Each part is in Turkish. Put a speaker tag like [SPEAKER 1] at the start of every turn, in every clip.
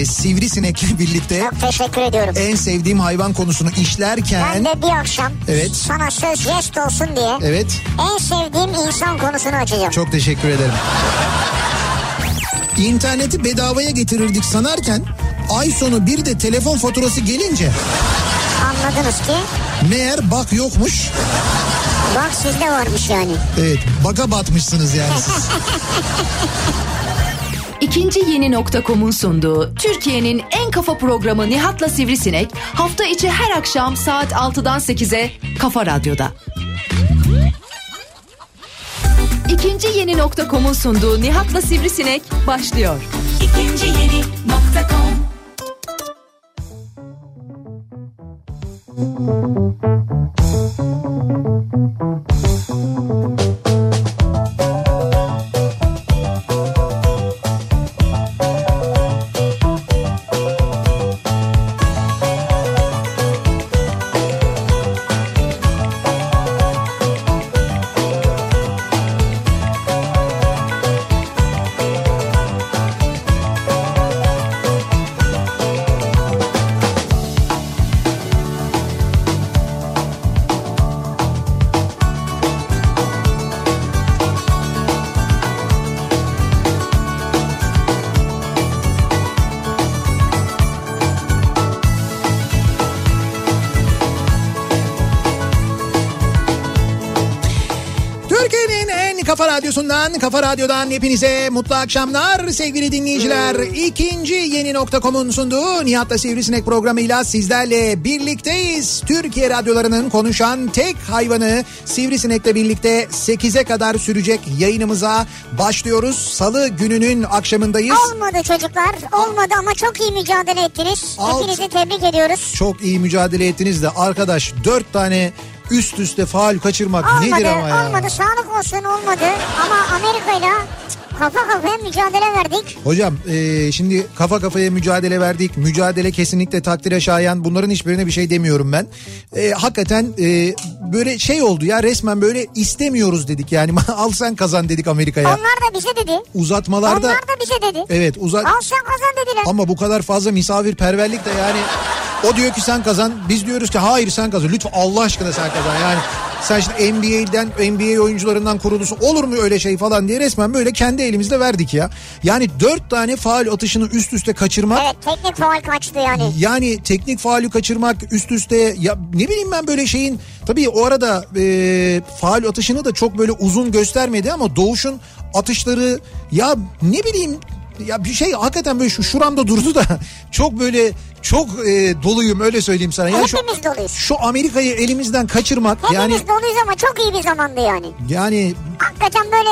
[SPEAKER 1] Sivrisinek'le birlikte.
[SPEAKER 2] Çok teşekkür ediyorum.
[SPEAKER 1] En sevdiğim hayvan konusunu işlerken.
[SPEAKER 2] Ben de bir akşam
[SPEAKER 1] evet.
[SPEAKER 2] sana söz jest olsun diye.
[SPEAKER 1] Evet.
[SPEAKER 2] En sevdiğim insan konusunu açacağım.
[SPEAKER 1] Çok teşekkür ederim. İnterneti bedavaya getirirdik sanarken ay sonu bir de telefon faturası gelince.
[SPEAKER 2] Anladınız ki.
[SPEAKER 1] Meğer bak yokmuş.
[SPEAKER 2] Bak sizde varmış yani.
[SPEAKER 1] Evet, baka batmışsınız yani siz.
[SPEAKER 3] İkinci Yeni.com'un sunduğu Türkiye'nin en kafa programı Nihat'la Sivrisinek hafta içi her akşam saat 6'dan 8'e Kafa Radyo'da. İkinci Yeni.com'un sunduğu Nihat'la Sivrisinek başlıyor. İkinci Yeni.com.
[SPEAKER 1] Kafa Radyo'dan hepinize mutlu akşamlar sevgili dinleyiciler. İkinci Yeni.com'un sunduğu Nihat'la Sivrisinek programıyla sizlerle birlikteyiz. Türkiye radyolarının konuşan tek hayvanı Sivrisinek'le birlikte 8'e kadar sürecek yayınımıza başlıyoruz. Salı gününün akşamındayız.
[SPEAKER 2] Olmadı çocuklar, olmadı ama çok iyi mücadele ettiniz. Hepinizi tebrik ediyoruz.
[SPEAKER 1] Çok iyi mücadele ettiniz de arkadaş 4 tane üst üste faul kaçırmak
[SPEAKER 2] olmadı,
[SPEAKER 1] nedir ama ya?
[SPEAKER 2] Olmadı, sağlık olsun olmadı ama Amerika'yla kafa kafaya mücadele verdik.
[SPEAKER 1] Hocam şimdi kafa kafaya mücadele verdik. Mücadele kesinlikle takdire şayan. Bunların hiçbirine bir şey demiyorum ben. Hakikaten böyle şey oldu ya, resmen böyle istemiyoruz dedik yani. Al sen kazan dedik Amerika'ya.
[SPEAKER 2] Onlar da bize dedi.
[SPEAKER 1] Uzatmalarda.
[SPEAKER 2] Onlar da bize dedi.
[SPEAKER 1] Evet
[SPEAKER 2] Al sen kazan dediler.
[SPEAKER 1] Ama bu kadar fazla misafirperverlik de yani. O diyor ki sen kazan. Biz diyoruz ki hayır sen kazan. Lütfen Allah aşkına sen kazan. Yani sen işte NBA oyuncularından kurulusun. Olur mu öyle şey falan diye resmen böyle kendi elimizle verdik ya. Yani 4 tane faul atışını üst üste kaçırmak.
[SPEAKER 2] Evet, teknik faul kaçtı yani.
[SPEAKER 1] Yani teknik faulü kaçırmak üst üste. Ya ne bileyim ben böyle şeyin. Tabii o arada faul atışını da çok böyle uzun göstermedi ama Doğuş'un atışları ya ne bileyim. Ya bir şey hakikaten böyle şuramda durdu da çok böyle doluyum öyle söyleyeyim sana. Yani
[SPEAKER 2] hepimiz doluyuz.
[SPEAKER 1] Şu Amerika'yı elimizden kaçırmak.
[SPEAKER 2] Hepimiz doluyuz ama çok iyi bir zamandı yani.
[SPEAKER 1] Yani. Hakikaten
[SPEAKER 2] böyle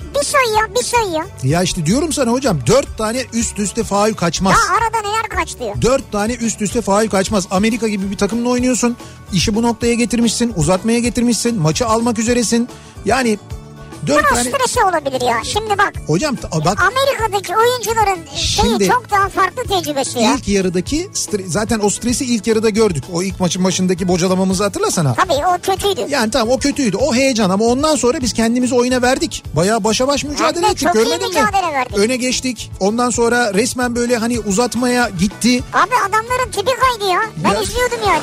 [SPEAKER 2] bir sayı.
[SPEAKER 1] Ya işte diyorum sana hocam 4 tane üst üste faul kaçmaz.
[SPEAKER 2] Ya arada neler kaçtı ya.
[SPEAKER 1] 4 tane üst üste faul kaçmaz. Amerika gibi bir takımla oynuyorsun. İşi bu noktaya getirmişsin. Uzatmaya getirmişsin. Maçı almak üzeresin. Yani...
[SPEAKER 2] Bunun stresi olabilir ya. Şimdi bak.
[SPEAKER 1] Hocam bak.
[SPEAKER 2] Amerika'daki oyuncuların şeyi çok daha farklı tecrübesi ya.
[SPEAKER 1] İlk yarıdaki zaten o stresi ilk yarıda gördük. O ilk maçın başındaki bocalamamızı hatırlasana.
[SPEAKER 2] Tabii o kötüydü.
[SPEAKER 1] Yani tamam o kötüydü. O heyecan ama ondan sonra biz kendimizi oyuna verdik. Bayağı başa baş mücadele ettik. Görmedin mi?
[SPEAKER 2] Verdik.
[SPEAKER 1] Öne geçtik. Ondan sonra resmen böyle hani uzatmaya gitti.
[SPEAKER 2] Abi adamların tipi kaydı ya. Ben izliyordum yani.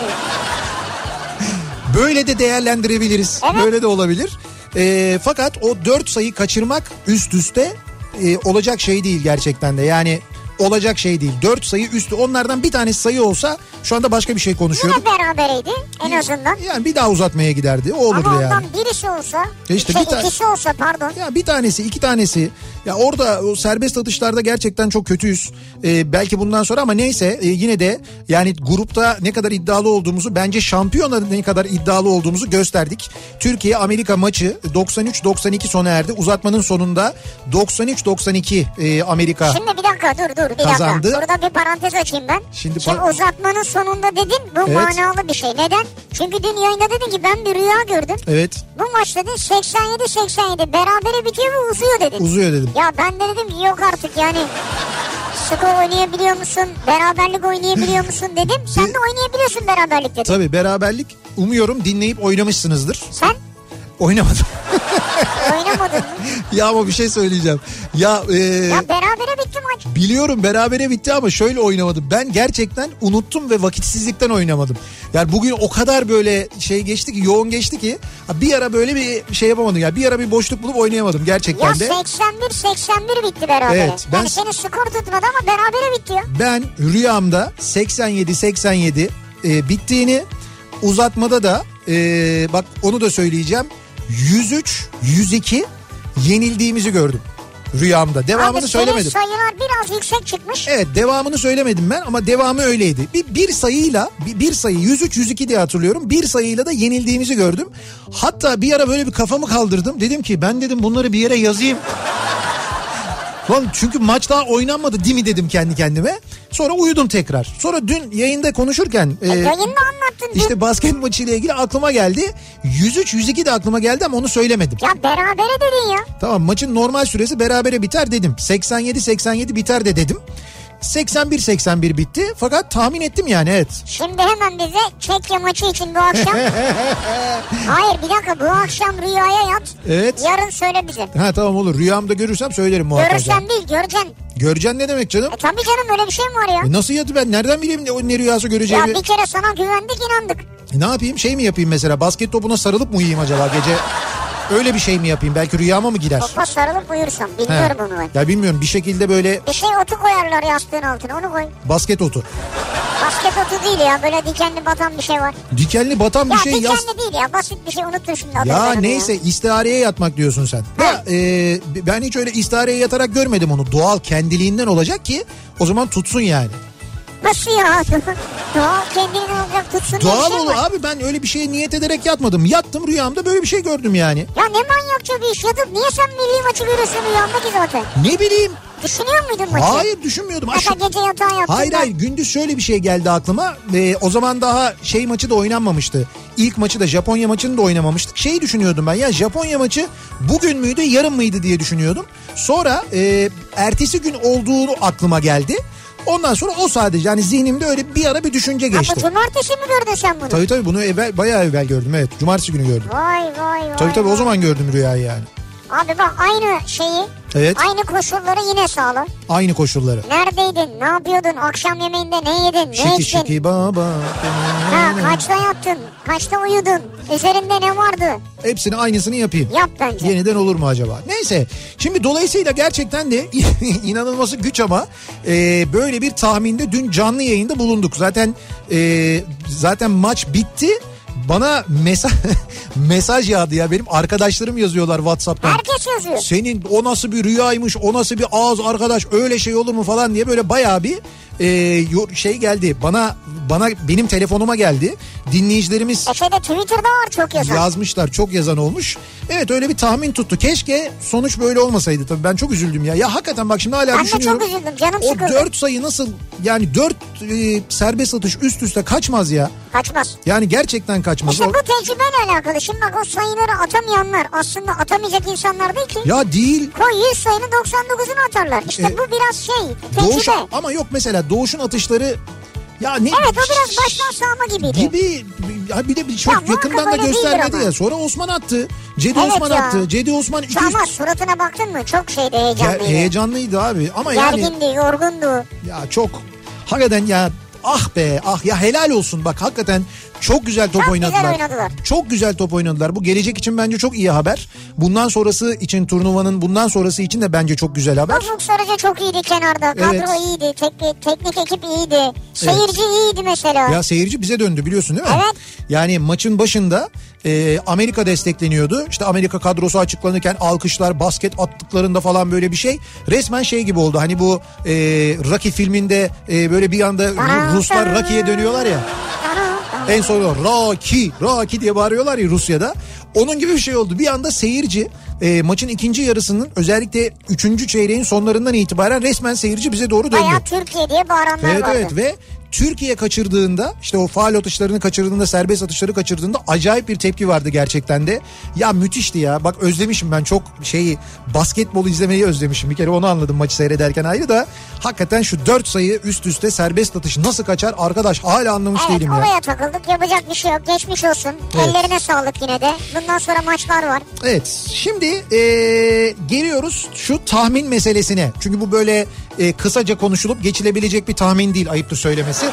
[SPEAKER 1] Böyle de değerlendirebiliriz. Evet. Böyle de olabilir. Fakat o 4 sayı kaçırmak üst üste olacak şey değil gerçekten de. Yani olacak şey değil. 4 sayı üstü, onlardan bir tanesi sayı olsa şu anda başka bir şey konuşuyorduk.
[SPEAKER 2] Yine berabereydi en azından.
[SPEAKER 1] Yani bir daha uzatmaya giderdi. O olurdu
[SPEAKER 2] ama
[SPEAKER 1] yani.
[SPEAKER 2] Ama ondan birisi olsa,
[SPEAKER 1] işte
[SPEAKER 2] ikisi olsa pardon.
[SPEAKER 1] Ya bir tanesi, 2 tanesi. Ya orada o serbest atışlarda gerçekten çok kötüyüz. Belki bundan sonra ama neyse yine de yani grupta ne kadar iddialı olduğumuzu, bence şampiyonada ne kadar iddialı olduğumuzu gösterdik. Türkiye-Amerika maçı 93-92 sona erdi. Uzatmanın sonunda 93-92 Amerika
[SPEAKER 2] Şimdi bir dakika dur
[SPEAKER 1] kazandı.
[SPEAKER 2] Dakika. Burada bir parantez açayım ben. Şimdi uzatmanın sonunda dedin, bu evet. Manalı bir şey. Neden? Çünkü dün yayında dedin ki ben bir rüya gördüm.
[SPEAKER 1] Evet.
[SPEAKER 2] Bu maç dedin 87-87 berabere bitiyor ve uzuyor dedin.
[SPEAKER 1] Uzuyor dedim.
[SPEAKER 2] Ya ben de dedim ki yok artık yani. Skor oynayabiliyor musun? Beraberlik oynayabiliyor musun dedim. Sen de oynayabiliyorsun beraberlik dedim.
[SPEAKER 1] Tabii beraberlik umuyorum dinleyip oynamışsınızdır.
[SPEAKER 2] Sen?
[SPEAKER 1] Oynamadım.
[SPEAKER 2] Oynamadın mı?
[SPEAKER 1] Ya ama bir şey söyleyeceğim. Ya
[SPEAKER 2] berabere bitti maç.
[SPEAKER 1] Biliyorum berabere bitti ama şöyle oynamadım. Ben gerçekten unuttum ve vakitsizlikten oynamadım. Yani bugün o kadar böyle şey geçti ki, yoğun geçti ki bir ara böyle bir şey yapamadım. Yani bir ara bir boşluk bulup oynayamadım gerçekten
[SPEAKER 2] ya
[SPEAKER 1] de.
[SPEAKER 2] 81 bitti berabere.
[SPEAKER 1] Evet,
[SPEAKER 2] yani senin skor tutmadı ama berabere bitti ya.
[SPEAKER 1] Ben rüyamda 87 bittiğini, uzatmada da bak onu da söyleyeceğim, 103-102 yenildiğimizi gördüm rüyamda. Devamını
[SPEAKER 2] abi,
[SPEAKER 1] söylemedim.
[SPEAKER 2] Sayılar biraz yüksek çıkmış.
[SPEAKER 1] Evet, devamını söylemedim ben ama devamı öyleydi. Bir sayıyla bir sayı 103-102 diye hatırlıyorum. Bir sayıyla da yenildiğimizi gördüm. Hatta bir ara böyle bir kafamı kaldırdım. Dedim ki ben dedim bunları bir yere yazayım. Lan çünkü maç daha oynanmadı değil mi dedim kendi kendime. Sonra uyudum tekrar. Sonra dün yayında konuşurken
[SPEAKER 2] yayında anlattın.
[SPEAKER 1] İşte basket maçıyla ilgili aklıma geldi. 103-102 de aklıma geldi ama onu söylemedim.
[SPEAKER 2] Ya berabere dedin ya.
[SPEAKER 1] Tamam, maçın normal süresi berabere biter dedim. 87-87 biter de dedim. 81-81 bitti fakat tahmin ettim yani, evet.
[SPEAKER 2] Şimdi hemen bize Çekya maçı için bu akşam. Hayır bir dakika, bu akşam rüyaya yat.
[SPEAKER 1] Evet.
[SPEAKER 2] Yarın söyle bize.
[SPEAKER 1] Ha tamam, olur, rüyamda görürsem söylerim muhakkak.
[SPEAKER 2] Görürsen değil, göreceksin.
[SPEAKER 1] Göreceksin ne demek canım?
[SPEAKER 2] Tabii canım, öyle bir şey mi var ya?
[SPEAKER 1] Nasıl yatı, ben nereden bileyim ne rüyası göreceğimi?
[SPEAKER 2] Ya bir kere sana güvendik, inandık.
[SPEAKER 1] Ne yapayım, şey mi yapayım mesela, basket topuna sarılıp mı uyuyayım acaba gece? Öyle bir şey mi yapayım, belki rüyama mı girer?
[SPEAKER 2] Topa sarılıp uyursan, bilmiyorum onu ben.
[SPEAKER 1] Ya bilmiyorum, bir şekilde böyle.
[SPEAKER 2] Bir şey otu koyarlar yastığın altına, onu koy.
[SPEAKER 1] Basket otu.
[SPEAKER 2] Basket otu değil ya, böyle dikenli batan bir şey var.
[SPEAKER 1] Dikenli batan bir şey
[SPEAKER 2] ya dikenli değil ya, basit bir şey, unuttun şimdi.
[SPEAKER 1] Ya neyse ya. İstihareye yatmak diyorsun sen. Ya, ben hiç öyle istihareye yatarak görmedim onu. Doğal kendiliğinden olacak ki o zaman tutsun yani.
[SPEAKER 2] Nasıl ya? Doğal kendiliğinden olacak, tutsun.
[SPEAKER 1] Doğal
[SPEAKER 2] şey
[SPEAKER 1] olur abi, ben öyle bir şeye niyet ederek yatmadım. Yattım, rüyamda böyle bir şey gördüm yani.
[SPEAKER 2] Ya ne manyakça bir iş, yatıp niye sen milli maçı görüyorsun rüyanda ki zaten?
[SPEAKER 1] Ne bileyim.
[SPEAKER 2] Düşünüyor muydun maçı?
[SPEAKER 1] Hayır, düşünmüyordum.
[SPEAKER 2] Mesela gece yatağa yattın.
[SPEAKER 1] Hayır gündüz şöyle bir şey geldi aklıma. O zaman daha şey maçı da oynanmamıştı. İlk maçı da, Japonya maçını da oynamamıştık. Şeyi düşünüyordum ben, ya Japonya maçı bugün müydü yarın mıydı diye düşünüyordum. Sonra ertesi gün olduğunu aklıma geldi. Ondan sonra o sadece, yani zihnimde öyle bir ara bir düşünce geçti.
[SPEAKER 2] Ama cumartesi mi gördün sen bunu?
[SPEAKER 1] Tabii bunu bayağı evvel gördüm, evet. Cumartesi günü gördüm.
[SPEAKER 2] Vay.
[SPEAKER 1] Tabii o zaman gördüm rüyayı yani.
[SPEAKER 2] Abi bak, aynı şeyi,
[SPEAKER 1] evet,
[SPEAKER 2] aynı koşulları yine sağlar.
[SPEAKER 1] Aynı koşulları.
[SPEAKER 2] Neredeydin, ne yapıyordun, akşam yemeğinde ne yedin, ne içtin?
[SPEAKER 1] Şiki baba.
[SPEAKER 2] Kaçta yattın, kaçta uyudun, üzerinde ne vardı?
[SPEAKER 1] Hepsini aynısını yapayım.
[SPEAKER 2] Yap bence.
[SPEAKER 1] Yeniden olur mu acaba? Neyse, şimdi dolayısıyla gerçekten de inanılması güç ama böyle bir tahminde dün canlı yayında bulunduk. Zaten maç bitti. Bana mesaj yağdı ya, benim arkadaşlarım yazıyorlar WhatsApp'tan.
[SPEAKER 2] Herkes yazıyor.
[SPEAKER 1] Senin o nasıl bir rüyaymış, o nasıl bir ağız arkadaş, öyle şey olur mu falan diye böyle bayağı bir şey geldi. Bana benim telefonuma geldi. Dinleyicilerimiz
[SPEAKER 2] Twitter'da var çok yazan.
[SPEAKER 1] Yazmışlar, çok yazan olmuş. Evet, öyle bir tahmin tuttu. Keşke sonuç böyle olmasaydı tabii, ben çok üzüldüm ya. Ya hakikaten bak şimdi hala düşünüyorum.
[SPEAKER 2] Ben de çok üzüldüm, canım sıkıldı.
[SPEAKER 1] O 4 sayı nasıl, yani 4 serbest atış üst üste kaçmaz ya.
[SPEAKER 2] Kaçmaz.
[SPEAKER 1] Yani gerçekten kaçmaz.
[SPEAKER 2] İşte bu tecrübeyle alakalı. Şimdi bak, o sayıları atamayanlar aslında atamayacak insanlar değil ki.
[SPEAKER 1] Ya değil.
[SPEAKER 2] O 100 sayının 99'unu atarlar. İşte bu biraz tecrübe.
[SPEAKER 1] Doğuş, ama yok mesela Doğuş'un atışları. Ya ne?
[SPEAKER 2] Evet, o biraz baştan sağma gibiydi.
[SPEAKER 1] Bir de çok yakından da göstermedi ya. Sonra Osman attı. Osman attı. Cedi Osman 200.
[SPEAKER 2] Ama suratına baktın mı? Çok heyecanlıydı.
[SPEAKER 1] Heyecanlıydı abi. Ama
[SPEAKER 2] gergindi, yorgundu.
[SPEAKER 1] Ya çok. Hakikaten ya. Ah be ah ya, helal olsun bak, hakikaten çok güzel top oynadılar. Çok güzel top oynadılar. Bu gelecek için bence çok iyi haber. Bundan sonrası için, turnuvanın bundan sonrası için de bence çok güzel haber.
[SPEAKER 2] Ufuk Sarıcı çok iyiydi kenarda. Kadro iyiydi. Teknik ekip iyiydi. Seyirci iyiydi mesela.
[SPEAKER 1] Ya seyirci bize döndü, biliyorsun değil mi?
[SPEAKER 2] Evet.
[SPEAKER 1] Yani maçın başında Amerika destekleniyordu. İşte Amerika kadrosu açıklanırken alkışlar, basket attıklarında falan böyle bir şey. Resmen şey gibi oldu. Hani bu Rocky filminde böyle bir anda Ruslar Rocky'ye dönüyorlar ya. En son Rocky diye bağırıyorlar ya Rusya'da. Onun gibi bir şey oldu. Bir anda seyirci maçın ikinci yarısının, özellikle 3. çeyreğin sonlarından itibaren resmen seyirci bize doğru döndü.
[SPEAKER 2] Bayağı Türkiye diye bağıranlar vardı.
[SPEAKER 1] Evet ve Türkiye kaçırdığında, işte o faul atışlarını kaçırdığında, serbest atışları kaçırdığında acayip bir tepki vardı gerçekten de. Ya müthişti ya. Bak özlemişim ben çok basketbolu izlemeyi özlemişim. Bir kere onu anladım maçı seyrederken ayrı da. Hakikaten şu 4 sayı üst üste serbest atış nasıl kaçar arkadaş, hala anlamış değilim ya.
[SPEAKER 2] Evet, oraya takıldık, yapacak bir şey yok. Geçmiş olsun. Evet. Ellerine sağlık yine de. Bundan sonra maçlar var.
[SPEAKER 1] Evet, şimdi geliyoruz şu tahmin meselesine. Çünkü bu böyle kısaca konuşulup geçilebilecek bir tahmin değil, ayıptır söylemesi.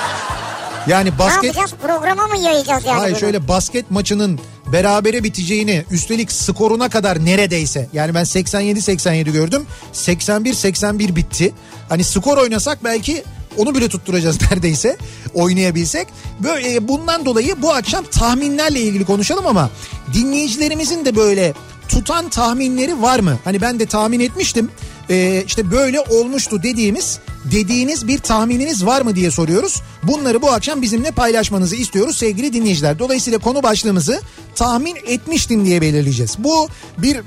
[SPEAKER 1] Yani basket...
[SPEAKER 2] Ne yapacağız? Programa mı yayacağız yani?
[SPEAKER 1] Hayır,
[SPEAKER 2] bunu?
[SPEAKER 1] şöyle basket maçının berabere biteceğini, üstelik skoruna kadar neredeyse. Yani ben 87-87 gördüm. 81-81 bitti. Hani skor oynasak belki onu bile tutturacağız neredeyse, oynayabilsek. Böyle bundan dolayı bu akşam tahminlerle ilgili konuşalım ama dinleyicilerimizin de böyle tutan tahminleri var mı? Hani ben de tahmin etmiştim. İşte böyle olmuştu dediğiniz bir tahmininiz var mı diye soruyoruz. Bunları bu akşam bizimle paylaşmanızı istiyoruz sevgili dinleyiciler. Dolayısıyla konu başlığımızı tahmin etmiştim diye belirleyeceğiz. Bu bir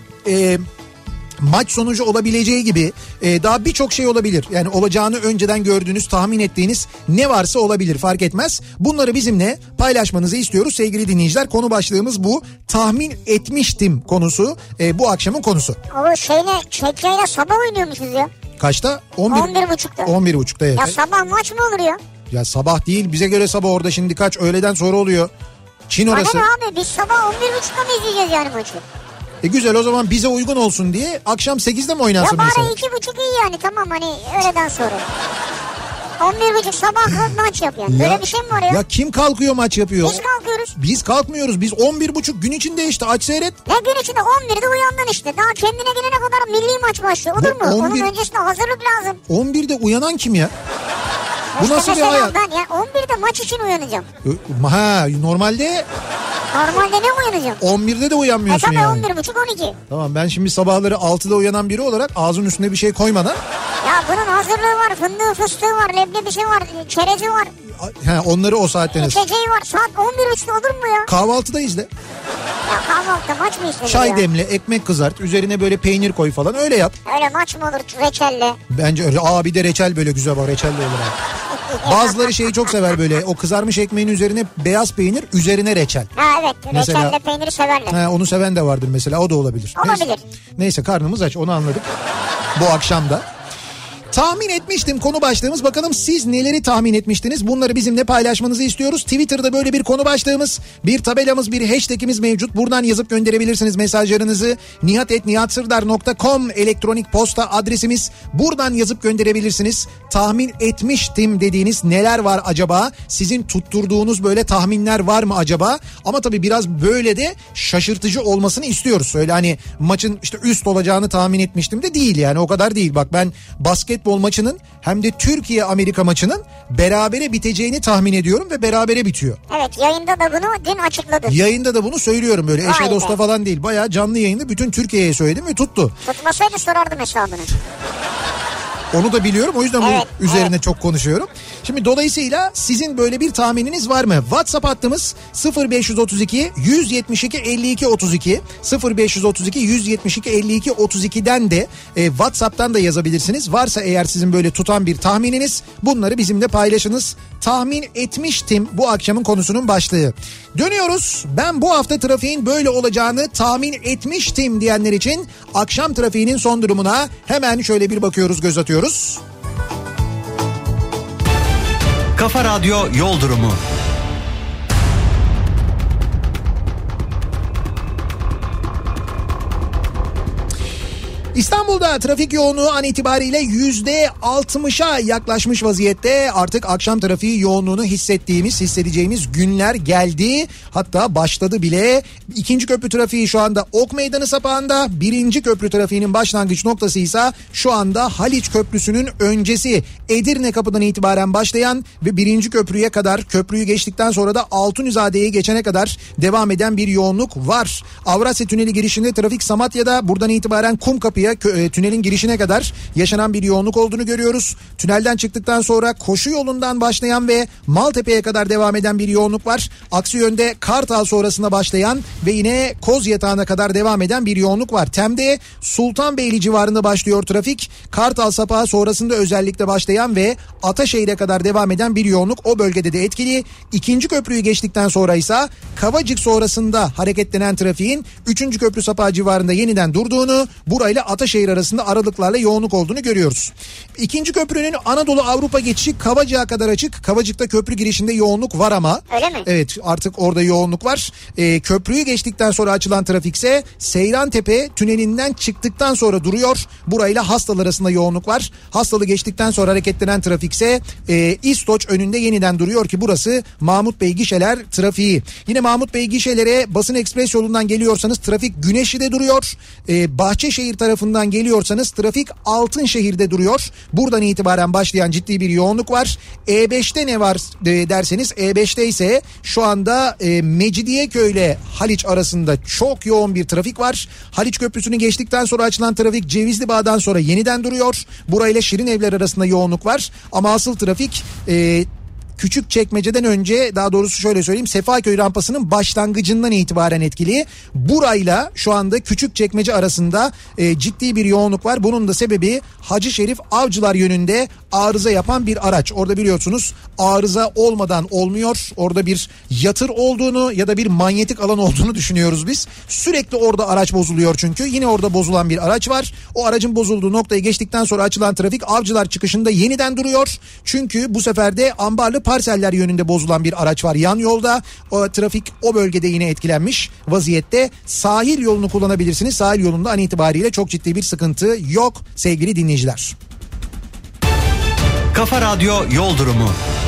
[SPEAKER 1] maç sonucu olabileceği gibi daha birçok şey olabilir. Yani olacağını önceden gördüğünüz, tahmin ettiğiniz ne varsa olabilir, fark etmez. Bunları bizimle paylaşmanızı istiyoruz sevgili dinleyiciler. Konu başlığımız bu. Tahmin etmiştim konusu bu akşamın konusu.
[SPEAKER 2] O Çekya'yla sabah oynuyormuşuz ya.
[SPEAKER 1] Kaçta?
[SPEAKER 2] 11.30'da.
[SPEAKER 1] 11.30'da evet.
[SPEAKER 2] Ya sabah maç mı olur ya?
[SPEAKER 1] Ya sabah değil, bize göre sabah orada şimdi kaç, öğleden sonra oluyor. Çin orası.
[SPEAKER 2] Bana ne abi, biz sabah 11.30'da mı izleyeceğiz yani maçı?
[SPEAKER 1] Güzel, o zaman bize uygun olsun diye akşam 8'de mi oynansın
[SPEAKER 2] ya
[SPEAKER 1] mesela?
[SPEAKER 2] Ya bari 2.30 iyi yani, tamam hani öğleden sonra. 11.30 sabah maç yap yani. Böyle bir şey mi var ya?
[SPEAKER 1] Ya kim kalkıyor maç yapıyor?
[SPEAKER 2] Biz kalkıyoruz.
[SPEAKER 1] Biz kalkmıyoruz. Biz 11.30 gün içinde işte, aç seyret.
[SPEAKER 2] Ne gün içinde? 11'de uyandın işte. Daha kendine gelene kadar milli maç başlıyor. Olur mu? 11... Onun öncesinde hazırlık lazım.
[SPEAKER 1] 11'de uyanan kim ya? Bu
[SPEAKER 2] işte
[SPEAKER 1] nasıl bir hayat?
[SPEAKER 2] Ben ya 11'de maç için uyanacağım.
[SPEAKER 1] Ha, normalde
[SPEAKER 2] ne uyanacağım?
[SPEAKER 1] 11'de de uyanmıyorsun
[SPEAKER 2] tabii
[SPEAKER 1] yani.
[SPEAKER 2] 11.30-12.
[SPEAKER 1] Tamam, ben şimdi sabahları 6'da uyanan biri olarak ağzının üstüne bir şey koymadan.
[SPEAKER 2] Ya bunun hazırlığı var, fındığı fıstığı var, leblebisi var, çerezi var.
[SPEAKER 1] Ha, onları o saatten
[SPEAKER 2] İçeceği var. Saat 11.30'da olur mu ya?
[SPEAKER 1] Kahvaltıda izle.
[SPEAKER 2] Ya kahvaltıda maç mı izlenir
[SPEAKER 1] Çay
[SPEAKER 2] ya?
[SPEAKER 1] demle, ekmek kızart, üzerine böyle peynir koy falan, öyle yap.
[SPEAKER 2] Öyle maç mı olur reçelle?
[SPEAKER 1] Bence öyle. Bir de reçel böyle güzel var, reçelle olur abi. Bazıları şeyi çok sever böyle, o kızarmış ekmeğin üzerine beyaz peynir, üzerine reçel.
[SPEAKER 2] Ha evet,
[SPEAKER 1] mesela,
[SPEAKER 2] reçelle peyniri severler.
[SPEAKER 1] Onu seven de vardır mesela, o da olabilir.
[SPEAKER 2] Olabilir.
[SPEAKER 1] Neyse karnımız aç, onu anladık bu akşam da. Tahmin etmiştim konu başlığımız. Bakalım siz neleri tahmin etmiştiniz? Bunları bizimle paylaşmanızı istiyoruz. Twitter'da böyle bir konu başlığımız, bir tabelamız, bir hashtagimiz mevcut. Buradan yazıp gönderebilirsiniz mesajlarınızı. nihat@nihatsırdar.com elektronik posta adresimiz. Buradan yazıp gönderebilirsiniz. Tahmin etmiştim dediğiniz neler var acaba? Sizin tutturduğunuz böyle tahminler var mı acaba? Ama tabii biraz böyle de şaşırtıcı olmasını istiyoruz. Öyle hani maçın işte üst olacağını tahmin etmiştim de değil yani, o kadar değil. Bak ben basketbol maçının hem de Türkiye-Amerika maçının berabere biteceğini tahmin ediyorum ve berabere bitiyor.
[SPEAKER 2] Evet, yayında da bunu dün açıkladı.
[SPEAKER 1] Yayında da bunu söylüyorum, böyle eşe dosta falan değil. Bayağı canlı yayında bütün Türkiye'ye söyledim ve tuttu.
[SPEAKER 2] Tutmasaydı sorardım hesabını.
[SPEAKER 1] Onu da biliyorum, o yüzden bu üzerine çok konuşuyorum. Şimdi dolayısıyla sizin böyle bir tahmininiz var mı? WhatsApp hattımız 0532 172 52 32 0532 172 52 32'den de WhatsApp'tan da yazabilirsiniz. Varsa eğer sizin böyle tutan bir tahmininiz, bunları bizimle paylaşınız. Tahmin etmiştim bu akşamın konusunun başlığı. Dönüyoruz. Ben bu hafta trafiğin böyle olacağını tahmin etmiştim diyenler için akşam trafiğinin son durumuna hemen şöyle bir bakıyoruz, göz atıyoruz.
[SPEAKER 4] Kafa Radyo Yol Durumu.
[SPEAKER 1] İstanbul'da trafik yoğunluğu an itibariyle %60'a yaklaşmış vaziyette. Artık akşam trafiği yoğunluğunu hissedeceğimiz günler geldi. Hatta başladı bile. İkinci köprü trafiği şu anda Ok Meydanı sapağında. Birinci köprü trafiğinin başlangıç noktası ise şu anda Haliç Köprüsü'nün öncesi. Edirne kapıdan itibaren başlayan ve birinci köprüye kadar, köprüyü geçtikten sonra da Altunizade'ye geçene kadar devam eden bir yoğunluk var. Avrasya Tüneli girişinde trafik Samatya'da, buradan itibaren Kumkapı'ya, tünelin girişine kadar yaşanan bir yoğunluk olduğunu görüyoruz. Tünelden çıktıktan sonra koşu yolundan başlayan ve Maltepe'ye kadar devam eden bir yoğunluk var. Aksi yönde Kartal sonrasında başlayan ve yine Kozyatağı'na kadar devam eden bir yoğunluk var. Tem'de Sultanbeyli civarında başlıyor trafik. Kartal sapağı sonrasında özellikle başlayan ve Ataşehir'e kadar devam eden bir yoğunluk o bölgede de etkili. İkinci köprüyü geçtikten sonra ise Kavacık sonrasında hareketlenen trafiğin 3. köprü sapağı civarında yeniden durduğunu, burayla Ataşehir arasında aralıklarla yoğunluk olduğunu görüyoruz. İkinci köprünün Anadolu Avrupa geçişi Kavacık'a kadar açık. Kavacık'ta köprü girişinde yoğunluk var ama.
[SPEAKER 2] Öyle mi?
[SPEAKER 1] Evet, artık orada yoğunluk var. Köprüyü geçtikten sonra açılan trafikse Seyrantepe tünelinden çıktıktan sonra duruyor. Burayla Hastal arasında yoğunluk var. Hastal'ı geçtikten sonra hareketlenen trafikse İstoç önünde yeniden duruyor ki burası Mahmut Bey gişeler trafiği. Yine Mahmut Bey gişelere Basın Ekspres yolundan geliyorsanız trafik Güneşli'de duruyor. Bahçeşehir tarafından geliyorsanız trafik Altınşehir'de duruyor. Buradan itibaren başlayan ciddi bir yoğunluk var. E5'te ne var derseniz, E5'te ise şu anda Mecidiyeköy ile Haliç arasında çok yoğun bir trafik var. Haliç Köprüsü'nü geçtikten sonra açılan trafik Cevizli Bağ'dan sonra yeniden duruyor. Burayla Şirinevler arasında yoğunluk var. Ama asıl trafik Küçükçekmece'den önce, daha doğrusu şöyle söyleyeyim, Sefaköy rampasının başlangıcından itibaren etkili. Burayla şu anda Küçükçekmece arasında ciddi bir yoğunluk var. Bunun da sebebi Hacı Şerif Avcılar yönünde arıza yapan bir araç. Orada biliyorsunuz arıza olmadan olmuyor. Orada bir yatır olduğunu ya da bir manyetik alan olduğunu düşünüyoruz biz. Sürekli orada araç bozuluyor çünkü. Yine orada bozulan bir araç var. O aracın bozulduğu noktayı geçtikten sonra açılan trafik Avcılar çıkışında yeniden duruyor. Çünkü bu sefer de Ambarlı Parseller yönünde bozulan bir araç var yan yolda. O trafik o bölgede yine etkilenmiş vaziyette. Sahil yolunu kullanabilirsiniz. Sahil yolunda an itibariyle çok ciddi bir sıkıntı yok sevgili dinleyiciler.
[SPEAKER 4] Kafa Radyo Yol Durumu.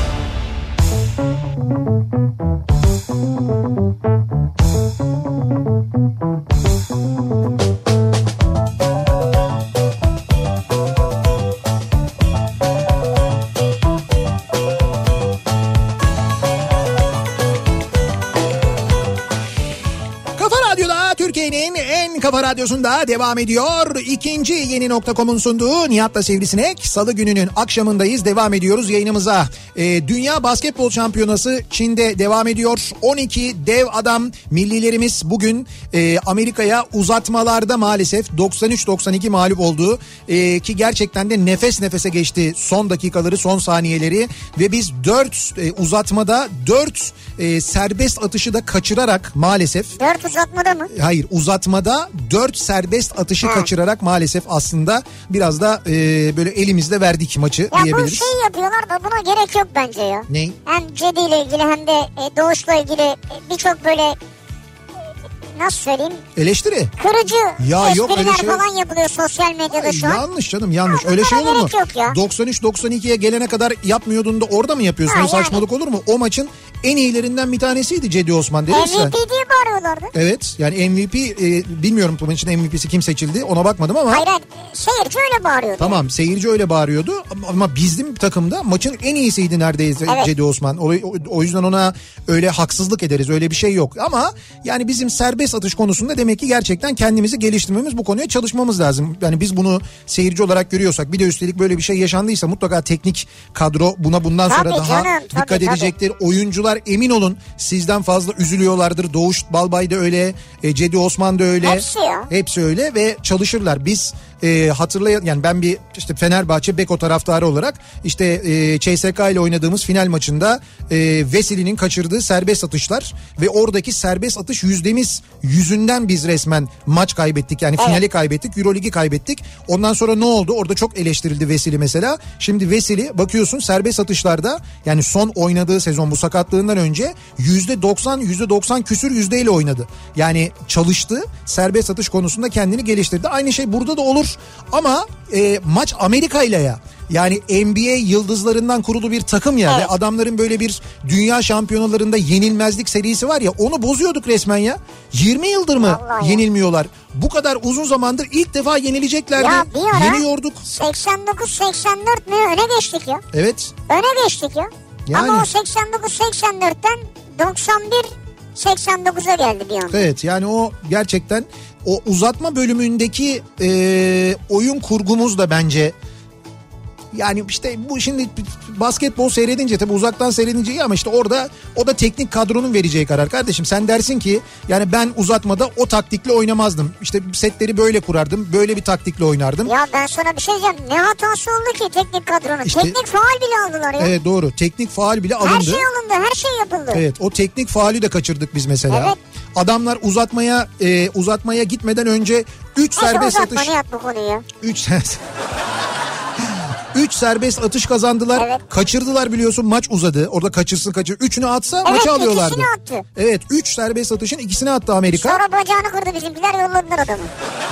[SPEAKER 1] Türkiye'nin en kafa radyosunda devam ediyor. İkinci yeni nokta.com'un sunduğu Nihat'la Sivrisinek. Salı gününün akşamındayız. Devam ediyoruz yayınımıza. Dünya Basketbol Şampiyonası Çin'de devam ediyor. 12 dev adam millilerimiz bugün Amerika'ya uzatmalarda maalesef 93-92 mağlup oldu. Ki gerçekten de nefes nefese geçti son dakikaları, son saniyeleri. Ve biz 4 uzatmada 4 serbest atışı da kaçırarak maalesef.
[SPEAKER 2] 4 uzatmada mı?
[SPEAKER 1] Hayır, uzatmada 4 serbest atışı kaçırarak maalesef aslında biraz da böyle elimizde verdik maçı
[SPEAKER 2] ya
[SPEAKER 1] diyebiliriz.
[SPEAKER 2] Ya bu şey yapıyorlar da buna gerek yok bence ya.
[SPEAKER 1] Ne?
[SPEAKER 2] Hem Cedi ile ilgili hem de Doğuş'la ilgili birçok böyle nasıl söyleyeyim?
[SPEAKER 1] Eleştiri.
[SPEAKER 2] Kırıcı espriler
[SPEAKER 1] şey
[SPEAKER 2] falan yapılıyor sosyal medyada şu an.
[SPEAKER 1] Yanlış canım, yanlış. Öyle şey olur mu? 93-92'ye gelene kadar yapmıyordun da orada mı yapıyorsun? Yani. Saçmalık olur mu? O maçın en iyilerinden bir tanesiydi Cedi Osman.
[SPEAKER 2] MVP diye bağırıyorlardı.
[SPEAKER 1] Evet, yani MVP bilmiyorum bu maçın MVP'si kim seçildi, ona bakmadım ama.
[SPEAKER 2] Hayır, seyirci öyle bağırıyordu.
[SPEAKER 1] Tamam, seyirci öyle bağırıyordu ama bizim takımda maçın en iyisiydi neredeyse Cedi Osman. O yüzden ona öyle haksızlık ederiz, öyle bir şey yok. Ama yani bizim serbest atış konusunda demek ki gerçekten kendimizi geliştirmemiz, bu konuya çalışmamız lazım. Yani biz bunu seyirci olarak görüyorsak, bir de üstelik böyle bir şey yaşandıysa mutlaka teknik kadro buna bundan sonra daha dikkat edecektir. Oyuncular emin olun sizden fazla üzülüyorlardır. Doğuş Balbay da öyle, Cedi Osman da öyle. Hepsi öyle ve çalışırlar. Biz hatırlayın, yani ben bir işte Fenerbahçe Beko taraftarı olarak işte CSK ile oynadığımız final maçında Veseli'nin kaçırdığı serbest atışlar ve oradaki serbest atış yüzdemiz yüzünden biz resmen maç kaybettik. Yani finali kaybettik, Euroligi kaybettik. Ondan sonra ne oldu? Orada çok eleştirildi Veseli mesela. Şimdi Veseli bakıyorsun serbest atışlarda, yani son oynadığı sezon bu sakatlığından önce %90 küsür yüzdeyle oynadı. Yani çalıştı, serbest atış konusunda kendini geliştirdi. Aynı şey burada da olur. Ama maç Amerika ile ya. Yani NBA yıldızlarından kurulu bir takım ya ve adamların böyle bir dünya şampiyonalarında yenilmezlik serisi var ya, onu bozuyorduk resmen ya. 20 yıldır mı yenilmiyorlar? Bu kadar uzun zamandır ilk defa yenileceklerdi.
[SPEAKER 2] Ya bir ara
[SPEAKER 1] yeniyorduk.
[SPEAKER 2] 89-84 mü öne geçtik ya.
[SPEAKER 1] Evet.
[SPEAKER 2] Öne geçtik ya.
[SPEAKER 1] Yani.
[SPEAKER 2] Ama o 89-84'ten 91-89'a geldi bir anda.
[SPEAKER 1] Evet, yani o gerçekten o uzatma bölümündeki oyun kurgumuz da bence Yani işte bu şimdi basketbol seyredince tabii uzaktan seyredince iyi ama işte orada o da teknik kadronun vereceği karar. Kardeşim sen dersin ki yani ben uzatmada o taktikle oynamazdım. İşte setleri böyle kurardım. Böyle bir taktikle oynardım.
[SPEAKER 2] Ya ben sana bir şey diyeceğim. Ne hatası oldu ki teknik kadronun? İşte, teknik faul bile aldılar ya.
[SPEAKER 1] Evet doğru. Teknik faul bile alındı.
[SPEAKER 2] Her şey alındı. Her şey yapıldı.
[SPEAKER 1] Evet o teknik faulü de kaçırdık biz mesela. Evet. Adamlar uzatmaya gitmeden önce 3 serbest atış.
[SPEAKER 2] Nasıl uzatma bu konuyu?
[SPEAKER 1] 3 serbest atış kazandılar. Evet. Kaçırdılar biliyorsun, maç uzadı. Orada kaçır. 3'ünü atsa maçı alıyorlardı.
[SPEAKER 2] Evet, ikisini attı.
[SPEAKER 1] Evet 3 serbest atışın ikisini attı Amerika.
[SPEAKER 2] Sonra bacağını kırdı bizimkiler, yolladılar adamı.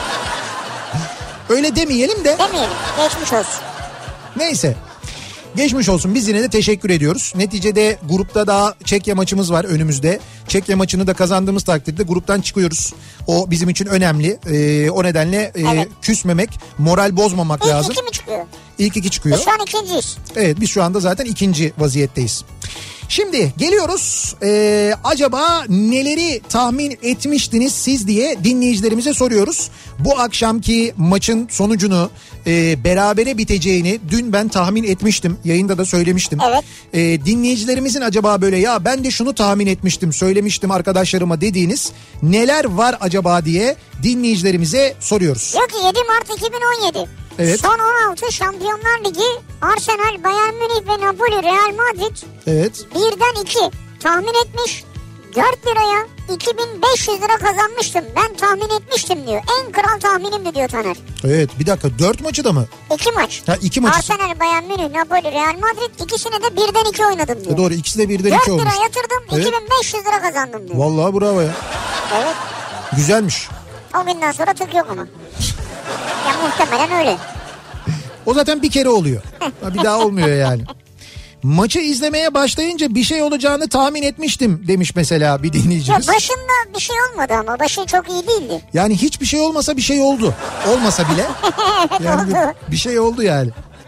[SPEAKER 1] Öyle demeyelim de.
[SPEAKER 2] Demeyelim, geçmiş olsun.
[SPEAKER 1] Neyse. Geçmiş olsun, biz yine de teşekkür ediyoruz. Neticede grupta daha Çekya maçımız var önümüzde. Çekya maçını da kazandığımız takdirde gruptan çıkıyoruz. O bizim için önemli. O nedenle küsmemek, moral bozmamak lazım.
[SPEAKER 2] İlk 2 mi çıkıyor?
[SPEAKER 1] İlk 2 çıkıyor.
[SPEAKER 2] Biz şu an ikinciyiz.
[SPEAKER 1] Evet biz şu anda zaten ikinci vaziyetteyiz. Şimdi geliyoruz. Acaba neleri tahmin etmiştiniz siz diye dinleyicilerimize soruyoruz. Bu akşamki maçın sonucunu berabere biteceğini dün ben tahmin etmiştim. Yayında da söylemiştim.
[SPEAKER 2] Evet.
[SPEAKER 1] Dinleyicilerimizin acaba böyle ya ben de şunu tahmin etmiştim, söylemiştim arkadaşlarıma dediğiniz neler var acaba diye dinleyicilerimize soruyoruz.
[SPEAKER 2] Yok ki 7 Mart 2017.
[SPEAKER 1] Evet.
[SPEAKER 2] Son 16 Şampiyonlar Ligi Arsenal, Bayern Münih ve Napoli, Real Madrid.
[SPEAKER 1] Evet.
[SPEAKER 2] 1'den 2 tahmin etmiş. 4 liraya 2500 lira kazanmıştım. Ben tahmin etmiştim diyor. En kral tahminimdi diyor Taner.
[SPEAKER 1] Evet bir dakika 4 maçı da mı?
[SPEAKER 2] 2 maç.
[SPEAKER 1] Ha 2 maç.
[SPEAKER 2] Arsenal, Bayern Münih, Napoli, Real Madrid ikisine de 1'den 2 oynadım diyor.
[SPEAKER 1] Doğru, ikisi de 1'den 2 olmuş.
[SPEAKER 2] 4 lira yatırdım, evet. 2500 lira kazandım diyor.
[SPEAKER 1] Vallahi bravo ya.
[SPEAKER 2] Evet.
[SPEAKER 1] Güzelmiş.
[SPEAKER 2] O günden sonra tık yok ama. Ya muhtemelen öyle.
[SPEAKER 1] O zaten bir kere oluyor. Bir daha olmuyor yani. Maçı izlemeye başlayınca bir şey olacağını tahmin etmiştim demiş mesela bir dinleyicimiz.
[SPEAKER 2] Ya başında bir şey olmadı ama başı çok iyi değildi.
[SPEAKER 1] Yani hiçbir şey olmasa bir şey oldu. Olmasa bile. Yani
[SPEAKER 2] oldu.
[SPEAKER 1] Bir şey oldu yani.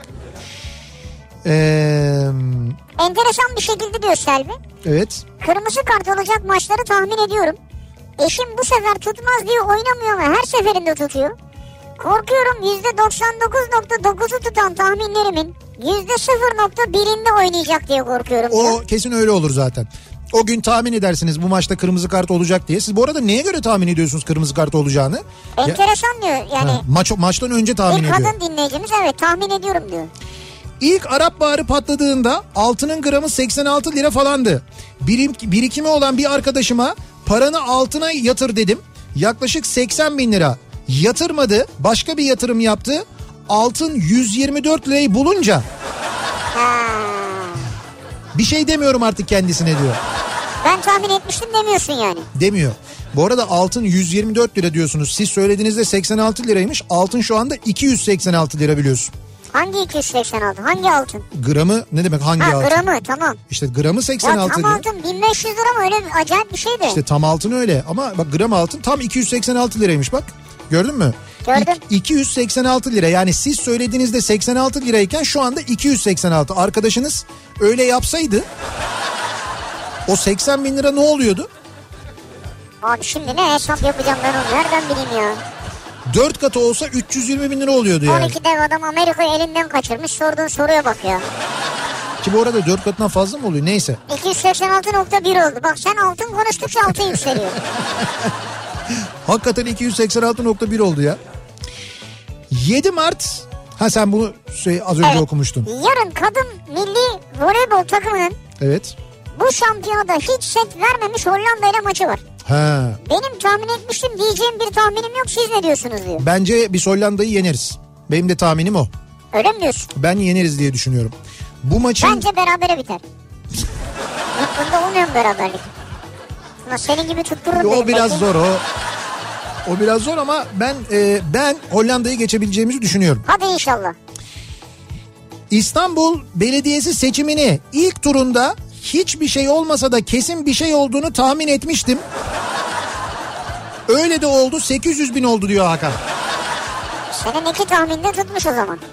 [SPEAKER 2] Enteresan bir şekilde diyor Selvi.
[SPEAKER 1] Evet.
[SPEAKER 2] Kırmızı kart olacak maçları tahmin ediyorum. Eşim bu sefer tutmaz diye oynamıyor ama her seferinde tutuyor. Korkuyorum %99.9'u tutan tahminlerimin %0.1'inde oynayacak diye korkuyorum diyor.
[SPEAKER 1] O kesin öyle olur zaten. O gün tahmin edersiniz bu maçta kırmızı kart olacak diye. Siz bu arada neye göre tahmin ediyorsunuz kırmızı kart olacağını?
[SPEAKER 2] Enteresan diyor yani.
[SPEAKER 1] Maçtan önce tahmin ediyor.
[SPEAKER 2] Bir kadın dinleyicimiz evet tahmin ediyorum diyor.
[SPEAKER 1] İlk Arap Baharı patladığında altının gramı 86 lira falandı. Birikimi olan bir arkadaşıma paranı altına yatır dedim. Yaklaşık 80 bin lira. Yatırmadı, başka bir yatırım yaptı. Altın 124 lirayı bulunca bir şey demiyorum artık kendisine diyor.
[SPEAKER 2] Ben tahmin etmiştim demiyorsun yani.
[SPEAKER 1] Demiyor. Bu arada altın 124 lira diyorsunuz. Siz söylediğinizde 86 liraymış. Altın şu anda 286 lira biliyorsun.
[SPEAKER 2] Hangi 286? Hangi altın?
[SPEAKER 1] Gramı ne demek hangi altın?
[SPEAKER 2] Gramı tamam.
[SPEAKER 1] İşte gramı 86
[SPEAKER 2] ya,
[SPEAKER 1] lira.
[SPEAKER 2] tam altın 1500 lira mı öyle acayip bir şey de.
[SPEAKER 1] İşte tam altın öyle ama bak gram altın tam 286 liraymış bak. Gördün mü?
[SPEAKER 2] Gördüm.
[SPEAKER 1] 286 lira yani siz söylediğinizde 86 lirayken şu anda 286. Arkadaşınız öyle yapsaydı o 80 bin lira ne oluyordu?
[SPEAKER 2] Abi şimdi ne hesap yapacağım ben onu nereden bileyim ya.
[SPEAKER 1] 4 katı olsa 320 bin lira oluyordu yani.
[SPEAKER 2] 12 dev adam Amerika'yı elinden kaçırmış, sorduğun soruya bak ya.
[SPEAKER 1] Ki bu arada 4 katından fazla mı oluyor neyse.
[SPEAKER 2] 286.1 oldu bak sen altın konuştukça altın yükseliyor.
[SPEAKER 1] Hakikaten 286.1 oldu ya. 7 Mart. Ha sen bunu az önce okumuştun.
[SPEAKER 2] Yarın kadın milli voleybol takımının bu şampiyonada hiç set vermemiş Hollanda ile maçı var.
[SPEAKER 1] Ha.
[SPEAKER 2] Benim tahmin etmiştim diyeceğim bir tahminim yok, siz ne diyorsunuz diyor.
[SPEAKER 1] Bence biz Hollanda'yı yeneriz. Benim de tahminim o.
[SPEAKER 2] Öyle mi diyorsun?
[SPEAKER 1] Ben yeneriz diye düşünüyorum. Bu maçın...
[SPEAKER 2] Bence berabere biter. Bunda olmuyor mu beraberlik? Ama senin gibi tuttururum.
[SPEAKER 1] O biraz belki. Zor o. O biraz zor ama ben Hollanda'yı geçebileceğimizi düşünüyorum.
[SPEAKER 2] Hadi inşallah.
[SPEAKER 1] İstanbul Belediyesi seçimini ilk turunda hiçbir şey olmasa da kesin bir şey olduğunu tahmin etmiştim. Öyle de oldu, 800 bin oldu diyor Hakan.
[SPEAKER 2] Senin 2 tahminde tutmuş o zaman.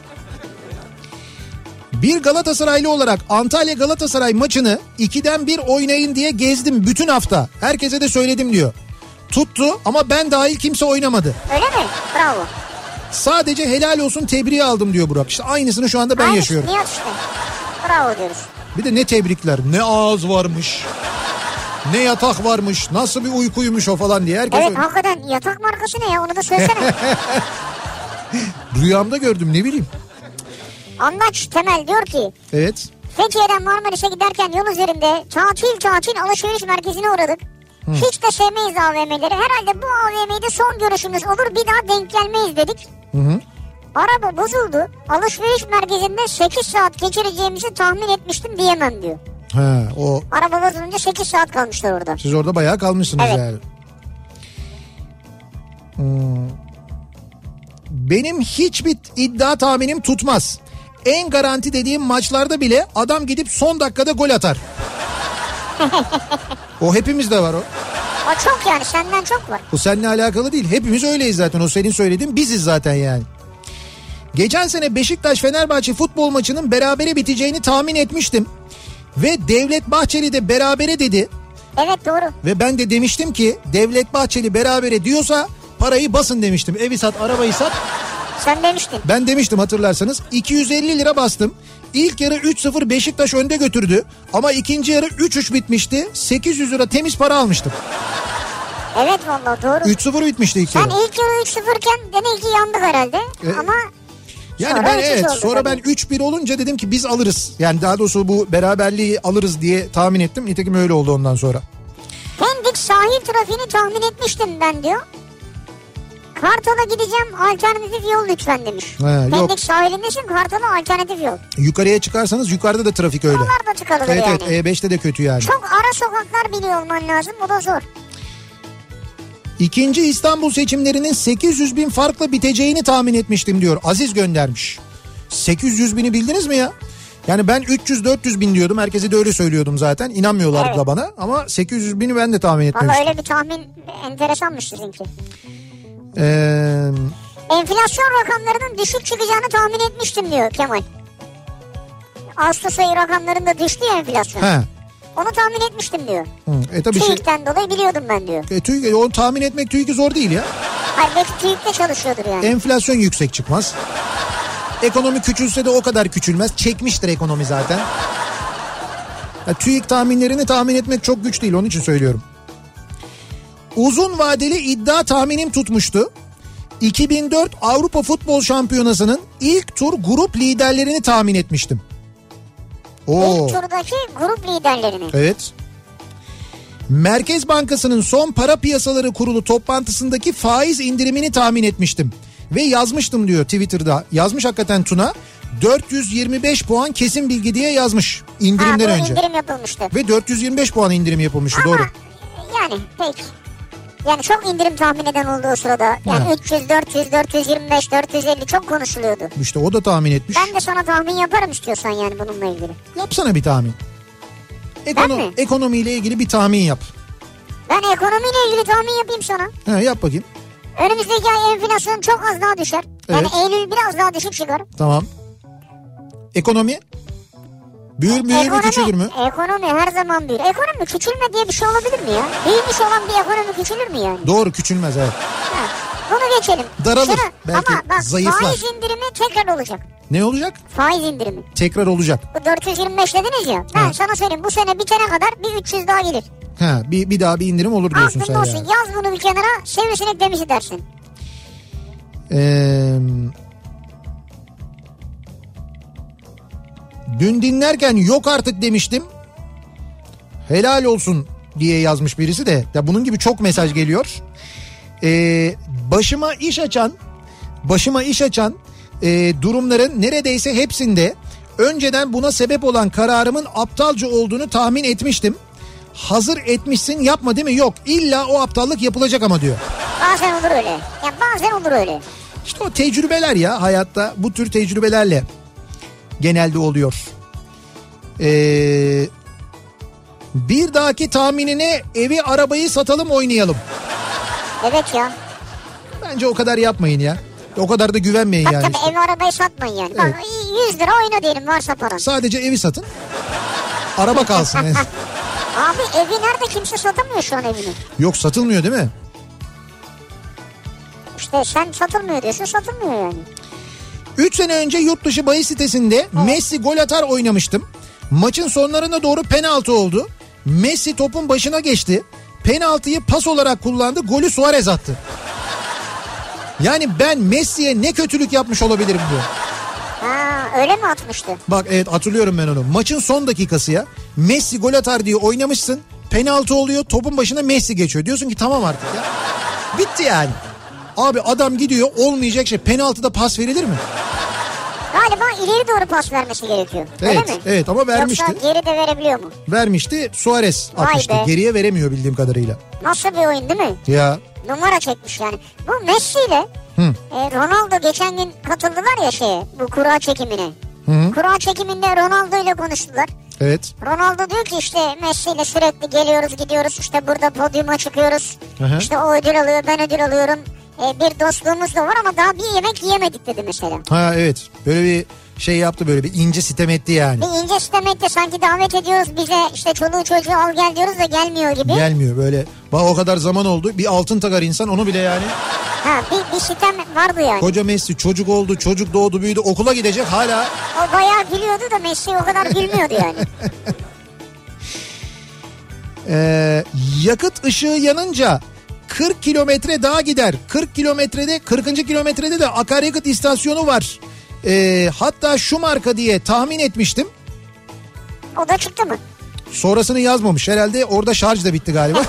[SPEAKER 1] Bir Galatasaraylı olarak Antalya Galatasaray maçını 2'den 1 oynayın diye gezdim bütün hafta. Herkese de söyledim diyor. Tuttu ama ben dahil kimse oynamadı.
[SPEAKER 2] Öyle mi? Bravo.
[SPEAKER 1] Sadece helal olsun tebriği aldım diyor Burak. İşte aynısını şu anda ben yaşıyorum.
[SPEAKER 2] Nihat işte. Bravo diyoruz.
[SPEAKER 1] Bir de ne tebrikler, ne ağız varmış, ne yatak varmış, nasıl bir uykuymuş o falan diye herkes...
[SPEAKER 2] Evet hakikaten yatak markası ne ya, onu da söylesene.
[SPEAKER 1] Rüyamda gördüm, ne bileyim.
[SPEAKER 2] Anlaç Temel diyor ki...
[SPEAKER 1] Evet.
[SPEAKER 2] Fethiye'den Marmaris'e giderken yol üzerinde tatil alışveriş merkezine uğradık. Hiç de sevmeyiz AVM'leri. Herhalde bu AVM'de son görüşümüz olur, bir daha denk gelmeyiz dedik. Araba bozuldu. Alışveriş merkezinde 8 saat geçireceğimizi tahmin etmiştim diyemem diyor.
[SPEAKER 1] Ha, o...
[SPEAKER 2] Araba bozulunca 8 saat kalmışlar orada.
[SPEAKER 1] Siz orada bayağı kalmışsınız
[SPEAKER 2] evet.
[SPEAKER 1] yani. Benim hiçbir iddia tahminim tutmaz. En garanti dediğim maçlarda bile adam gidip son dakikada gol atar. O hepimizde var o.
[SPEAKER 2] O çok yani, senden çok var.
[SPEAKER 1] O seninle alakalı değil. Hepimiz öyleyiz zaten. O senin söylediğin biziz zaten yani. Geçen sene Beşiktaş-Fenerbahçe futbol maçının berabere biteceğini tahmin etmiştim. Ve Devlet Bahçeli de berabere dedi.
[SPEAKER 2] Evet doğru.
[SPEAKER 1] Ve ben de demiştim ki Devlet Bahçeli berabere diyorsa parayı basın demiştim. Evi sat, arabayı sat.
[SPEAKER 2] Sen demiştin.
[SPEAKER 1] Ben demiştim hatırlarsanız. 250 lira bastım. İlk yarı 3-0 Beşiktaş önde götürdü. Ama ikinci yarı 3-3 bitmişti. 800 lira temiz para almıştım.
[SPEAKER 2] Evet vallahi doğru.
[SPEAKER 1] 3-0 bitmişti ilk yarı.
[SPEAKER 2] Sen ilk yarı 3-0 iken demek ki yandık herhalde. Ama
[SPEAKER 1] yani
[SPEAKER 2] sonra
[SPEAKER 1] ben evet sonra
[SPEAKER 2] tabii.
[SPEAKER 1] ben 3-1 olunca dedim ki biz alırız. Yani daha doğrusu bu beraberliği alırız diye tahmin ettim. Nitekim öyle oldu ondan sonra.
[SPEAKER 2] Pendik sahil trafiğini tahmin etmiştim ben diyor. Kartal'a gideceğim, alternatif yol lütfen demiş. Pendik
[SPEAKER 1] yok.
[SPEAKER 2] sahilindesin, Kartal'a alternatif yol.
[SPEAKER 1] Yukarıya çıkarsanız yukarıda da trafik öyle.
[SPEAKER 2] Onlar da tıkalıdır
[SPEAKER 1] evet,
[SPEAKER 2] yani.
[SPEAKER 1] Evet E5'te de kötü yani.
[SPEAKER 2] Çok ara sokaklar biliyor olman lazım, o da zor.
[SPEAKER 1] İkinci İstanbul seçimlerinin 800 bin farkla biteceğini tahmin etmiştim diyor. Aziz göndermiş. 800 bini bildiniz mi ya? Yani ben 300-400 bin diyordum. Herkese de öyle söylüyordum zaten. İnanmıyorlardı da bana. Ama 800 bini ben de tahmin etmemiştim.
[SPEAKER 2] Valla öyle bir tahmin enteresanmış sizinki. Enflasyon rakamlarının düşük çıkacağını tahmin etmiştim diyor Kemal. Ağustos ayı rakamlarında düştü ya enflasyon.
[SPEAKER 1] He.
[SPEAKER 2] Onu tahmin etmiştim diyor.
[SPEAKER 1] Tabii
[SPEAKER 2] TÜİK'ten dolayı biliyordum ben diyor.
[SPEAKER 1] TÜİK, onu tahmin etmek TÜİK'i zor değil ya.
[SPEAKER 2] Hayır belki TÜİK'te çalışıyordur yani.
[SPEAKER 1] Enflasyon yüksek çıkmaz. Ekonomi küçülse de o kadar küçülmez. Çekmiştir ekonomi zaten. Ya, TÜİK tahminlerini tahmin etmek çok güç değil, onun için söylüyorum. Uzun vadeli iddia tahminim tutmuştu. 2004 Avrupa Futbol Şampiyonası'nın ilk tur grup liderlerini tahmin etmiştim.
[SPEAKER 2] İlk turdaki grup liderlerini.
[SPEAKER 1] Evet. Merkez Bankası'nın son para piyasaları kurulu toplantısındaki faiz indirimini tahmin etmiştim. Ve yazmıştım diyor Twitter'da. Yazmış hakikaten Tuna. 425 puan kesin bilgi diye yazmış indirimden önce.
[SPEAKER 2] indirim yapılmıştı.
[SPEAKER 1] Ve 425 puan indirim yapılmıştı.
[SPEAKER 2] Ama
[SPEAKER 1] doğru.
[SPEAKER 2] Yani peki. Yani çok indirim tahmin eden oldu o sırada. Yani 300, 400, 425, 450 çok konuşuluyordu.
[SPEAKER 1] İşte o da tahmin etmiş.
[SPEAKER 2] Ben de sana tahmin yaparım istiyorsan yani bununla ilgili.
[SPEAKER 1] Yapsana bir tahmin. Ekonomiyle ilgili bir tahmin yap.
[SPEAKER 2] Ben ekonomiyle ilgili tahmin yapayım sana.
[SPEAKER 1] Yap bakayım.
[SPEAKER 2] Önümüzdeki ay enflasyon çok az daha düşer. Yani
[SPEAKER 1] Evet.
[SPEAKER 2] Eylül biraz daha düşük çıkar.
[SPEAKER 1] Tamam. Ekonomi? Büyür mü küçülür mü?
[SPEAKER 2] Ekonomi her zaman büyür. Ekonomi küçülme diye bir şey olabilir mi ya? Büyümüş olan bir ekonomi küçülür mü yani?
[SPEAKER 1] Doğru, küçülmez evet.
[SPEAKER 2] Bunu geçelim.
[SPEAKER 1] Daralır. Belki
[SPEAKER 2] ama bak,
[SPEAKER 1] zayıflar.
[SPEAKER 2] faiz indirimi tekrar olacak.
[SPEAKER 1] Ne olacak?
[SPEAKER 2] Faiz indirimi.
[SPEAKER 1] Tekrar olacak.
[SPEAKER 2] Bu 425 dediniz ya. Ben sana söyleyeyim, bu sene bitene kadar bir 300 daha gelir.
[SPEAKER 1] Bir daha bir indirim olur diyorsun sen
[SPEAKER 2] aklında olsun,
[SPEAKER 1] yani.
[SPEAKER 2] yaz bunu bir kenara, sivrisinek demişi dersin.
[SPEAKER 1] Dün dinlerken yok artık demiştim. Helal olsun diye yazmış birisi de. Ya bunun gibi çok mesaj geliyor. Başıma iş açan durumların neredeyse hepsinde önceden buna sebep olan kararımın aptalca olduğunu tahmin etmiştim. Hazır etmişsin, yapma değil mi? Yok, illa o aptallık yapılacak ama diyor.
[SPEAKER 2] Bazen olur öyle. Ya bazen olur öyle.
[SPEAKER 1] İşte o tecrübeler ya, hayatta bu tür tecrübelerle genelde oluyor. Bir dahaki tahminine evi arabayı satalım oynayalım.
[SPEAKER 2] Evet ya.
[SPEAKER 1] Bence o kadar yapmayın ya. O kadar da güvenmeyin yani.
[SPEAKER 2] Tabii
[SPEAKER 1] işte.
[SPEAKER 2] evi arabayı satmayın yani.
[SPEAKER 1] Evet.
[SPEAKER 2] Bak 100 lira oyna diyelim varsa paran.
[SPEAKER 1] Sadece evi satın. Araba kalsın.
[SPEAKER 2] Abi evi nerede, kimse satamıyor şu an evini.
[SPEAKER 1] Yok, satılmıyor değil mi?
[SPEAKER 2] İşte sen satılmıyor diyorsun, satılmıyor yani.
[SPEAKER 1] 3 sene önce yurt dışı bahis sitesinde Messi gol atar oynamıştım. Maçın sonlarına doğru penaltı oldu. Messi topun başına geçti. Penaltıyı pas olarak kullandı. Golü Suarez attı. Yani ben Messi'ye ne kötülük yapmış olabilirim diyor.
[SPEAKER 2] Ha, öyle mi atmıştı?
[SPEAKER 1] Bak evet, hatırlıyorum ben onu. Maçın son dakikası ya. Messi gol atar diye oynamışsın. Penaltı oluyor, topun başına Messi geçiyor. Diyorsun ki tamam artık ya. Bitti yani. Abi adam gidiyor, olmayacak şey. Penaltıda pas verilir mi?
[SPEAKER 2] Galiba ileri doğru pas vermesi gerekiyor.
[SPEAKER 1] Evet,
[SPEAKER 2] öyle mi?
[SPEAKER 1] evet ama vermişti.
[SPEAKER 2] Yoksa geri de verebiliyor mu?
[SPEAKER 1] Vermişti, Suarez
[SPEAKER 2] Vay
[SPEAKER 1] atmıştı.
[SPEAKER 2] be.
[SPEAKER 1] Geriye veremiyor bildiğim kadarıyla.
[SPEAKER 2] Nasıl bir oyun değil mi?
[SPEAKER 1] Ya.
[SPEAKER 2] Numara çekmiş yani. Bu Messi ile Ronaldo geçen gün katıldılar ya şeye, bu kura çekimine. Kura çekiminde Ronaldo ile konuştular.
[SPEAKER 1] Evet.
[SPEAKER 2] Ronaldo diyor ki işte Messi ile sürekli geliyoruz gidiyoruz, işte burada podyuma çıkıyoruz.
[SPEAKER 1] Aha.
[SPEAKER 2] İşte o ödül alıyor, ben ödül alıyorum. Bir dostluğumuz da var ama daha bir yemek yiyemedik dedi mesela.
[SPEAKER 1] Ha evet, böyle bir şey yaptı, böyle bir ince sitem etti yani.
[SPEAKER 2] Bir ince sitem etti, sanki davet ediyoruz bize, işte çoluğu çocuğu al gel diyoruz da gelmiyor gibi.
[SPEAKER 1] Gelmiyor böyle. Bak o kadar zaman oldu, bir altın takar insan onu bile yani.
[SPEAKER 2] Ha bir sitem vardı yani.
[SPEAKER 1] Koca Messi çocuk oldu, çocuk doğdu büyüdü, okula gidecek hala.
[SPEAKER 2] O bayağı gülüyordu da Messi o kadar gülmüyordu yani.
[SPEAKER 1] Yakıt ışığı yanınca 40 kilometre daha gider. 40 kilometrede de akaryakıt istasyonu var. Hatta şu marka diye tahmin etmiştim.
[SPEAKER 2] O da çıktı mı?
[SPEAKER 1] Sonrasını yazmamış. Herhalde orada şarj da bitti galiba.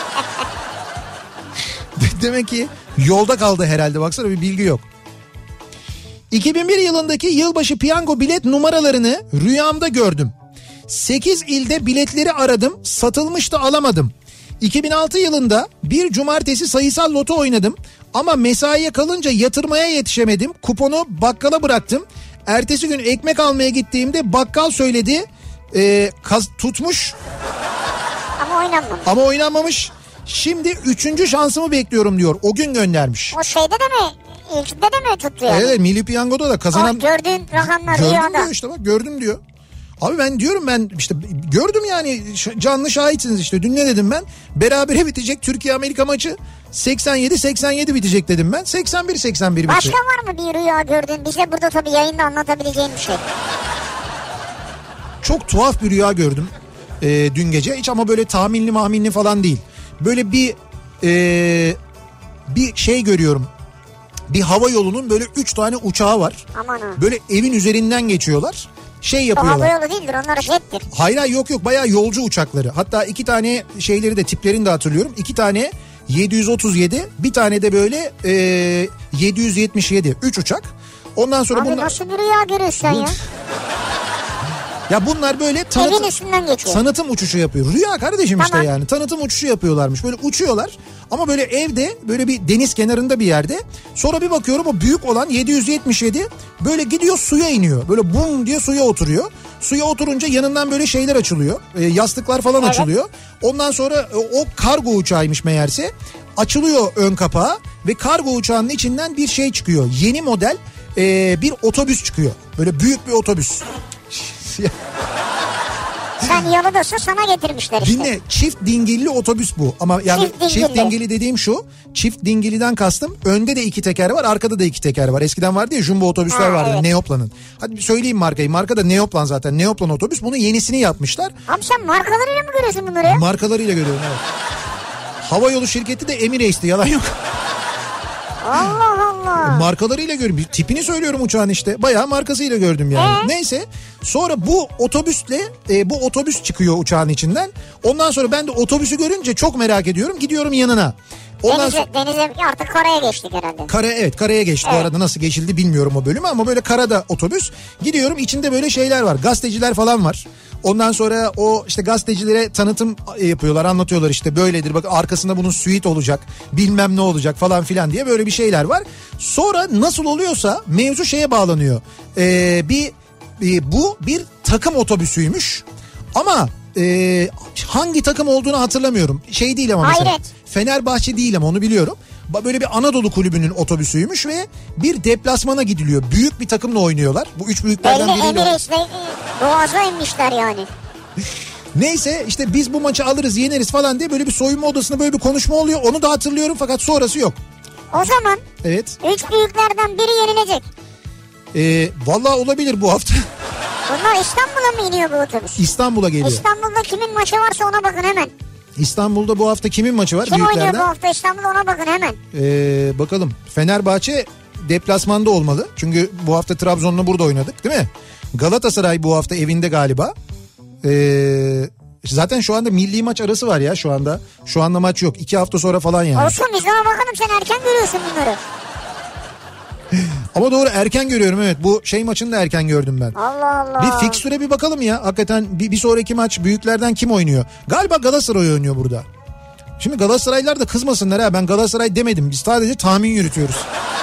[SPEAKER 1] Demek ki yolda kaldı herhalde. Baksana, bir bilgi yok. 2001 yılındaki yılbaşı piyango bilet numaralarını rüyamda gördüm. 8 ilde biletleri aradım. Satılmıştı, alamadım. 2006 yılında bir cumartesi sayısal loto oynadım. Ama mesaiye kalınca yatırmaya yetişemedim. Kuponu bakkala bıraktım. Ertesi gün ekmek almaya gittiğimde bakkal söyledi. Tutmuş. Ama oynanmamış. Şimdi 3. şansımı bekliyorum diyor. O gün göndermiş.
[SPEAKER 2] O şeyde de mi? İlkinde de mi tuttu yani?
[SPEAKER 1] Evet, Milli Piyango'da da kazanan.
[SPEAKER 2] O gördüğün rakamlar
[SPEAKER 1] gördüm
[SPEAKER 2] rüyada.
[SPEAKER 1] diyor işte, bak gördüm diyor. Abi ben diyorum, ben işte gördüm yani, canlı şahitsiniz işte. Dün ne dedim ben? Berabere bitecek Türkiye-Amerika maçı. 87-87 bitecek dedim ben. 81-81 bitecek.
[SPEAKER 2] Başka var mı bir rüya gördün? Bize burada tabii yayında anlatabileceğin bir şey.
[SPEAKER 1] Çok tuhaf bir rüya gördüm dün gece. Hiç ama böyle tahminli falan değil. Böyle bir şey görüyorum. Bir hava yolunun böyle 3 tane uçağı var.
[SPEAKER 2] Aman ha.
[SPEAKER 1] Böyle evin üzerinden geçiyorlar. Şey yapıyorlar.
[SPEAKER 2] O hava yolu değildir, onlar jettir.
[SPEAKER 1] Hayır yok bayağı yolcu uçakları. Hatta 2 tane şeyleri de, tiplerini de hatırlıyorum. 2 tane 737, bir tane de böyle 777. 3 uçak. Ondan sonra
[SPEAKER 2] abi
[SPEAKER 1] bunlar...
[SPEAKER 2] nasıl bir rüya görüyorsun ya?
[SPEAKER 1] Ya bunlar böyle
[SPEAKER 2] evin üstünden geçiyor.
[SPEAKER 1] Tanıtım uçuşu yapıyor. Rüya kardeşim
[SPEAKER 2] tamam.
[SPEAKER 1] işte yani. Tanıtım uçuşu yapıyorlarmış. Böyle uçuyorlar ama böyle evde, böyle bir deniz kenarında bir yerde. Sonra bir bakıyorum, o büyük olan 777 böyle gidiyor, suya iniyor. Böyle bum diye suya oturuyor. Suya oturunca yanından böyle şeyler açılıyor. Yastıklar falan açılıyor. Ondan sonra o kargo uçağıymış meğerse. Açılıyor ön kapağı ve kargo uçağının içinden bir şey çıkıyor. Yeni model bir otobüs çıkıyor. Böyle büyük bir otobüs.
[SPEAKER 2] Sen Yalıdasın, sana getirmişler işte.
[SPEAKER 1] Dinle, çift dingilli otobüs bu. Ama yani çift dingili dediğim şu. Çift dingiliden kastım, önde de 2 teker var, arkada da 2 teker var. Eskiden vardı ya, jumbo otobüsler vardı, evet. Neoplan'ın. Hadi söyleyeyim markayı. Marka da Neoplan zaten. Neoplan otobüs. Bunun yenisini yapmışlar.
[SPEAKER 2] Abi sen markalarıyla mı görüyorsun bunları ya?
[SPEAKER 1] Markalarıyla görüyorum, evet. Havayolu şirketi de Emirates'ti, yalan yok.
[SPEAKER 2] Allah Allah.
[SPEAKER 1] Markalarıyla gördüm. Tipini söylüyorum uçağın işte. Bayağı markasıyla gördüm yani. Neyse. Sonra bu otobüsle bu otobüs çıkıyor uçağın içinden. Ondan sonra ben de otobüsü görünce çok merak ediyorum. Gidiyorum yanına.
[SPEAKER 2] Denize artık karaya geçtik herhalde.
[SPEAKER 1] Karaya geçti. Bu arada nasıl geçildi bilmiyorum o bölümü ama böyle karada otobüs. Gidiyorum, içinde böyle şeyler var. Gazeteciler falan var. Ondan sonra o işte gazetecilere tanıtım yapıyorlar, anlatıyorlar işte böyledir. Bak arkasında bunun suite olacak, bilmem ne olacak falan filan diye böyle bir şeyler var. Sonra nasıl oluyorsa mevzu şeye bağlanıyor. Bu bir takım otobüsüymüş ama hangi takım olduğunu hatırlamıyorum. Şey değil ama mesela.
[SPEAKER 2] Hayret.
[SPEAKER 1] Fenerbahçe değil ama onu biliyorum. Böyle bir Anadolu kulübünün otobüsüymüş ve bir deplasmana gidiliyor. Büyük bir takımla oynuyorlar. Bu 3 büyüklerden biriyle.
[SPEAKER 2] Belli Emirates'le boğaza inmişler yani.
[SPEAKER 1] Neyse işte biz bu maçı alırız, yeneriz falan diye böyle bir soyunma odasında böyle bir konuşma oluyor. Onu da hatırlıyorum fakat sonrası yok.
[SPEAKER 2] O zaman
[SPEAKER 1] Evet.
[SPEAKER 2] 3 büyüklerden biri yenilecek.
[SPEAKER 1] Vallahi olabilir bu hafta.
[SPEAKER 2] Bunlar İstanbul'a mı iniyor bu otobüs?
[SPEAKER 1] İstanbul'a geliyor.
[SPEAKER 2] İstanbul'da kimin maçı varsa ona bakın hemen.
[SPEAKER 1] İstanbul'da bu hafta kimin maçı var?
[SPEAKER 2] Kim
[SPEAKER 1] Büyüklerden.
[SPEAKER 2] oynuyor bu hafta İstanbul'da ona bakın hemen.
[SPEAKER 1] Bakalım. Fenerbahçe deplasmanda olmalı. Çünkü bu hafta Trabzon'la burada oynadık değil mi? Galatasaray bu hafta evinde galiba. Zaten şu anda milli maç arası var ya şu anda. Şu anda maç yok. 2 hafta sonra falan yani.
[SPEAKER 2] Olsun biz ona bakalım, sen erken görüyorsun bunları.
[SPEAKER 1] Ama doğru, erken görüyorum evet. Bu maçını da erken gördüm ben.
[SPEAKER 2] Allah Allah.
[SPEAKER 1] Bir fikstüre bir bakalım ya. Hakikaten bir sonraki maç büyüklerden kim oynuyor? Galiba Galatasaray oynuyor burada. Şimdi Galatasaraylılar da kızmasınlar ha. Ben Galatasaray demedim. Biz sadece tahmin yürütüyoruz.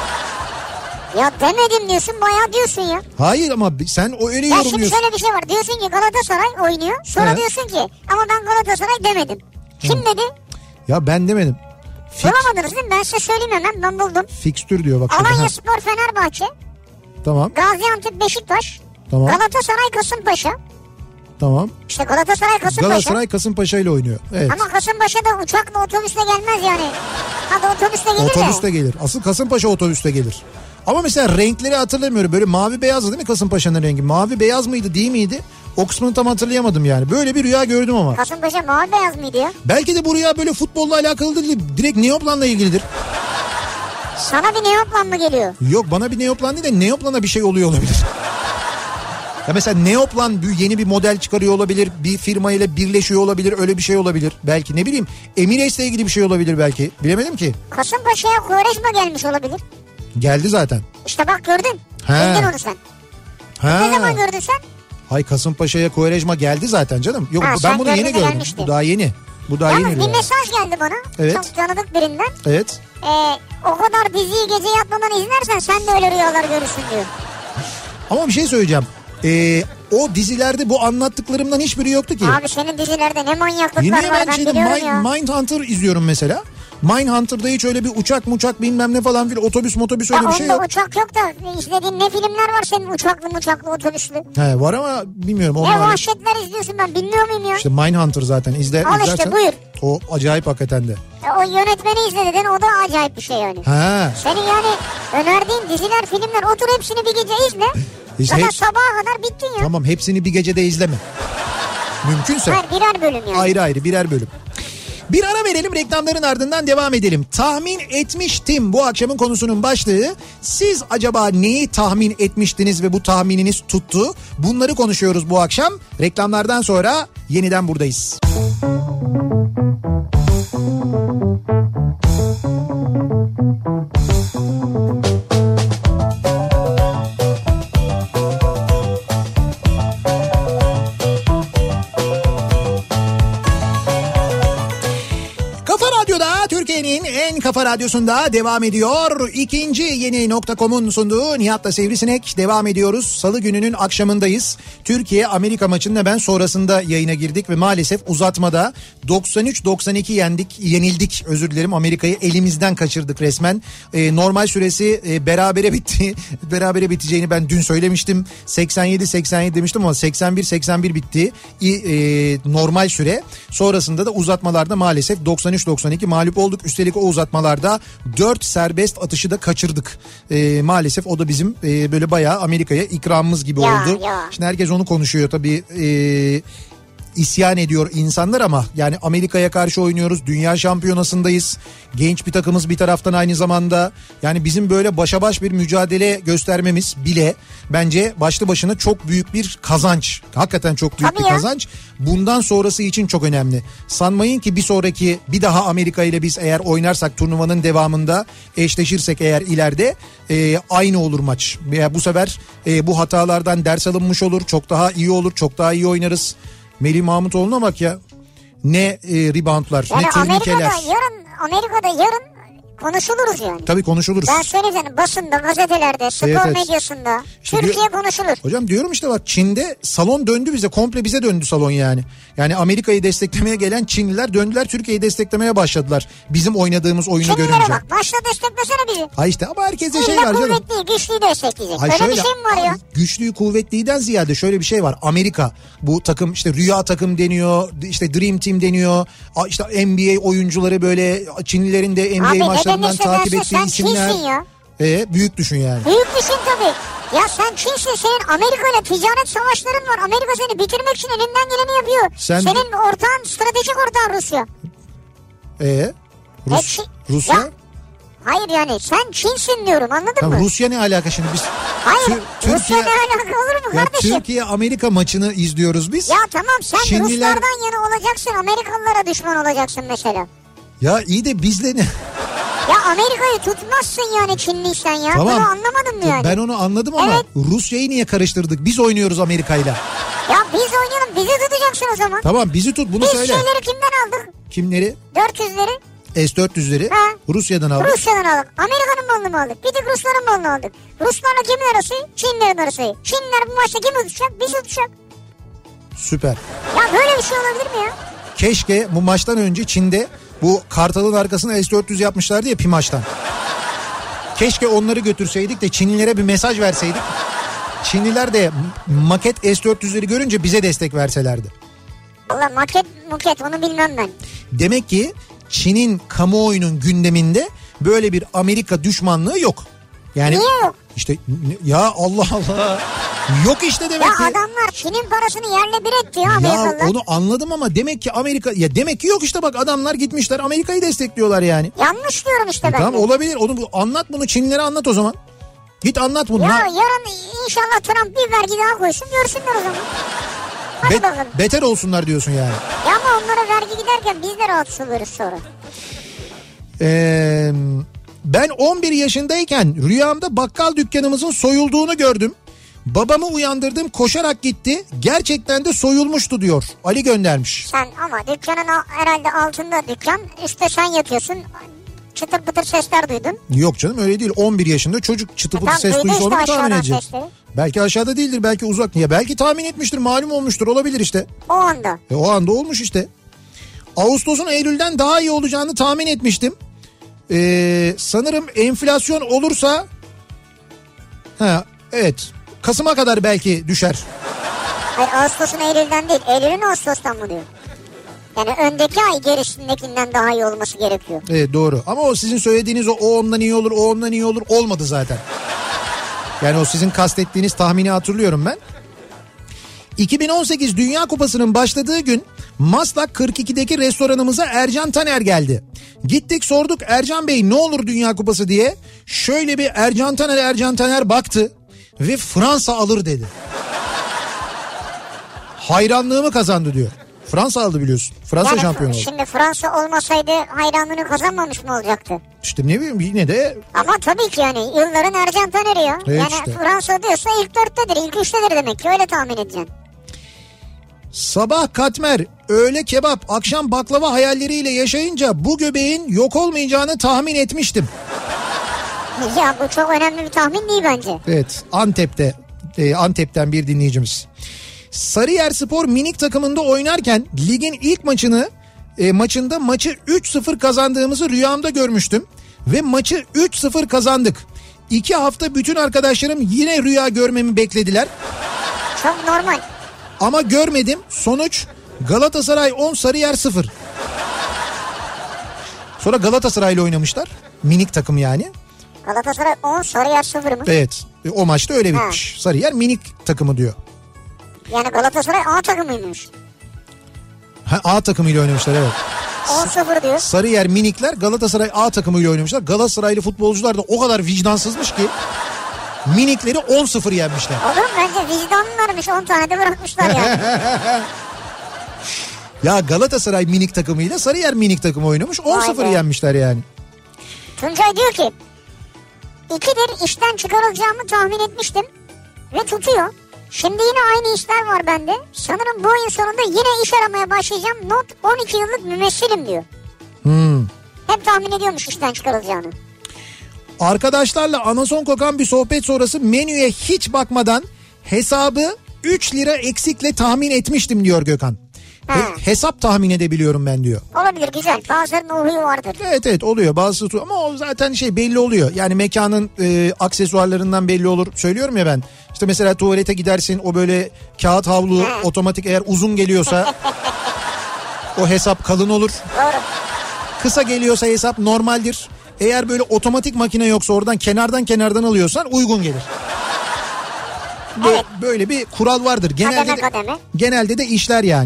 [SPEAKER 2] Ya demedim diyorsun, bayağı diyorsun ya.
[SPEAKER 1] Hayır ama sen öyle
[SPEAKER 2] Ya
[SPEAKER 1] yorumluyorsun.
[SPEAKER 2] şimdi şöyle bir şey var. Diyorsun ki Galatasaray oynuyor. Sonra
[SPEAKER 1] Evet.
[SPEAKER 2] diyorsun ki ama ben Galatasaray demedim. Kim dedi?
[SPEAKER 1] Ya ben demedim.
[SPEAKER 2] Bulamadınız değil mi? Ben size söyleyeyim hemen, ben buldum.
[SPEAKER 1] Fikstür diyor bak. şurada.
[SPEAKER 2] Alanya Spor Fenerbahçe,
[SPEAKER 1] Tamam.
[SPEAKER 2] Gaziantep Beşiktaş,
[SPEAKER 1] Tamam.
[SPEAKER 2] Galatasaray Kasımpaşa.
[SPEAKER 1] Tamam.
[SPEAKER 2] İşte Galatasaray Kasımpaşa.
[SPEAKER 1] Galatasaray Kasımpaşa ile oynuyor. Evet.
[SPEAKER 2] Ama Kasımpaşa'da uçakla otobüsle gelmez yani. Hadi otobüsle gelir
[SPEAKER 1] Otobüste gelir. Asıl Kasımpaşa otobüste gelir. Ama mesela renkleri hatırlamıyorum. Böyle mavi beyazdı değil mi Kasımpaşa'nın rengi? Mavi beyaz mıydı değil miydi? O kısmını tam hatırlayamadım yani. Böyle bir rüya gördüm ama.
[SPEAKER 2] Kasımpaşa mavi beyaz mıydı ya?
[SPEAKER 1] Belki de bu rüya böyle futbolla alakalı değil. Direkt Neoplan'la ilgilidir.
[SPEAKER 2] Sana bir Neoplan mı geliyor?
[SPEAKER 1] Yok, bana bir Neoplan değil de Neoplan'a bir şey oluyor olabilir. Ya mesela Neoplan yeni bir model çıkarıyor olabilir. Bir firma ile birleşiyor olabilir. Öyle bir şey olabilir. Belki ne bileyim Emires'le ilgili bir şey olabilir belki. Bilemedim ki.
[SPEAKER 2] Kasımpaşa'ya Quaresma gelmiş olabilir.
[SPEAKER 1] Geldi zaten.
[SPEAKER 2] İşte bak gördün.
[SPEAKER 1] He.
[SPEAKER 2] Bildin onu sen.
[SPEAKER 1] Ha.
[SPEAKER 2] Ne zaman gördün sen?
[SPEAKER 1] Hay Kasımpaşa'ya Quaresma geldi zaten canım. Yok
[SPEAKER 2] Ha,
[SPEAKER 1] ben
[SPEAKER 2] sen
[SPEAKER 1] bunu yeni
[SPEAKER 2] gördün de
[SPEAKER 1] gördüm.
[SPEAKER 2] gelmişti.
[SPEAKER 1] Bu daha yeni. Bu daha
[SPEAKER 2] Yalnız
[SPEAKER 1] yeni
[SPEAKER 2] bir
[SPEAKER 1] rüya.
[SPEAKER 2] mesaj geldi bana.
[SPEAKER 1] Evet.
[SPEAKER 2] Çok tanıdık birinden.
[SPEAKER 1] Evet.
[SPEAKER 2] O kadar diziyi gece yatmadan izlersen sen de öyle rüyalar görürsün diyor.
[SPEAKER 1] Ama bir şey söyleyeceğim. O dizilerde bu anlattıklarımdan hiçbiri yoktu ki.
[SPEAKER 2] Abi senin dizilerde ne manyaklıklar
[SPEAKER 1] Yine
[SPEAKER 2] var, ben biliyorum ya.
[SPEAKER 1] Mindhunter izliyorum mesela. Mindhunter'da hiç öyle bir uçak bilmem ne falan filan otobüs öyle bir şey
[SPEAKER 2] onda
[SPEAKER 1] yok.
[SPEAKER 2] uçak yok da izlediğin ne filmler var senin uçaklı otobüslü.
[SPEAKER 1] He, var ama bilmiyorum.
[SPEAKER 2] Ne
[SPEAKER 1] Onlar...
[SPEAKER 2] vahşetler izliyorsun, ben bilmiyor muyum ya?
[SPEAKER 1] İşte Mindhunter zaten
[SPEAKER 2] Al
[SPEAKER 1] izlersen.
[SPEAKER 2] işte, buyur.
[SPEAKER 1] O acayip hakikaten de.
[SPEAKER 2] O yönetmeni izledin, o da acayip bir şey yani.
[SPEAKER 1] Ha.
[SPEAKER 2] Senin yani önerdiğin diziler, filmler, otur hepsini bir gece izle.
[SPEAKER 1] İşte
[SPEAKER 2] Zaten sabaha kadar bittin ya.
[SPEAKER 1] Tamam, hepsini bir gecede izleme. Mümkünse.
[SPEAKER 2] Hayır, birer bölüm yani.
[SPEAKER 1] Ayrı ayrı birer bölüm. Bir ara verelim, reklamların ardından devam edelim. Tahmin etmiştim bu akşamın konusunun başlığı. Siz acaba neyi tahmin etmiştiniz ve bu tahmininiz tuttu? Bunları konuşuyoruz bu akşam. Reklamlardan sonra yeniden buradayız. Türkiye'nin en kafa radyosunda devam ediyor. İkinci yeni nokta.com'un sunduğu Nihat'la Sivrisinek devam ediyoruz. Salı gününün akşamındayız. Türkiye-Amerika maçının ben sonrasında yayına girdik ve maalesef uzatmada 93-92 yenildik. Özür dilerim, Amerika'yı elimizden kaçırdık resmen. Normal süresi berabere bitti. Berabere biteceğini ben dün söylemiştim. 87-87 demiştim ama 81-81 bitti. Normal süre. Sonrasında da uzatmalarda maalesef 93-92 mağlup olduk. Üstelik o uzatmalarda 4 serbest atışı da kaçırdık. Maalesef o da bizim böyle bayağı Amerika'ya ikramımız gibi oldu. Şimdi herkes onu konuşuyor tabii. İsyan ediyor insanlar ama yani Amerika'ya karşı oynuyoruz. Dünya şampiyonasındayız. Genç bir takımız bir taraftan aynı zamanda. Yani bizim böyle başa baş bir mücadele göstermemiz bile bence başlı başına çok büyük bir kazanç. Hakikaten çok büyük bir kazanç. Bundan sonrası için çok önemli. Sanmayın ki bir daha Amerika ile biz eğer oynarsak turnuvanın devamında eşleşirsek eğer ileride aynı olur maç. Veya bu sefer bu hatalardan ders alınmış olur. Çok daha iyi olur. Çok daha iyi oynarız. Melih Mahmutoğlu'na bak ya. Ne reboundlar,
[SPEAKER 2] yani
[SPEAKER 1] ne turnikeler.
[SPEAKER 2] Amerika'da yarın konuşuluruz yani.
[SPEAKER 1] Tabii konuşuluruz.
[SPEAKER 2] Ben söyleyeyim sana, basında, gazetelerde, spor medyasında işte Türkiye konuşulur.
[SPEAKER 1] Hocam diyorum işte bak, Çin'de salon döndü bize, komple bize döndü salon yani. Yani Amerika'yı desteklemeye gelen Çinliler döndüler, Türkiye'yi desteklemeye başladılar. Bizim oynadığımız oyunu
[SPEAKER 2] Çinlilere
[SPEAKER 1] görünce.
[SPEAKER 2] bak, başla desteklesene bizi.
[SPEAKER 1] Ha işte ama herkeste şey var canım.
[SPEAKER 2] Kuvvetliyi, güçlüyü destekleyecek.
[SPEAKER 1] Öyle
[SPEAKER 2] bir şey mi var ya?
[SPEAKER 1] Güçlüyü kuvvetliyden ziyade şöyle bir şey var. Amerika bu takım işte rüya takım deniyor, işte Dream Team deniyor. İşte NBA oyuncuları böyle Çinlilerin de NBA maçlarına hesaplarından
[SPEAKER 2] denirse
[SPEAKER 1] takip
[SPEAKER 2] derse
[SPEAKER 1] ettiği
[SPEAKER 2] sen
[SPEAKER 1] isimler.
[SPEAKER 2] Çinsin ya.
[SPEAKER 1] Büyük düşün yani.
[SPEAKER 2] Büyük düşün tabii. Ya sen Çinsin, senin Amerika ile ticaret savaşların var. Amerika seni bitirmek için elinden geleni yapıyor. Senin ortağın, stratejik ortağın Rusya.
[SPEAKER 1] Rusya?
[SPEAKER 2] Ya, hayır yani sen Çinsin diyorum, anladın mı?
[SPEAKER 1] Rusya ne alaka şimdi biz?
[SPEAKER 2] Hayır Rusya ne alaka olur mu kardeşim?
[SPEAKER 1] Türkiye-Amerika maçını izliyoruz biz.
[SPEAKER 2] Ya tamam sen
[SPEAKER 1] Çinliler...
[SPEAKER 2] Ruslardan yana olacaksın, Amerikalılara düşman olacaksın mesela.
[SPEAKER 1] Ya iyi de bizle ne?
[SPEAKER 2] Ya Amerika'yı tutmazsın yani Çinliysen ya.
[SPEAKER 1] Tamam.
[SPEAKER 2] Bunu anlamadın mı yani?
[SPEAKER 1] Ben onu anladım ama evet. Rusya'yı niye karıştırdık? Biz oynuyoruz Amerika'yla.
[SPEAKER 2] Ya biz oynayalım, bizi tutacaksın o zaman.
[SPEAKER 1] Tamam bizi tut, bunu söyle.
[SPEAKER 2] Biz şeyleri kimden aldık?
[SPEAKER 1] Kimleri?
[SPEAKER 2] 400'leri.
[SPEAKER 1] S-400'leri Rusya'dan aldık.
[SPEAKER 2] Rusya'dan aldık. Amerika'nın malını mı aldık? Bir tek Rusların malını aldık. Ruslarla kimin arası? Çinlerin arası. Çinliler bu maçta kimi tutacak? Bizi tutacak.
[SPEAKER 1] Süper.
[SPEAKER 2] Ya böyle bir şey olabilir mi ya?
[SPEAKER 1] Keşke bu maçtan önce Çin'de bu Kartal'ın arkasına S-400 yapmışlardı ya Pimaç'tan. Keşke onları götürseydik de Çinlilere bir mesaj verseydik. Çinliler de maket S-400'leri görünce bize destek verselerdi.
[SPEAKER 2] Valla maket onu bilmem ben.
[SPEAKER 1] Demek ki Çin'in kamuoyunun gündeminde böyle bir Amerika düşmanlığı yok. Yani
[SPEAKER 2] niye yok?
[SPEAKER 1] İşte ya Allah Allah. Yok işte demek
[SPEAKER 2] ya
[SPEAKER 1] ki.
[SPEAKER 2] Ya adamlar Çin'in parasını yerle bir etti ya Amerikalılar.
[SPEAKER 1] Ya onu anladım ama demek ki Amerika, ya demek ki yok işte, bak adamlar gitmişler Amerika'yı destekliyorlar yani.
[SPEAKER 2] Yanlış diyorum işte ben.
[SPEAKER 1] Tamam olabilir, onu anlat, bunu Çinlilere anlat o zaman. Git anlat bunu.
[SPEAKER 2] Ya yarın inşallah Trump bir vergi daha koysun, görsünler o zaman. Hadi bakalım.
[SPEAKER 1] Beter olsunlar diyorsun yani.
[SPEAKER 2] Ya ama onlara vergi giderken biz de rahatsız oluruz sonra.
[SPEAKER 1] Ben 11 yaşındayken rüyamda bakkal dükkanımızın soyulduğunu gördüm. Babamı uyandırdım, koşarak gitti. Gerçekten de soyulmuştu diyor. Ali göndermiş.
[SPEAKER 2] Sen ama dükkanın herhalde altında dükkan, üstte sen yatıyorsun. Çıtır pıtır sesler duydun.
[SPEAKER 1] Yok canım öyle değil. 11 yaşında çocuk çıtır pıtır ses duysa onu mu tahmin edecek? Belki aşağıda değildir, belki uzak. Ya belki tahmin etmiştir, malum olmuştur, olabilir işte.
[SPEAKER 2] O anda.
[SPEAKER 1] O anda olmuş işte. Ağustos'un Eylül'den daha iyi olacağını tahmin etmiştim. Sanırım enflasyon olursa evet Kasım'a kadar belki düşer.
[SPEAKER 2] Hayır, Ağustos'un Eylül'den değil, Eylül'ün Ağustos'tan mı diyor? Yani öndeki ay gerisindekinden daha iyi olması gerekiyor.
[SPEAKER 1] Evet doğru, ama o sizin söylediğiniz o ondan iyi olur, o ondan iyi olur olmadı zaten. Yani o sizin kastettiğiniz tahmini hatırlıyorum ben. 2018 Dünya Kupası'nın başladığı gün Maslak 42'deki restoranımıza Ercan Taner geldi. Gittik sorduk, Ercan Bey ne olur Dünya Kupası diye. Şöyle bir Ercan Taner baktı ve Fransa alır dedi. Hayranlığımı kazandı diyor. Fransa aldı biliyorsun. Fransa yani şampiyon oldu.
[SPEAKER 2] Şimdi Fransa olmasaydı hayranlığını kazanmamış mı olacaktı?
[SPEAKER 1] İşte ne bileyim yine de.
[SPEAKER 2] Ama tabii ki yani yılların Ercan Taner'i ya.
[SPEAKER 1] Evet
[SPEAKER 2] yani
[SPEAKER 1] işte.
[SPEAKER 2] Fransa diyorsa ilk 4'tedir, ilk 3'tedir demek ki, öyle tahmin edeceksin.
[SPEAKER 1] Sabah katmer, öğle kebap, akşam baklava hayalleriyle yaşayınca bu göbeğin yok olmayacağını tahmin etmiştim.
[SPEAKER 2] Ya bu çok önemli bir tahmin değil bence.
[SPEAKER 1] Evet, Antep'ten bir dinleyicimiz. Sarıyerspor minik takımında oynarken ligin ilk maçında maçı 3-0 kazandığımızı rüyamda görmüştüm. Ve maçı 3-0 kazandık. 2 hafta bütün arkadaşlarım yine rüya görmemi beklediler.
[SPEAKER 2] Çok normal.
[SPEAKER 1] Ama görmedim. Sonuç Galatasaray 10 Sarıyer 0. Sonra Galatasaray'la oynamışlar. Minik takım yani.
[SPEAKER 2] Galatasaray 10 Sarıyer 0 mı?
[SPEAKER 1] Evet. O maçta öyle bitmiş. Sarıyer minik takımı diyor.
[SPEAKER 2] Yani Galatasaray A takımıymış.
[SPEAKER 1] A takımıyla oynamışlar evet.
[SPEAKER 2] 10-0 diyor.
[SPEAKER 1] Sarıyer minikler Galatasaray A takımıyla oynamışlar. Galatasaraylı futbolcular da o kadar vicdansızmış ki minikleri 10-0 yenmişler.
[SPEAKER 2] Olur mu? Bence vicdanlılarmış, 10 tane de bırakmışlar yani.
[SPEAKER 1] Ya Galatasaray minik takımıyla Sarıyer minik takımı oynamış, 10-0 yenmişler yani.
[SPEAKER 2] Tuncay diyor ki 2'dir işten çıkarılacağımı tahmin etmiştim ve tutuyor. Şimdi yine aynı işler var bende. Sanırım bu ayın sonunda yine iş aramaya başlayacağım. Not 12 yıllık mümessilim diyor. Hep tahmin ediyormuş işten çıkarılacağını.
[SPEAKER 1] Arkadaşlarla anason kokan bir sohbet sonrası menüye hiç bakmadan hesabı 3 lira eksikle tahmin etmiştim diyor Gökhan. Hesap tahmin edebiliyorum ben diyor.
[SPEAKER 2] Olabilir, güzel. Bazılarının o huyu vardır.
[SPEAKER 1] Evet oluyor bazısı ama o zaten belli oluyor. Yani mekanın aksesuarlarından belli olur. Söylüyorum ya ben. İşte mesela tuvalete gidersin, o böyle kağıt havlu otomatik eğer uzun geliyorsa o hesap kalın olur.
[SPEAKER 2] Doğru.
[SPEAKER 1] Kısa geliyorsa hesap normaldir. Eğer böyle otomatik makine yoksa oradan kenardan alıyorsan uygun gelir.
[SPEAKER 2] Evet.
[SPEAKER 1] Böyle bir kural vardır.
[SPEAKER 2] Kademe.
[SPEAKER 1] Genelde de işler yani.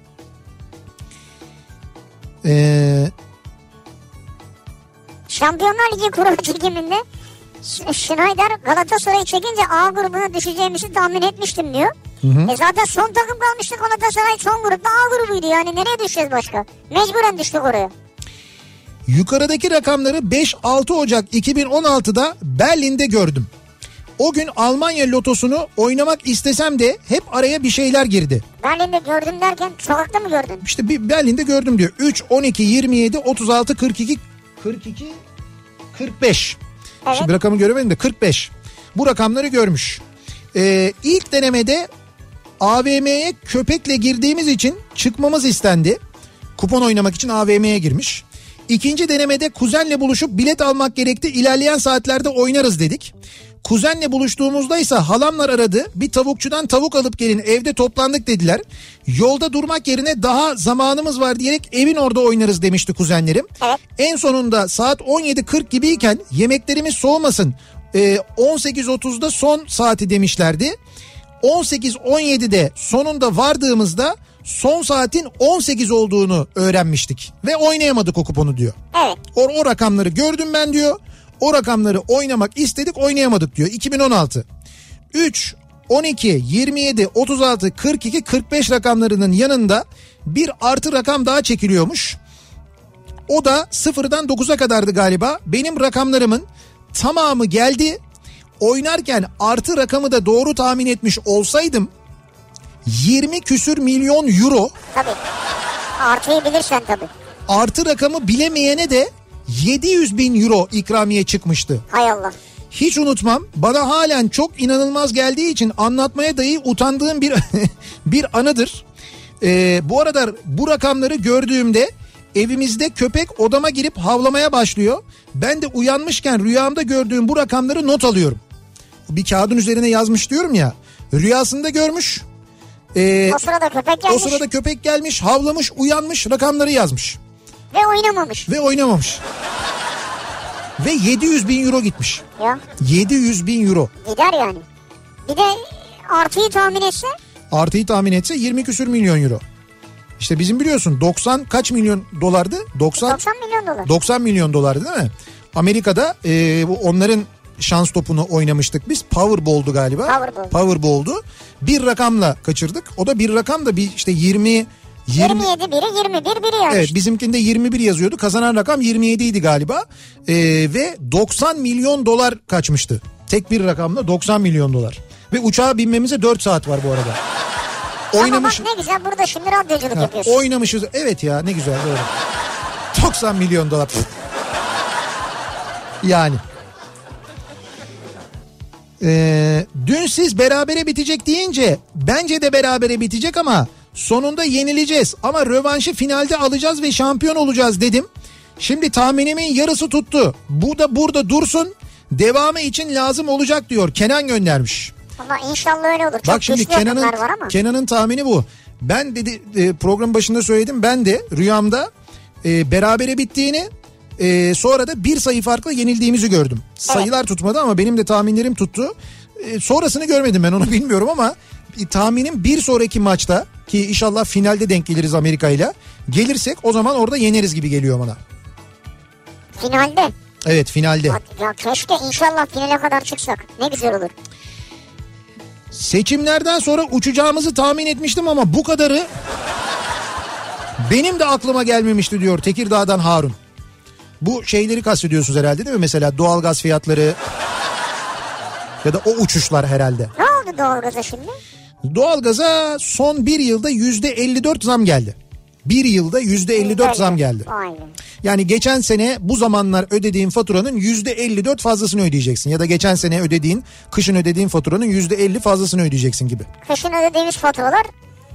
[SPEAKER 2] Şampiyonlar Ligi kura çekiminde Schneider Galatasaray'ı çekince A grubuna düşeceğimizi tahmin etmiştim diyor. Zaten son takım kalmıştı Galatasaray, son grupta A grubuydu yani nereye düşeceğiz başka? Mecburen düştük oraya.
[SPEAKER 1] Yukarıdaki rakamları 5-6 Ocak 2016'da Berlin'de gördüm. O gün Almanya lotosunu oynamak istesem de hep araya bir şeyler girdi.
[SPEAKER 2] Berlin'de gördüm derken sokakta mı gördün?
[SPEAKER 1] İşte bir Berlin'de gördüm diyor. 3, 12, 27, 36, 42, 45. Evet. Şimdi rakamı göremedim de 45. Bu rakamları görmüş. İlk denemede AVM'ye köpekle girdiğimiz için çıkmamız istendi. Kupon oynamak için AVM'ye girmiş. İkinci denemede kuzenle buluşup bilet almak gerekti. İlerleyen saatlerde oynarız dedik. Kuzenle buluştuğumuzda ise halamlar aradı. Bir tavukçudan tavuk alıp gelin, evde toplandık dediler. Yolda durmak yerine daha zamanımız var diyerek evin orada oynarız demişti kuzenlerim.
[SPEAKER 2] Evet.
[SPEAKER 1] En sonunda saat 17.40 gibiyken yemeklerimiz soğumasın 18.30'da son saati demişlerdi. 18.17'de sonunda vardığımızda son saatin 18 olduğunu öğrenmiştik. Ve oynayamadık o kuponu diyor.
[SPEAKER 2] Evet.
[SPEAKER 1] O rakamları gördüm ben diyor. O rakamları oynamak istedik, oynayamadık diyor. 2016. 3, 12, 27, 36, 42, 45 rakamlarının yanında bir artı rakam daha çekiliyormuş. O da 0'dan 9'a kadardı galiba. Benim rakamlarımın tamamı geldi. Oynarken artı rakamı da doğru tahmin etmiş olsaydım 20 küsür milyon euro.
[SPEAKER 2] Tabii. Artıyı bilirsen tabii.
[SPEAKER 1] Artı rakamı bilemeyene de 700 bin euro ikramiye çıkmıştı.
[SPEAKER 2] Hay Allah.
[SPEAKER 1] Hiç unutmam, bana halen çok inanılmaz geldiği için anlatmaya dahi utandığım bir anıdır. Bu arada bu rakamları gördüğümde evimizde köpek odama girip havlamaya başlıyor. Ben de uyanmışken rüyamda gördüğüm bu rakamları not alıyorum. Bir kağıdın üzerine yazmış diyorum ya. Rüyasında görmüş.
[SPEAKER 2] O sırada
[SPEAKER 1] köpek gelmiş, havlamış, uyanmış, rakamları yazmış.
[SPEAKER 2] Ve oynamamış.
[SPEAKER 1] Ve 700 bin euro gitmiş.
[SPEAKER 2] Ya.
[SPEAKER 1] 700 bin euro.
[SPEAKER 2] Gider yani. Bir de artıyı tahmin etse 20 küsür milyon euro. İşte bizim biliyorsun 90 kaç milyon dolardı? 90 milyon dolar.
[SPEAKER 1] 90 milyon dolardı değil mi? Amerika'da onların şans topunu oynamıştık biz. Powerball'du galiba. Powerball'du. Bir rakamla kaçırdık. O da bir rakam da bir işte 27
[SPEAKER 2] biri 21 biri yazmış.
[SPEAKER 1] Evet, bizimkinde 21 yazıyordu. Kazanan rakam 27 idi galiba. Ve 90 milyon dolar kaçmıştı. Tek bir rakamla 90 milyon dolar. Ve uçağa binmemize 4 saat var bu arada.
[SPEAKER 2] Ama bak ne güzel, burada şimdi radyoculuk yapıyorsun.
[SPEAKER 1] Oynamışız. Evet ya, ne güzel, doğru. 90 milyon dolar. Yani. Dün siz berabere bitecek deyince bence de berabere bitecek ama sonunda yenileceğiz. Ama rövanşı finalde alacağız ve şampiyon olacağız dedim. Şimdi tahminimin yarısı tuttu. Bu da burada dursun. Devamı için lazım olacak diyor. Kenan göndermiş.
[SPEAKER 2] Ama inşallah öyle olur.
[SPEAKER 1] Bak şimdi Kenan'ın tahmini bu. Ben dedi programın başında söyledim. Ben de rüyamda berabere bittiğini, sonra da bir sayı farkla yenildiğimizi gördüm. Evet. Sayılar tutmadı ama benim de tahminlerim tuttu. Sonrasını görmedim, ben onu bilmiyorum ama tahminim bir sonraki maçta, ki inşallah finalde denk geliriz Amerika ile. Gelirsek o zaman orada yeneriz gibi geliyor bana.
[SPEAKER 2] Finalde?
[SPEAKER 1] Evet, finalde.
[SPEAKER 2] Ya keşke inşallah finale kadar çıksak. Ne güzel olur.
[SPEAKER 1] Seçimlerden sonra uçacağımızı tahmin etmiştim ama bu kadarı benim de aklıma gelmemişti diyor Tekirdağ'dan Harun. Bu şeyleri kastediyorsunuz herhalde değil mi? Mesela doğalgaz fiyatları ya da o uçuşlar herhalde.
[SPEAKER 2] Ne oldu doğalgaza şimdi?
[SPEAKER 1] Doğalgaza son bir yılda %54 zam geldi. Bir yılda %54 zam geldi.
[SPEAKER 2] Aynen.
[SPEAKER 1] Yani geçen sene bu zamanlar ödediğin faturanın %54 fazlasını ödeyeceksin. Ya da geçen sene kışın ödediğin faturanın %50 fazlasını ödeyeceksin gibi.
[SPEAKER 2] Kışın ödediğimiz faturalar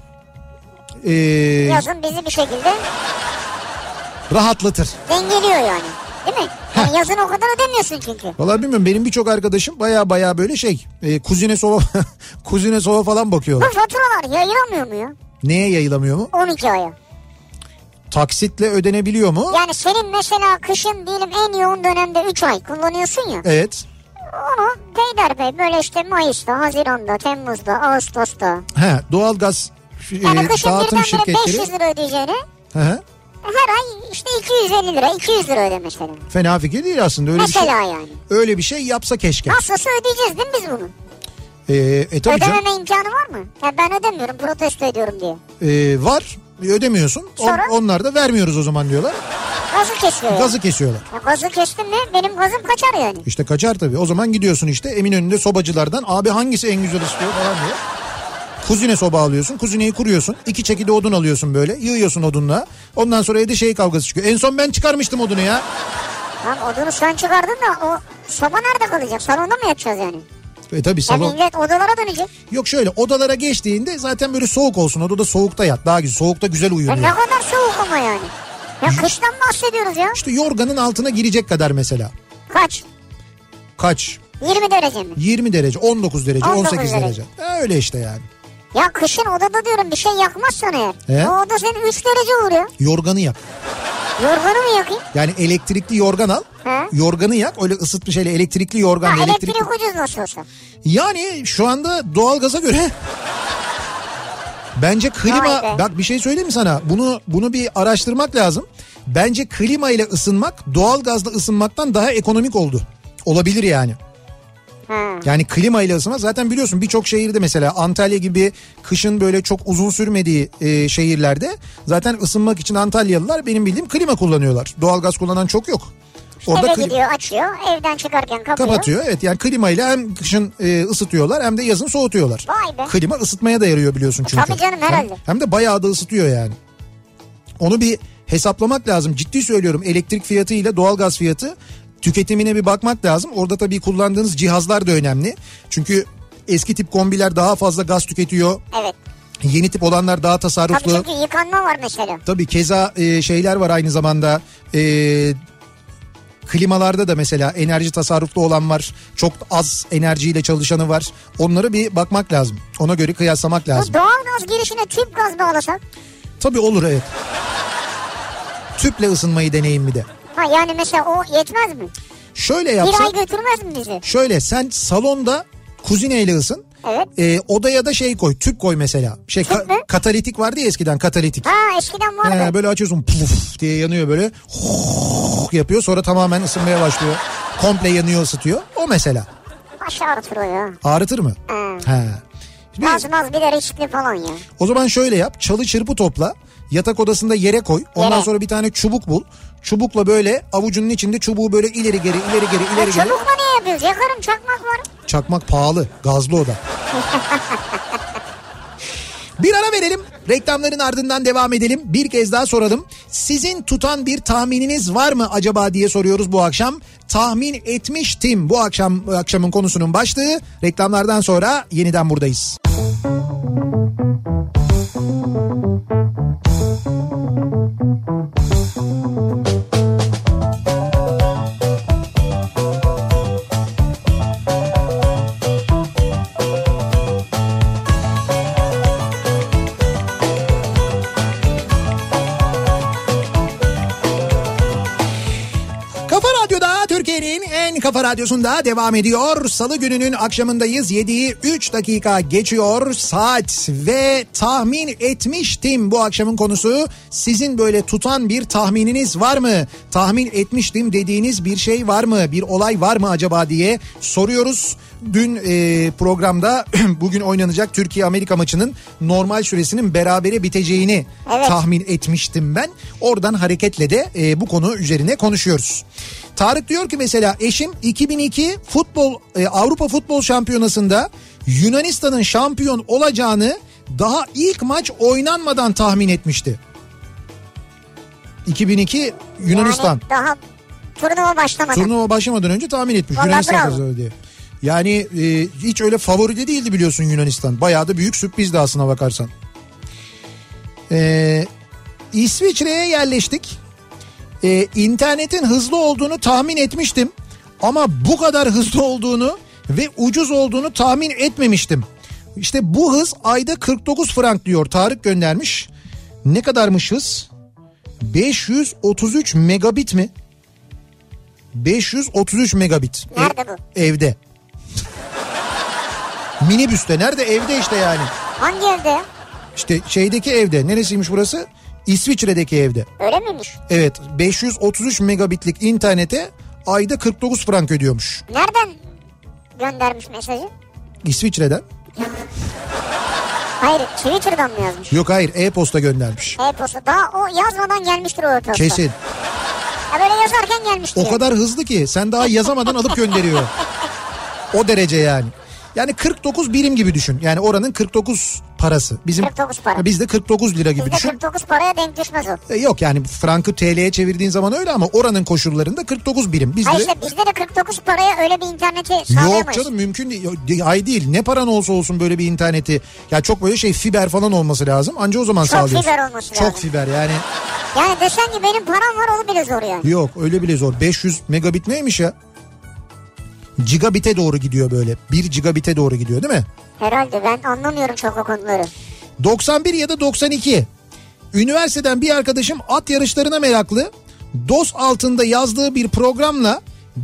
[SPEAKER 2] yazın bizi bir şekilde
[SPEAKER 1] rahatlatır.
[SPEAKER 2] Dengeliyor yani. Değil mi? Yani yazın o kadar ödemiyorsun çünkü.
[SPEAKER 1] Vallahi bilmiyorum, benim birçok arkadaşım baya böyle kuzine sova falan bakıyorlar.
[SPEAKER 2] Bu faturalar yayılamıyor mu ya?
[SPEAKER 1] Neye yayılamıyor mu?
[SPEAKER 2] 12 aya.
[SPEAKER 1] Taksitle ödenebiliyor mu?
[SPEAKER 2] Yani senin mesela kışın diyelim en yoğun dönemde 3 ay kullanıyorsun ya.
[SPEAKER 1] Evet.
[SPEAKER 2] Onu peyderpey böyle işte Mayıs'ta, Haziran'da, Temmuz'da, Ağustos'ta.
[SPEAKER 1] Doğalgaz
[SPEAKER 2] Yani kışın
[SPEAKER 1] dağıtım
[SPEAKER 2] birdenbire
[SPEAKER 1] şirketleri.
[SPEAKER 2] 500 lira ödeyeceğine
[SPEAKER 1] Hı.
[SPEAKER 2] her ay işte 250 lira, 200 lira öde mesela.
[SPEAKER 1] Fena fikir değil aslında öyle
[SPEAKER 2] Mesela
[SPEAKER 1] bir şey.
[SPEAKER 2] yani.
[SPEAKER 1] Öyle bir şey yapsa keşke.
[SPEAKER 2] Nasılsa ödeyeceğiz değil mi biz bunu?
[SPEAKER 1] Tabii canım.
[SPEAKER 2] Ödememe imkanı var mı? Ya ben ödemiyorum, protesto ediyorum diye.
[SPEAKER 1] Var. Ödemiyorsun.
[SPEAKER 2] Sonra?
[SPEAKER 1] Onlar da vermiyoruz o zaman diyorlar.
[SPEAKER 2] Gazı kesiyor yani.
[SPEAKER 1] Gazı kesiyorlar.
[SPEAKER 2] Ya gazı kestim mi benim gazım kaçar yani.
[SPEAKER 1] İşte kaçar tabii. O zaman gidiyorsun işte Eminönü'nde sobacılardan abi hangisi en güzel ısıtıyor falan diye. Kuzine soba alıyorsun. Kuzineyi kuruyorsun. 2 çekide odun alıyorsun böyle. Yığıyorsun odunla. Ondan sonra evde kavgası çıkıyor. En son ben çıkarmıştım odunu ya.
[SPEAKER 2] Tamam odunu sen çıkardın da o soba nerede kalacak? Salonda mı yatacağız yani?
[SPEAKER 1] Tabii salon.
[SPEAKER 2] Ya millet odalara dönecek.
[SPEAKER 1] Yok şöyle odalara geçtiğinde zaten böyle soğuk olsun. Odada soğukta yat. Daha güzel. Soğukta güzel
[SPEAKER 2] Ya
[SPEAKER 1] uyuyor.
[SPEAKER 2] ne kadar soğuk ama yani. Ya kıştan bahsediyoruz ya.
[SPEAKER 1] İşte yorganın altına girecek kadar mesela. Kaç?
[SPEAKER 2] 20 derece mi?
[SPEAKER 1] 20 derece, 19 derece,
[SPEAKER 2] 19
[SPEAKER 1] 18
[SPEAKER 2] derece.
[SPEAKER 1] derece. Öyle işte yani.
[SPEAKER 2] Ya kışın odada diyorum bir şey yakmazsan eğer.
[SPEAKER 1] He?
[SPEAKER 2] O oda senin 3 derece olur ya.
[SPEAKER 1] Yorganı yak.
[SPEAKER 2] Yorganı mı yakayım?
[SPEAKER 1] Yani elektrikli yorgan al.
[SPEAKER 2] He?
[SPEAKER 1] Yorganı yak. Öyle ısıtmış elektrikli yorgan.
[SPEAKER 2] Ha elektrik ucuz nasıl olsa.
[SPEAKER 1] Yani şu anda doğalgaza göre bence klima,
[SPEAKER 2] Vay be.
[SPEAKER 1] bak bir şey söyleyeyim mi sana? Bunu bir araştırmak lazım. Bence klima ile ısınmak doğalgazla ısınmaktan daha ekonomik oldu. Olabilir yani. Yani klima ile ısınmak zaten biliyorsun birçok şehirde mesela Antalya gibi kışın böyle çok uzun sürmediği şehirlerde zaten ısınmak için Antalyalılar benim bildiğim klima kullanıyorlar. Doğalgaz kullanan çok yok.
[SPEAKER 2] Eve gidiyor açıyor evden çıkarken
[SPEAKER 1] kapatıyor. Evet yani klima ile hem kışın ısıtıyorlar hem de yazın soğutuyorlar.
[SPEAKER 2] Vay be.
[SPEAKER 1] Klima ısıtmaya da yarıyor biliyorsun çünkü.
[SPEAKER 2] Tabii canım herhalde.
[SPEAKER 1] Hem de bayağı da ısıtıyor yani. Onu bir hesaplamak lazım. Ciddi söylüyorum elektrik fiyatı ile doğalgaz fiyatı tüketimine bir bakmak lazım. Orada tabii kullandığınız cihazlar da önemli. Çünkü eski tip kombiler daha fazla gaz tüketiyor.
[SPEAKER 2] Evet.
[SPEAKER 1] Yeni tip olanlar daha tasarruflu.
[SPEAKER 2] Tabii çünkü yıkanma var mesela.
[SPEAKER 1] Tabii keza şeyler var aynı zamanda. Klimalarda da mesela enerji tasarruflu olan var. Çok az enerjiyle çalışanı var. Onlara bir bakmak lazım. Ona göre kıyaslamak lazım.
[SPEAKER 2] Bu doğalgaz girişine tüp gaz bağlasak?
[SPEAKER 1] Tabii olur evet. Tüple ısınmayı deneyin bir de.
[SPEAKER 2] Ha yani mesela o yetmez mi?
[SPEAKER 1] Şöyle
[SPEAKER 2] Bir
[SPEAKER 1] yapsan.
[SPEAKER 2] ay götürmez mi bizi?
[SPEAKER 1] Şöyle sen salonda kuzineyle ısın.
[SPEAKER 2] Evet.
[SPEAKER 1] Odaya da koy, tüp koy mesela. Katalitik vardı ya eskiden katalitik.
[SPEAKER 2] Ha eskiden vardı.
[SPEAKER 1] Böyle açıyorsun puf diye yanıyor böyle. Yapıyor sonra tamamen ısınmaya başlıyor. Komple yanıyor ısıtıyor. O mesela.
[SPEAKER 2] Baş ağrıtır o ya.
[SPEAKER 1] Ağrıtır mı? He.
[SPEAKER 2] Az bir de riskli falan ya.
[SPEAKER 1] O zaman şöyle yap. Çalı çırpı topla. Yatak odasında yere koy. Ondan sonra bir tane çubuk bul. Çubukla böyle avucunun içinde çubuğu böyle ileri geri.
[SPEAKER 2] Çubukla ne yapıyoruz? Yakarım çakmak var.
[SPEAKER 1] Çakmak pahalı. Gazlı o da. Bir ara verelim. Reklamların ardından devam edelim. Bir kez daha soralım. Sizin tutan bir tahmininiz var mı acaba diye soruyoruz bu akşam. Tahmin etmiştim bu akşamın konusunun başlığı. Reklamlardan sonra yeniden buradayız. Kafa Radyosu'nda devam ediyor. Salı gününün akşamındayız. 7'yi 3 dakika geçiyor saat ve tahmin etmiştim bu akşamın konusu. Sizin böyle tutan bir tahmininiz var mı? Tahmin etmiştim dediğiniz bir şey var mı? Bir olay var mı acaba diye soruyoruz. Dün programda bugün oynanacak Türkiye-Amerika maçının normal süresinin berabere biteceğini tahmin etmiştim ben. Oradan hareketle de bu konu üzerine konuşuyoruz. Tarık diyor ki mesela eşim 2002 Avrupa Futbol Şampiyonası'nda Yunanistan'ın şampiyon olacağını daha ilk maç oynanmadan tahmin etmişti. 2002 Yunanistan.
[SPEAKER 2] Yani daha turnuva başlamadan önce tahmin etmiş. Vallahi
[SPEAKER 1] Yunanistan
[SPEAKER 2] bravo.
[SPEAKER 1] kazanır diye. Yani hiç öyle favori de değildi biliyorsun Yunanistan. Bayağı da büyük sürprizdi aslına bakarsan. İsviçre'ye yerleştik. İnternetin hızlı olduğunu tahmin etmiştim. Ama bu kadar hızlı olduğunu ve ucuz olduğunu tahmin etmemiştim. İşte bu hız ayda 49 frank diyor. Tarık göndermiş. Ne kadarmış hız? 533 megabit mi? 533 megabit.
[SPEAKER 2] Nerede bu?
[SPEAKER 1] Evde. Minibüste. Nerede? Evde işte yani.
[SPEAKER 2] Hangi evde?
[SPEAKER 1] İşte şeydeki evde. Neresiymiş burası? İsviçre'deki evde.
[SPEAKER 2] Öyle miymiş?
[SPEAKER 1] Evet, 533 megabitlik internete ayda 49 frank ödüyormuş.
[SPEAKER 2] Nereden göndermiş mesajı?
[SPEAKER 1] İsviçre'den.
[SPEAKER 2] Hayır, Twitter'dan mı yazmış?
[SPEAKER 1] Yok hayır, e-posta göndermiş.
[SPEAKER 2] E-posta. Daha o yazmadan gelmiştir o e-posta.
[SPEAKER 1] Kesin.
[SPEAKER 2] Ha böyle yazarken gelmiştir.
[SPEAKER 1] O kadar hızlı ki sen daha yazamadan alıp gönderiyor. O derece yani. Yani 49 birim gibi düşün. Yani oranın 49 parası. Bizim
[SPEAKER 2] 49 para.
[SPEAKER 1] Bizde 49 lira gibi
[SPEAKER 2] Bizde
[SPEAKER 1] düşün.
[SPEAKER 2] 49 paraya denk düşmez o.
[SPEAKER 1] Yok yani frankı TL'ye çevirdiğin zaman öyle ama oranın koşullarında 49 birim. Bizde
[SPEAKER 2] Hayır işte bizde de 49 paraya öyle bir interneti sağlayamayız.
[SPEAKER 1] Yok canım, mümkün değil. Ay değil. Ne paran olsa olsun böyle bir interneti. Ya çok böyle fiber falan olması lazım. Anca o zaman
[SPEAKER 2] çok
[SPEAKER 1] sağlıyorsun.
[SPEAKER 2] Çok fiber olması lazım.
[SPEAKER 1] Çok fiber yani.
[SPEAKER 2] Yani desen ki benim param var, o bile zor yani.
[SPEAKER 1] Yok öyle bile zor. 500 megabit neymiş ya? Gigabit'e doğru gidiyor böyle. 1 gigabit'e doğru gidiyor değil mi?
[SPEAKER 2] Herhalde, ben anlamıyorum çok o konuları.
[SPEAKER 1] 91 ya da 92. Üniversiteden bir arkadaşım at yarışlarına meraklı. DOS altında yazdığı bir programla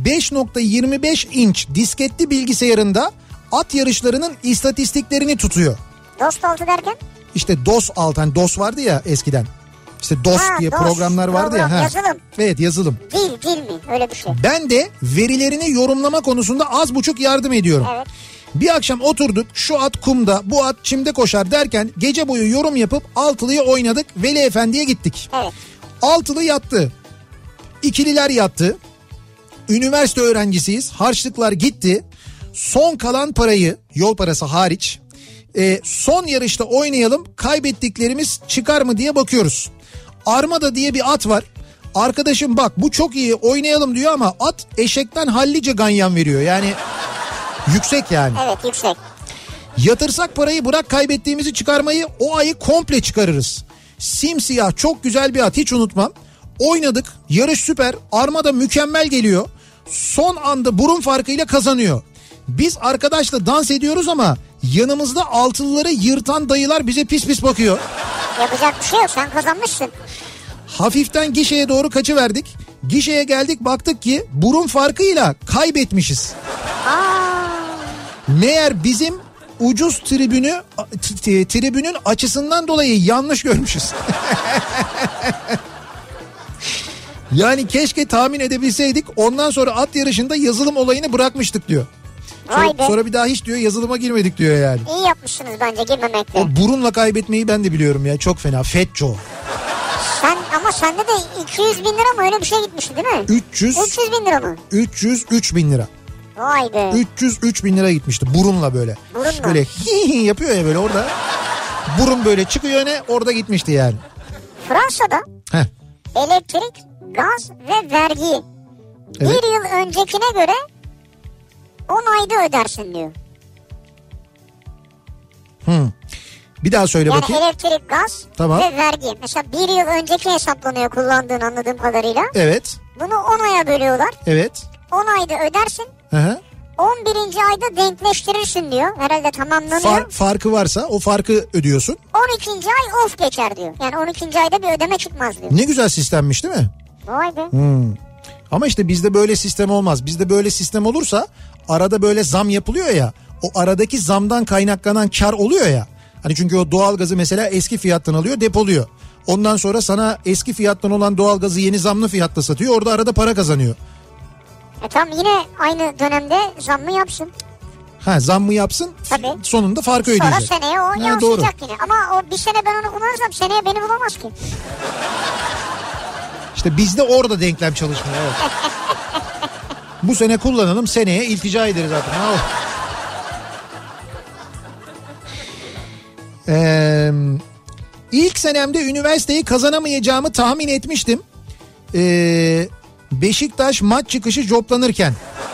[SPEAKER 1] 5.25 inç disketli bilgisayarında at yarışlarının istatistiklerini tutuyor.
[SPEAKER 2] DOS altı derken?
[SPEAKER 1] İşte DOS altı, hani DOS vardı ya eskiden. İşte DOS diye
[SPEAKER 2] DOS,
[SPEAKER 1] programlar vardı ya.
[SPEAKER 2] Yazılım.
[SPEAKER 1] Evet, yazılım.
[SPEAKER 2] Dil mi? Öyle bir şey.
[SPEAKER 1] Ben de verilerini yorumlama konusunda az buçuk yardım ediyorum.
[SPEAKER 2] Evet.
[SPEAKER 1] Bir akşam oturduk, şu at kumda, bu at çimde koşar derken gece boyu yorum yapıp altılıyı oynadık. Veli Efendi'ye gittik.
[SPEAKER 2] Evet.
[SPEAKER 1] Altılı yattı. İkililer yattı. Üniversite öğrencisiyiz. Harçlıklar gitti. Son kalan parayı, yol parası hariç, son yarışta oynayalım, kaybettiklerimiz çıkar mı diye bakıyoruz. Armada diye bir at var. Arkadaşım bak bu çok iyi, oynayalım diyor ama at eşekten hallice ganyan veriyor. Yani yüksek yani.
[SPEAKER 2] Evet, yüksek.
[SPEAKER 1] Yatırsak parayı, bırak kaybettiğimizi çıkarmayı, o ayı komple çıkarırız. Simsiyah çok güzel bir at, hiç unutmam. Oynadık, yarış süper, armada mükemmel geliyor. Son anda burun farkıyla kazanıyor. Biz arkadaşla dans ediyoruz ama yanımızda altılıları yırtan dayılar bize pis pis bakıyor.
[SPEAKER 2] Yapacak bir şey yok, sen kazanmışsın.
[SPEAKER 1] Hafiften gişeye doğru kaçıverdik. Gişeye geldik, baktık ki burun farkıyla kaybetmişiz. Meğer bizim ucuz tribünün açısından dolayı yanlış görmüşüz. Yani keşke tahmin edebilseydik, ondan sonra at yarışında yazılım olayını bırakmıştık diyor. Sonra bir daha hiç diyor yazılıma girmedik diyor yani.
[SPEAKER 2] İyi yapmışsınız bence girmemekle.
[SPEAKER 1] O burunla kaybetmeyi ben de biliyorum ya, çok fena. Fetço.
[SPEAKER 2] Ama sende de 200 bin lira mı öyle bir şey gitmişti değil mi? 300 bin lira mı?
[SPEAKER 1] 303 bin lira.
[SPEAKER 2] Vay be.
[SPEAKER 1] 303 bin lira gitmişti burunla böyle.
[SPEAKER 2] Burunla.
[SPEAKER 1] Böyle hi yapıyor ya böyle orada. Burun böyle çıkıyor öne, orada gitmişti yani.
[SPEAKER 2] Fransa'da elektrik, gaz ve vergiyi bir yıl öncekine göre 10 ayda ödersin diyor.
[SPEAKER 1] Bir daha söyle
[SPEAKER 2] yani
[SPEAKER 1] bakayım.
[SPEAKER 2] Yani elektrik, gaz ve vergi. Mesela bir yıl önceki hesaplanıyor kullandığın, anladığım kadarıyla.
[SPEAKER 1] Evet.
[SPEAKER 2] Bunu 10 aya bölüyorlar.
[SPEAKER 1] Evet.
[SPEAKER 2] 10 ayda ödersin. 11. ayda denkleştirirsin diyor. Herhalde tamamlanıyor.
[SPEAKER 1] Farkı varsa o farkı ödüyorsun.
[SPEAKER 2] 12. ay off geçer diyor. Yani 12. ayda bir ödeme çıkmaz diyor.
[SPEAKER 1] Ne güzel sistemmiş değil mi?
[SPEAKER 2] Vay be.
[SPEAKER 1] Ama işte bizde böyle sistem olmaz. Bizde böyle sistem olursa arada böyle zam yapılıyor ya. O aradaki zamdan kaynaklanan kar oluyor ya. Hani çünkü o doğalgazı mesela eski fiyattan alıyor, depoluyor. Ondan sonra sana eski fiyattan olan doğalgazı yeni zamlı fiyatta satıyor. Orada arada para kazanıyor.
[SPEAKER 2] Tamam, yine aynı dönemde zam mı yapsın?
[SPEAKER 1] Zam mı yapsın?
[SPEAKER 2] Tabii.
[SPEAKER 1] Sonunda farkı ödeyecek.
[SPEAKER 2] Sonra seneye o yansıyacak doğru. Yine. Ama o bir sene ben onu kullanırsam seneye beni bulamaz ki.
[SPEAKER 1] İşte bizde orada denklem çalışmıyor. Evet. Bu sene kullanalım, seneye iltica ederiz zaten. İlk senemde üniversiteyi kazanamayacağımı tahmin etmiştim. Beşiktaş maç çıkışı joplanırken.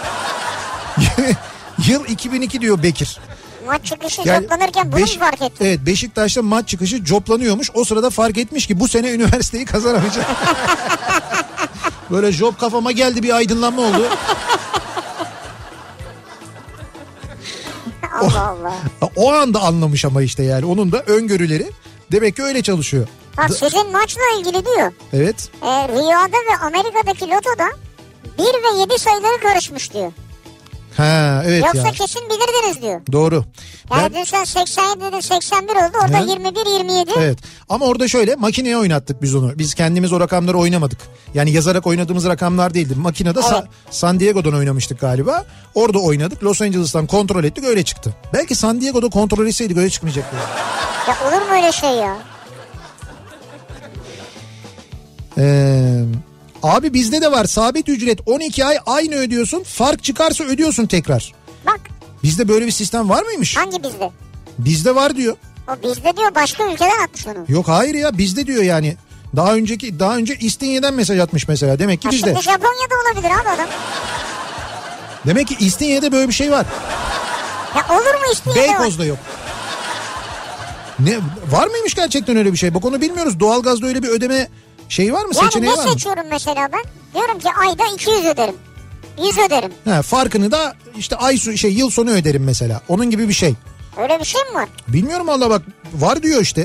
[SPEAKER 1] Yıl 2002 diyor Bekir.
[SPEAKER 2] Maç çıkışı joplanırken bunu mu fark ettin?
[SPEAKER 1] Evet, Beşiktaş'ta maç çıkışı joplanıyormuş. O sırada fark etmiş ki bu sene üniversiteyi kazanamayacak. Böyle job kafama geldi, bir aydınlanma oldu.
[SPEAKER 2] Allah Allah.
[SPEAKER 1] O anda anlamış ama işte yani onun da öngörüleri demek ki öyle çalışıyor.
[SPEAKER 2] Bak sizin maçla ilgili diyor.
[SPEAKER 1] Evet.
[SPEAKER 2] Rüyada ve Amerika'daki lotoda 1 ve 7 sayıları karışmış diyor.
[SPEAKER 1] Ha evet.
[SPEAKER 2] Yoksa
[SPEAKER 1] ya.
[SPEAKER 2] kesin bilirdiniz diyor.
[SPEAKER 1] Doğru.
[SPEAKER 2] Yani dün sen 87 dedin, 81 oldu, orada 21-27.
[SPEAKER 1] Evet ama orada şöyle makineye oynattık biz onu. Biz kendimiz o rakamları oynamadık. Yani yazarak oynadığımız rakamlar değildi. Makinede evet. San Diego'dan oynamıştık galiba. Orada oynadık. Los Angeles'tan kontrol ettik, öyle çıktı. Belki San Diego'da kontrol etseydik öyle çıkmayacaktı.
[SPEAKER 2] Ya olur mu öyle şey ya?
[SPEAKER 1] Abi bizde de var sabit ücret, 12 ay aynı ödüyorsun, fark çıkarsa ödüyorsun tekrar.
[SPEAKER 2] Bak.
[SPEAKER 1] Bizde böyle bir sistem var mıymış?
[SPEAKER 2] Hangi bizde?
[SPEAKER 1] Bizde var diyor.
[SPEAKER 2] O bizde diyor, başka ülkeden atmış onu.
[SPEAKER 1] Yok hayır ya, bizde diyor yani. Daha önce İstinye'den mesaj atmış mesela, demek ki bizde.
[SPEAKER 2] Şimdi Japonya'da olabilir abi adam.
[SPEAKER 1] Demek ki İstinye'de böyle bir şey var.
[SPEAKER 2] Ya olur mu İstinye'de?
[SPEAKER 1] Beykoz'da yok. Ne var mıymış gerçekten öyle bir şey? Bak onu bilmiyoruz. Doğalgazda öyle bir ödeme şey var mı?
[SPEAKER 2] Yani
[SPEAKER 1] seçeneği var mı?
[SPEAKER 2] ne seçiyorum mesela ben? Diyorum ki ayda 200 öderim. 100 öderim.
[SPEAKER 1] Ha, farkını da işte yıl sonu öderim mesela. Onun gibi bir şey.
[SPEAKER 2] Öyle bir şey mi var?
[SPEAKER 1] Bilmiyorum Allah, bak var diyor işte.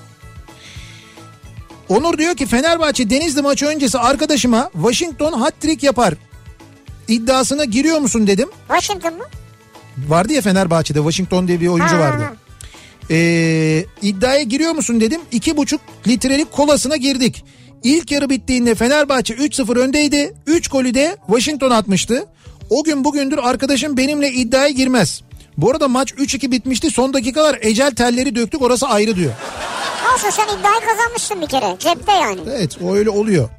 [SPEAKER 1] Onur diyor ki Fenerbahçe Denizli maçı öncesi arkadaşıma Washington hat-trick yapar iddiasına giriyor musun dedim.
[SPEAKER 2] Washington mu?
[SPEAKER 1] Vardı ya Fenerbahçe'de Washington diye bir oyuncu vardı. İddiaya giriyor musun dedim. 2,5 litrelik kolasına girdik. İlk yarı bittiğinde Fenerbahçe 3-0 öndeydi. 3 golü de Washington atmıştı. O gün bugündür arkadaşım benimle iddiaya girmez. Bu arada maç 3-2 bitmişti. Son dakikalar ecel telleri döktük, orası ayrı diyor.
[SPEAKER 2] Olsun, sen iddiayı kazanmışsın bir kere. Cepte yani.
[SPEAKER 1] Evet, o öyle oluyor.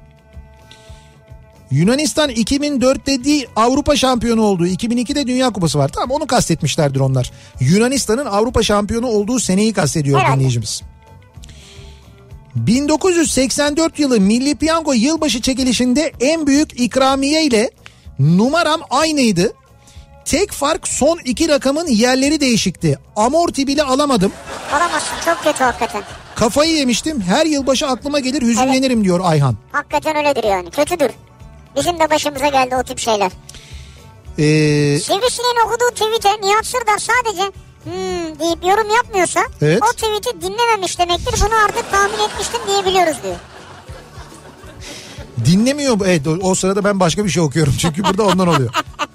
[SPEAKER 1] Yunanistan 2004'te değil Avrupa şampiyonu olduğu, 2002'de Dünya Kupası var. Tamam, onu kastetmişlerdir onlar. Yunanistan'ın Avrupa şampiyonu olduğu seneyi kastediyor dinleyicimiz. 1984 yılı Milli Piyango yılbaşı çekilişinde en büyük ikramiye ile numaram aynıydı. Tek fark son 2 rakamın yerleri değişikti. Amorti bile alamadım.
[SPEAKER 2] Alamazsın, çok kötü hakikaten.
[SPEAKER 1] Kafayı yemiştim. Her yılbaşı aklıma gelir, hüzünlenirim diyor Ayhan.
[SPEAKER 2] Hakikaten öyledir yani, kötüdür. Bizim de başımıza geldi o tip şeyler. Sivrisineğin okuduğu tweet'e Nihat Sırdar sadece deyip yorum yapmıyorsa evet, o tweet'i dinlememiş demektir. Bunu artık tahmin etmiştim diyebiliyoruz diyor.
[SPEAKER 1] Dinlemiyor. Evet, o sırada ben başka bir şey okuyorum çünkü burada ondan oluyor.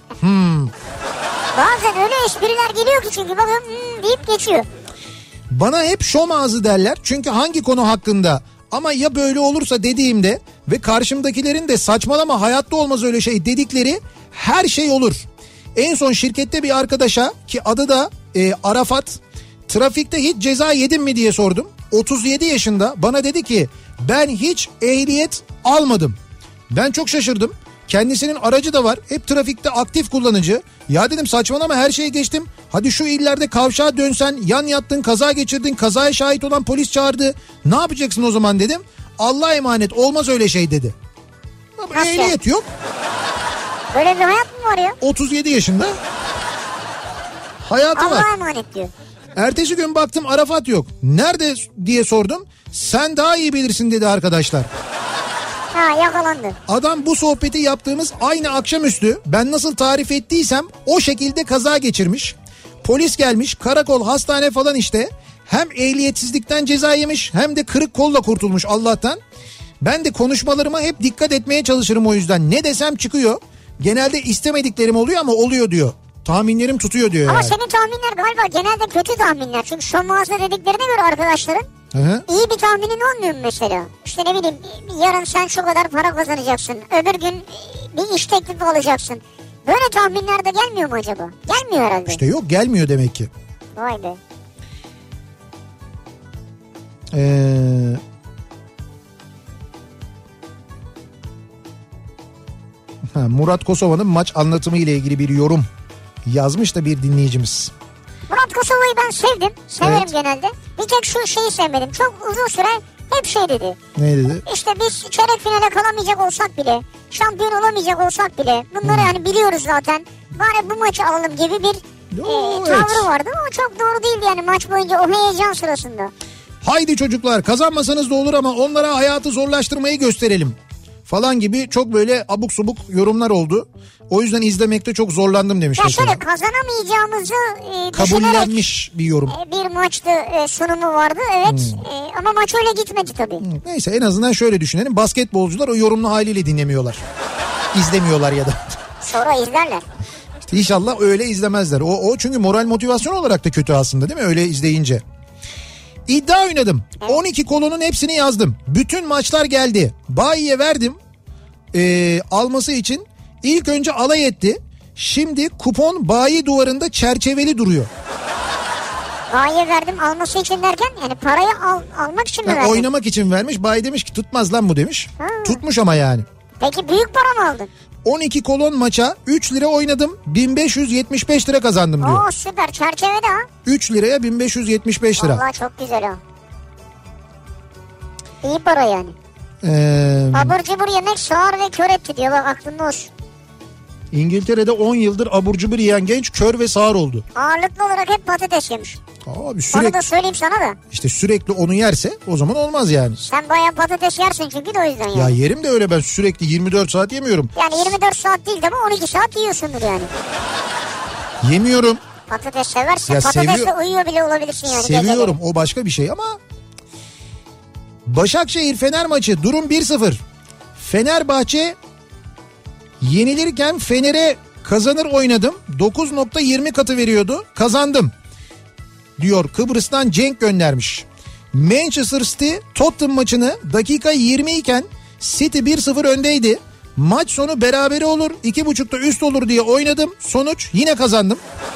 [SPEAKER 2] Bazen öyle espriler geliyor ki çünkü bakın deyip geçiyor.
[SPEAKER 1] Bana hep şom ağzı derler çünkü hangi konu hakkında ama ya böyle olursa dediğimde ve karşımdakilerin de saçmalama hayatta olmaz öyle şey dedikleri her şey olur. En son şirkette bir arkadaşa, ki adı da Arafat, trafikte hiç ceza yedim mi diye sordum. 37 yaşında, bana dedi ki ben hiç ehliyet almadım. Ben çok şaşırdım. Kendisinin aracı da var. Hep trafikte aktif kullanıcı. Ya dedim saçmalama, her şeyi geçtim. Hadi şu illerde kavşağa dönsen, yan yattın, kaza geçirdin, kazaya şahit olan polis çağırdı. Ne yapacaksın o zaman dedim. Allah'a emanet, olmaz öyle şey dedi. Ama ehliyet yok.
[SPEAKER 2] Böyle bir hayat mı var ya?
[SPEAKER 1] 37 yaşında. Hayatı var.
[SPEAKER 2] Allah'a emanet diyor.
[SPEAKER 1] Ertesi gün baktım Arafat yok. Nerede diye sordum. Sen daha iyi bilirsin dedi arkadaşlar.
[SPEAKER 2] Ha, yakalandı.
[SPEAKER 1] Adam bu sohbeti yaptığımız aynı akşamüstü ben nasıl tarif ettiysem o şekilde kaza geçirmiş. Polis gelmiş, karakol, hastane falan işte. Hem ehliyetsizlikten ceza yemiş hem de kırık kolla kurtulmuş Allah'tan. Ben de konuşmalarıma hep dikkat etmeye çalışırım o yüzden. Ne desem çıkıyor. Genelde istemediklerim oluyor ama oluyor diyor. Tahminlerim tutuyor diyor.
[SPEAKER 2] Ama
[SPEAKER 1] yani.
[SPEAKER 2] senin tahminler galiba genelde kötü tahminler. Çünkü şom ağzı dediklerine göre arkadaşların iyi bir tahminin olmuyor mu mesela? İşte ne bileyim, yarın sen şu kadar para kazanacaksın. Öbür gün bir iş teklifi alacaksın. Böyle tahminler de gelmiyor mu acaba? Gelmiyor herhalde.
[SPEAKER 1] İşte yok, gelmiyor demek ki.
[SPEAKER 2] Vay be.
[SPEAKER 1] Murat Kosova'nın maç anlatımı ile ilgili bir yorum yazmış da bir dinleyicimiz.
[SPEAKER 2] Murat Kosova'yı ben sevdim. Severim genelde. Bir tek şu şeyi sevmedim. Çok uzun süre hep şey dedi.
[SPEAKER 1] Ne dedi?
[SPEAKER 2] İşte biz çeyrek finale kalamayacak olsak bile, şampiyon olamayacak olsak bile, bunları yani biliyoruz zaten. Bari bu maçı alalım gibi bir tavrı vardı ama çok doğru değildi yani maç boyunca o heyecan sırasında.
[SPEAKER 1] Haydi çocuklar, kazanmasanız da olur ama onlara hayatı zorlaştırmayı gösterelim. falan gibi çok böyle abuk subuk yorumlar oldu. O yüzden izlemekte çok zorlandım demiş
[SPEAKER 2] ya
[SPEAKER 1] mesela.
[SPEAKER 2] şöyle kazanamayacağımızı
[SPEAKER 1] kabullenmiş bir yorum.
[SPEAKER 2] Bir maçtı, sunumu vardı evet. Ama maç öyle gitmedi tabii.
[SPEAKER 1] Neyse en azından şöyle düşünelim. Basketbolcular o yorumlu haliyle dinlemiyorlar. İzlemiyorlar ya da.
[SPEAKER 2] Sonra izlerler.
[SPEAKER 1] İşte İnşallah öyle izlemezler. O çünkü moral motivasyon olarak da kötü aslında değil mi? Öyle izleyince. İddia oynadım. Evet. 12 kolonun hepsini yazdım. Bütün maçlar geldi. Bayiye verdim. Alması için. İlk önce alay etti. Şimdi kupon bayi duvarında çerçeveli duruyor.
[SPEAKER 2] Bayiye verdim alması için derken yani parayı almak için mi verdin?
[SPEAKER 1] Oynamak için vermiş. Bayi demiş ki tutmaz lan bu demiş. Tutmuş ama yani.
[SPEAKER 2] Peki büyük para mı aldın? 12
[SPEAKER 1] kolon maça 3 lira oynadım. 1575 lira kazandım diyor.
[SPEAKER 2] Oo süper, çerçevede ha.
[SPEAKER 1] 3 liraya 1575 lira.
[SPEAKER 2] Vallahi çok güzel ha. İyi para yani. Abur cubur yemek sağır ve kör etti diyor, bak aklında olsun.
[SPEAKER 1] İngiltere'de 10 yıldır abur cubur yiyen genç kör ve sağır oldu.
[SPEAKER 2] Ağırlıklı olarak hep patates yemiş.
[SPEAKER 1] Abi sürekli.
[SPEAKER 2] Onu da söyleyeyim sana da.
[SPEAKER 1] İşte sürekli onu yerse o zaman olmaz yani.
[SPEAKER 2] Sen bayağı patates yersin çünkü de o yüzden yani.
[SPEAKER 1] Ya yerim de öyle, ben sürekli 24 saat yemiyorum.
[SPEAKER 2] Yani 24 saat değil de ama 12 saat yiyorsundur yani.
[SPEAKER 1] Yemiyorum.
[SPEAKER 2] Patates seversen patatesle uyuyor bile olabilirsin yani.
[SPEAKER 1] Seviyorum geceleri. O başka bir şey ama. Başakşehir Fener maçı durum 1-0. Fenerbahçe yenilirken Fener'e kazanır oynadım. 9.20 katı veriyordu. Kazandım. Diyor, Kıbrıs'tan Cenk göndermiş. Manchester City Tottenham maçını dakika 20 iken City 1-0 öndeydi. Maç sonu berabere olur, 2.5'ta üst olur diye oynadım. Sonuç yine kazandım.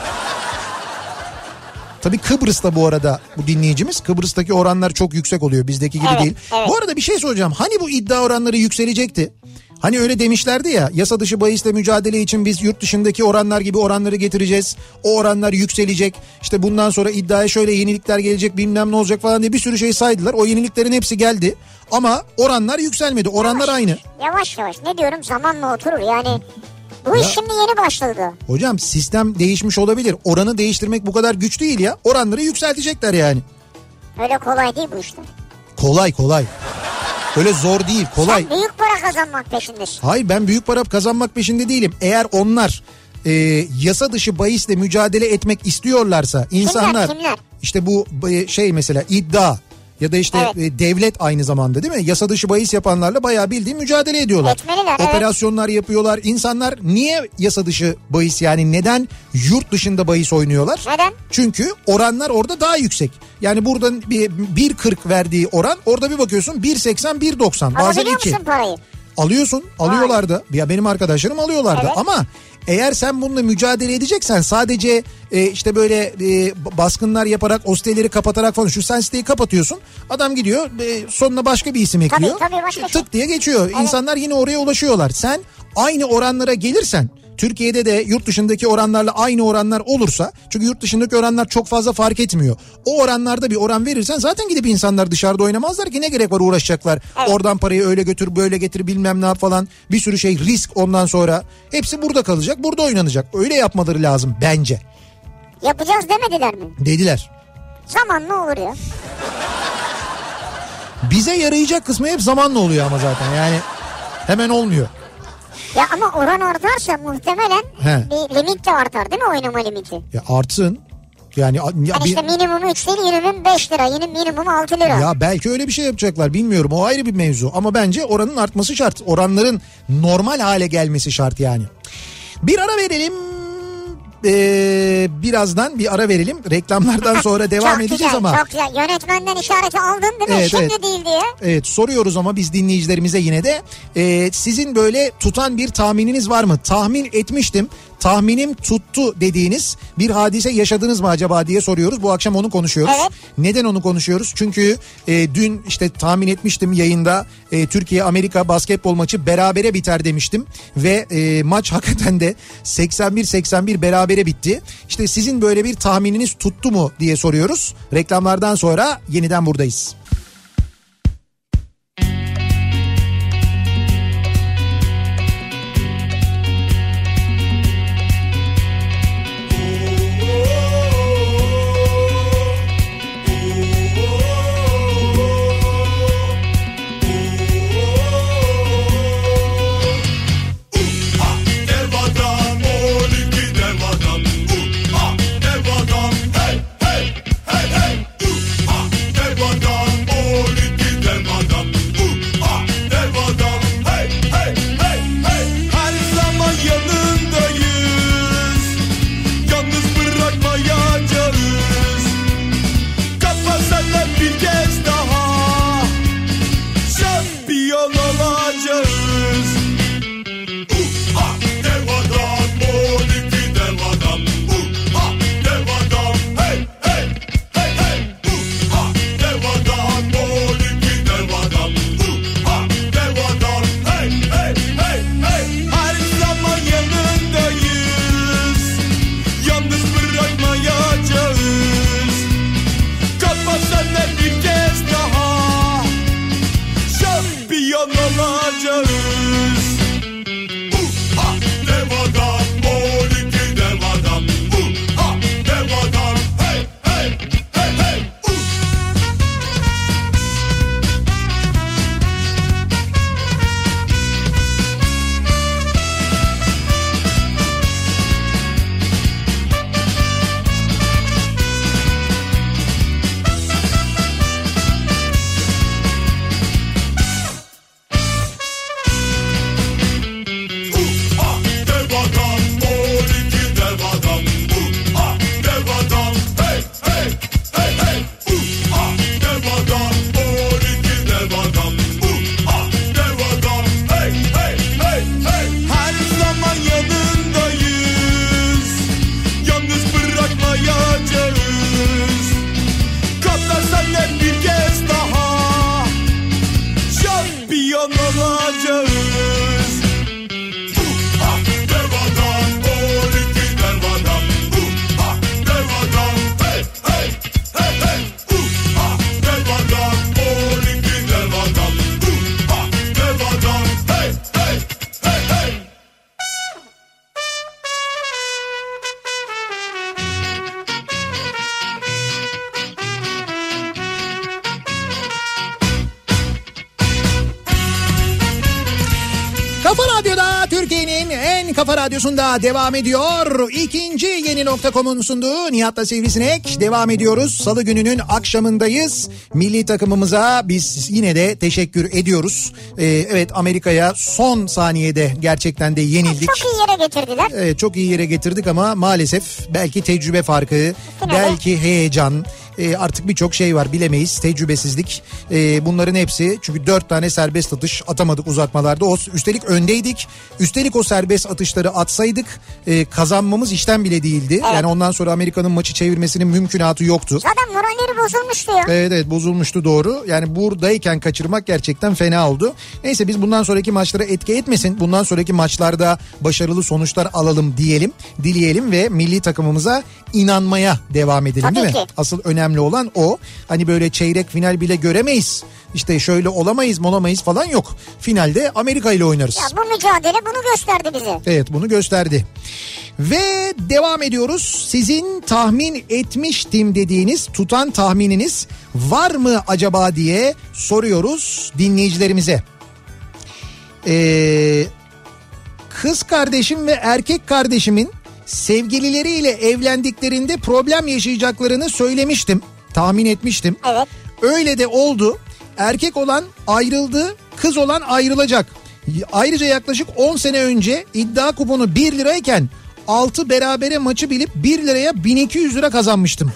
[SPEAKER 1] Tabii Kıbrıs'ta bu arada bu dinleyicimiz. Kıbrıs'taki oranlar çok yüksek oluyor, bizdeki gibi değil. Evet. Bu arada bir şey soracağım. Hani bu iddia oranları yükselecekti? Hani öyle demişlerdi ya, yasa dışı bahisle mücadele için biz yurt dışındaki oranlar gibi oranları getireceğiz. O oranlar yükselecek. İşte bundan sonra iddiaya şöyle yenilikler gelecek, bilmem ne olacak falan diye bir sürü şey saydılar. O yeniliklerin hepsi geldi. Ama oranlar yükselmedi. Oranlar aynı.
[SPEAKER 2] Yavaş yavaş ne diyorum, zamanla oturur yani. Bu iş şimdi yeni başladı.
[SPEAKER 1] Hocam sistem değişmiş olabilir. Oranı değiştirmek bu kadar güç değil ya. Oranları yükseltecekler yani.
[SPEAKER 2] Öyle kolay değil bu işler.
[SPEAKER 1] Kolay. Öyle zor değil, kolay.
[SPEAKER 2] Sen büyük para kazanmak peşindesin.
[SPEAKER 1] Şey. Hayır, ben büyük para kazanmak peşinde değilim. Eğer onlar yasa dışı bahisle mücadele etmek istiyorlarsa insanlar... Kimler? İşte bu şey mesela iddia ya da işte evet. Devlet aynı zamanda değil mi? Yasa dışı bahis yapanlarla bayağı bildiğin mücadele ediyorlar.
[SPEAKER 2] Etmeliler,
[SPEAKER 1] operasyonlar yapıyorlar. İnsanlar niye yasa dışı bahis, yani neden yurt dışında bahis oynuyorlar?
[SPEAKER 2] Neden?
[SPEAKER 1] Çünkü oranlar orada daha yüksek. Yani buradan 1.40 verdiği oran, orada bir bakıyorsun 1.80 1.90 bazen 2.
[SPEAKER 2] Alabiliyor musun parayı?
[SPEAKER 1] Alıyorsun, alıyorlar da. Ya benim arkadaşlarım alıyorlardı evet. Ama eğer sen bununla mücadele edeceksen sadece işte böyle baskınlar yaparak, o siteleri kapatarak falan, şu sen siteyi kapatıyorsun, adam gidiyor sonuna başka bir isim ekliyor.
[SPEAKER 2] Tabii, başka
[SPEAKER 1] tık diye geçiyor. Evet. İnsanlar yine oraya ulaşıyorlar. Sen aynı oranlara gelirsen, Türkiye'de de yurt dışındaki oranlarla aynı oranlar olursa, çünkü yurt dışındaki oranlar çok fazla fark etmiyor. O oranlarda bir oran verirsen zaten gidip insanlar dışarıda oynamazlar ki, ne gerek var uğraşacaklar. Evet. Oradan parayı öyle götür böyle getir bilmem ne yap falan, bir sürü şey risk, ondan sonra hepsi burada kalacak, burada oynanacak. Öyle yapmaları lazım bence.
[SPEAKER 2] Yapacağız demediler mi?
[SPEAKER 1] Dediler.
[SPEAKER 2] Zamanla olur ya.
[SPEAKER 1] Bize yarayacak kısmı hep zamanla oluyor ama zaten yani hemen olmuyor.
[SPEAKER 2] Ya ama oran artarsa muhtemelen bir limit de artar değil mi, oynama limiti?
[SPEAKER 1] Ya artsın. Yani
[SPEAKER 2] işte minimum 3 değil, minimum 5 lira, yine minimum 6 lira.
[SPEAKER 1] Ya belki öyle bir şey yapacaklar, bilmiyorum, o ayrı bir mevzu. Ama bence oranın artması şart. Oranların normal hale gelmesi şart yani. Bir ara verelim. Birazdan bir ara verelim. Reklamlardan sonra devam edeceğiz
[SPEAKER 2] güzel,
[SPEAKER 1] ama.
[SPEAKER 2] Çok güzel. Yönetmenden işareti aldın değil mi?
[SPEAKER 1] Evet,
[SPEAKER 2] şimdi değil diye.
[SPEAKER 1] Evet, soruyoruz ama biz dinleyicilerimize yine de. Sizin böyle tutan bir tahmininiz var mı? Tahmin etmiştim, tahminim tuttu dediğiniz bir hadise yaşadınız mı acaba diye soruyoruz. Bu akşam onu konuşuyoruz. Evet. Neden onu konuşuyoruz? Çünkü dün işte tahmin etmiştim yayında, Türkiye-Amerika basketbol maçı berabere biter demiştim. Ve maç hakikaten de 81-81 berabere bitti. İşte sizin böyle bir tahmininiz tuttu mu diye soruyoruz. Reklamlardan sonra yeniden buradayız. Kafa Radyo'da, Türkiye'nin en kafa radyosunda devam ediyor. İkinci yeni nokta.com'un sunduğu Nihat'la Sivrisinek devam ediyoruz. Salı gününün akşamındayız. Milli takımımıza biz yine de teşekkür ediyoruz. Evet, Amerika'ya son saniyede gerçekten de yenildik.
[SPEAKER 2] Çok iyi yere getirdiler.
[SPEAKER 1] Evet, çok iyi yere getirdik ama maalesef belki tecrübe farkı, belki heyecan, artık birçok şey var, bilemeyiz, tecrübesizlik, bunların hepsi, çünkü 4 tane serbest atış atamadık uzatmalarda, üstelik öndeydik, üstelik o serbest atışları atsaydık kazanmamız işten bile değildi. Evet. Yani ondan sonra Amerika'nın maçı çevirmesinin mümkünatı yoktu.
[SPEAKER 2] Zaten moralleri bozulmuştu ya.
[SPEAKER 1] Evet, bozulmuştu, doğru. Yani buradayken kaçırmak gerçekten fena oldu. Neyse, biz bundan sonraki maçlara etki etmesin, bundan sonraki maçlarda başarılı sonuçlar alalım dileyelim ve milli takımımıza inanmaya devam edelim. Tabii değil mi? Asıl önemli olan o. Hani böyle çeyrek final bile göremeyiz, İşte şöyle olamayız falan yok. Finalde Amerika ile oynarız.
[SPEAKER 2] Ya bu mücadele bunu gösterdi bize.
[SPEAKER 1] Evet, bunu gösterdi. Ve devam ediyoruz. Sizin tahmin etmiştim dediğiniz, tutan tahmininiz var mı acaba diye soruyoruz dinleyicilerimize. Kız kardeşim ve erkek kardeşimin sevgilileriyle evlendiklerinde problem yaşayacaklarını söylemiştim. Tahmin etmiştim.
[SPEAKER 2] Evet.
[SPEAKER 1] Öyle de oldu. Erkek olan ayrıldı, kız olan ayrılacak. Ayrıca yaklaşık 10 sene önce iddia kuponu 1 lirayken 6 berabere maçı bilip 1 liraya 1200 lira kazanmıştım.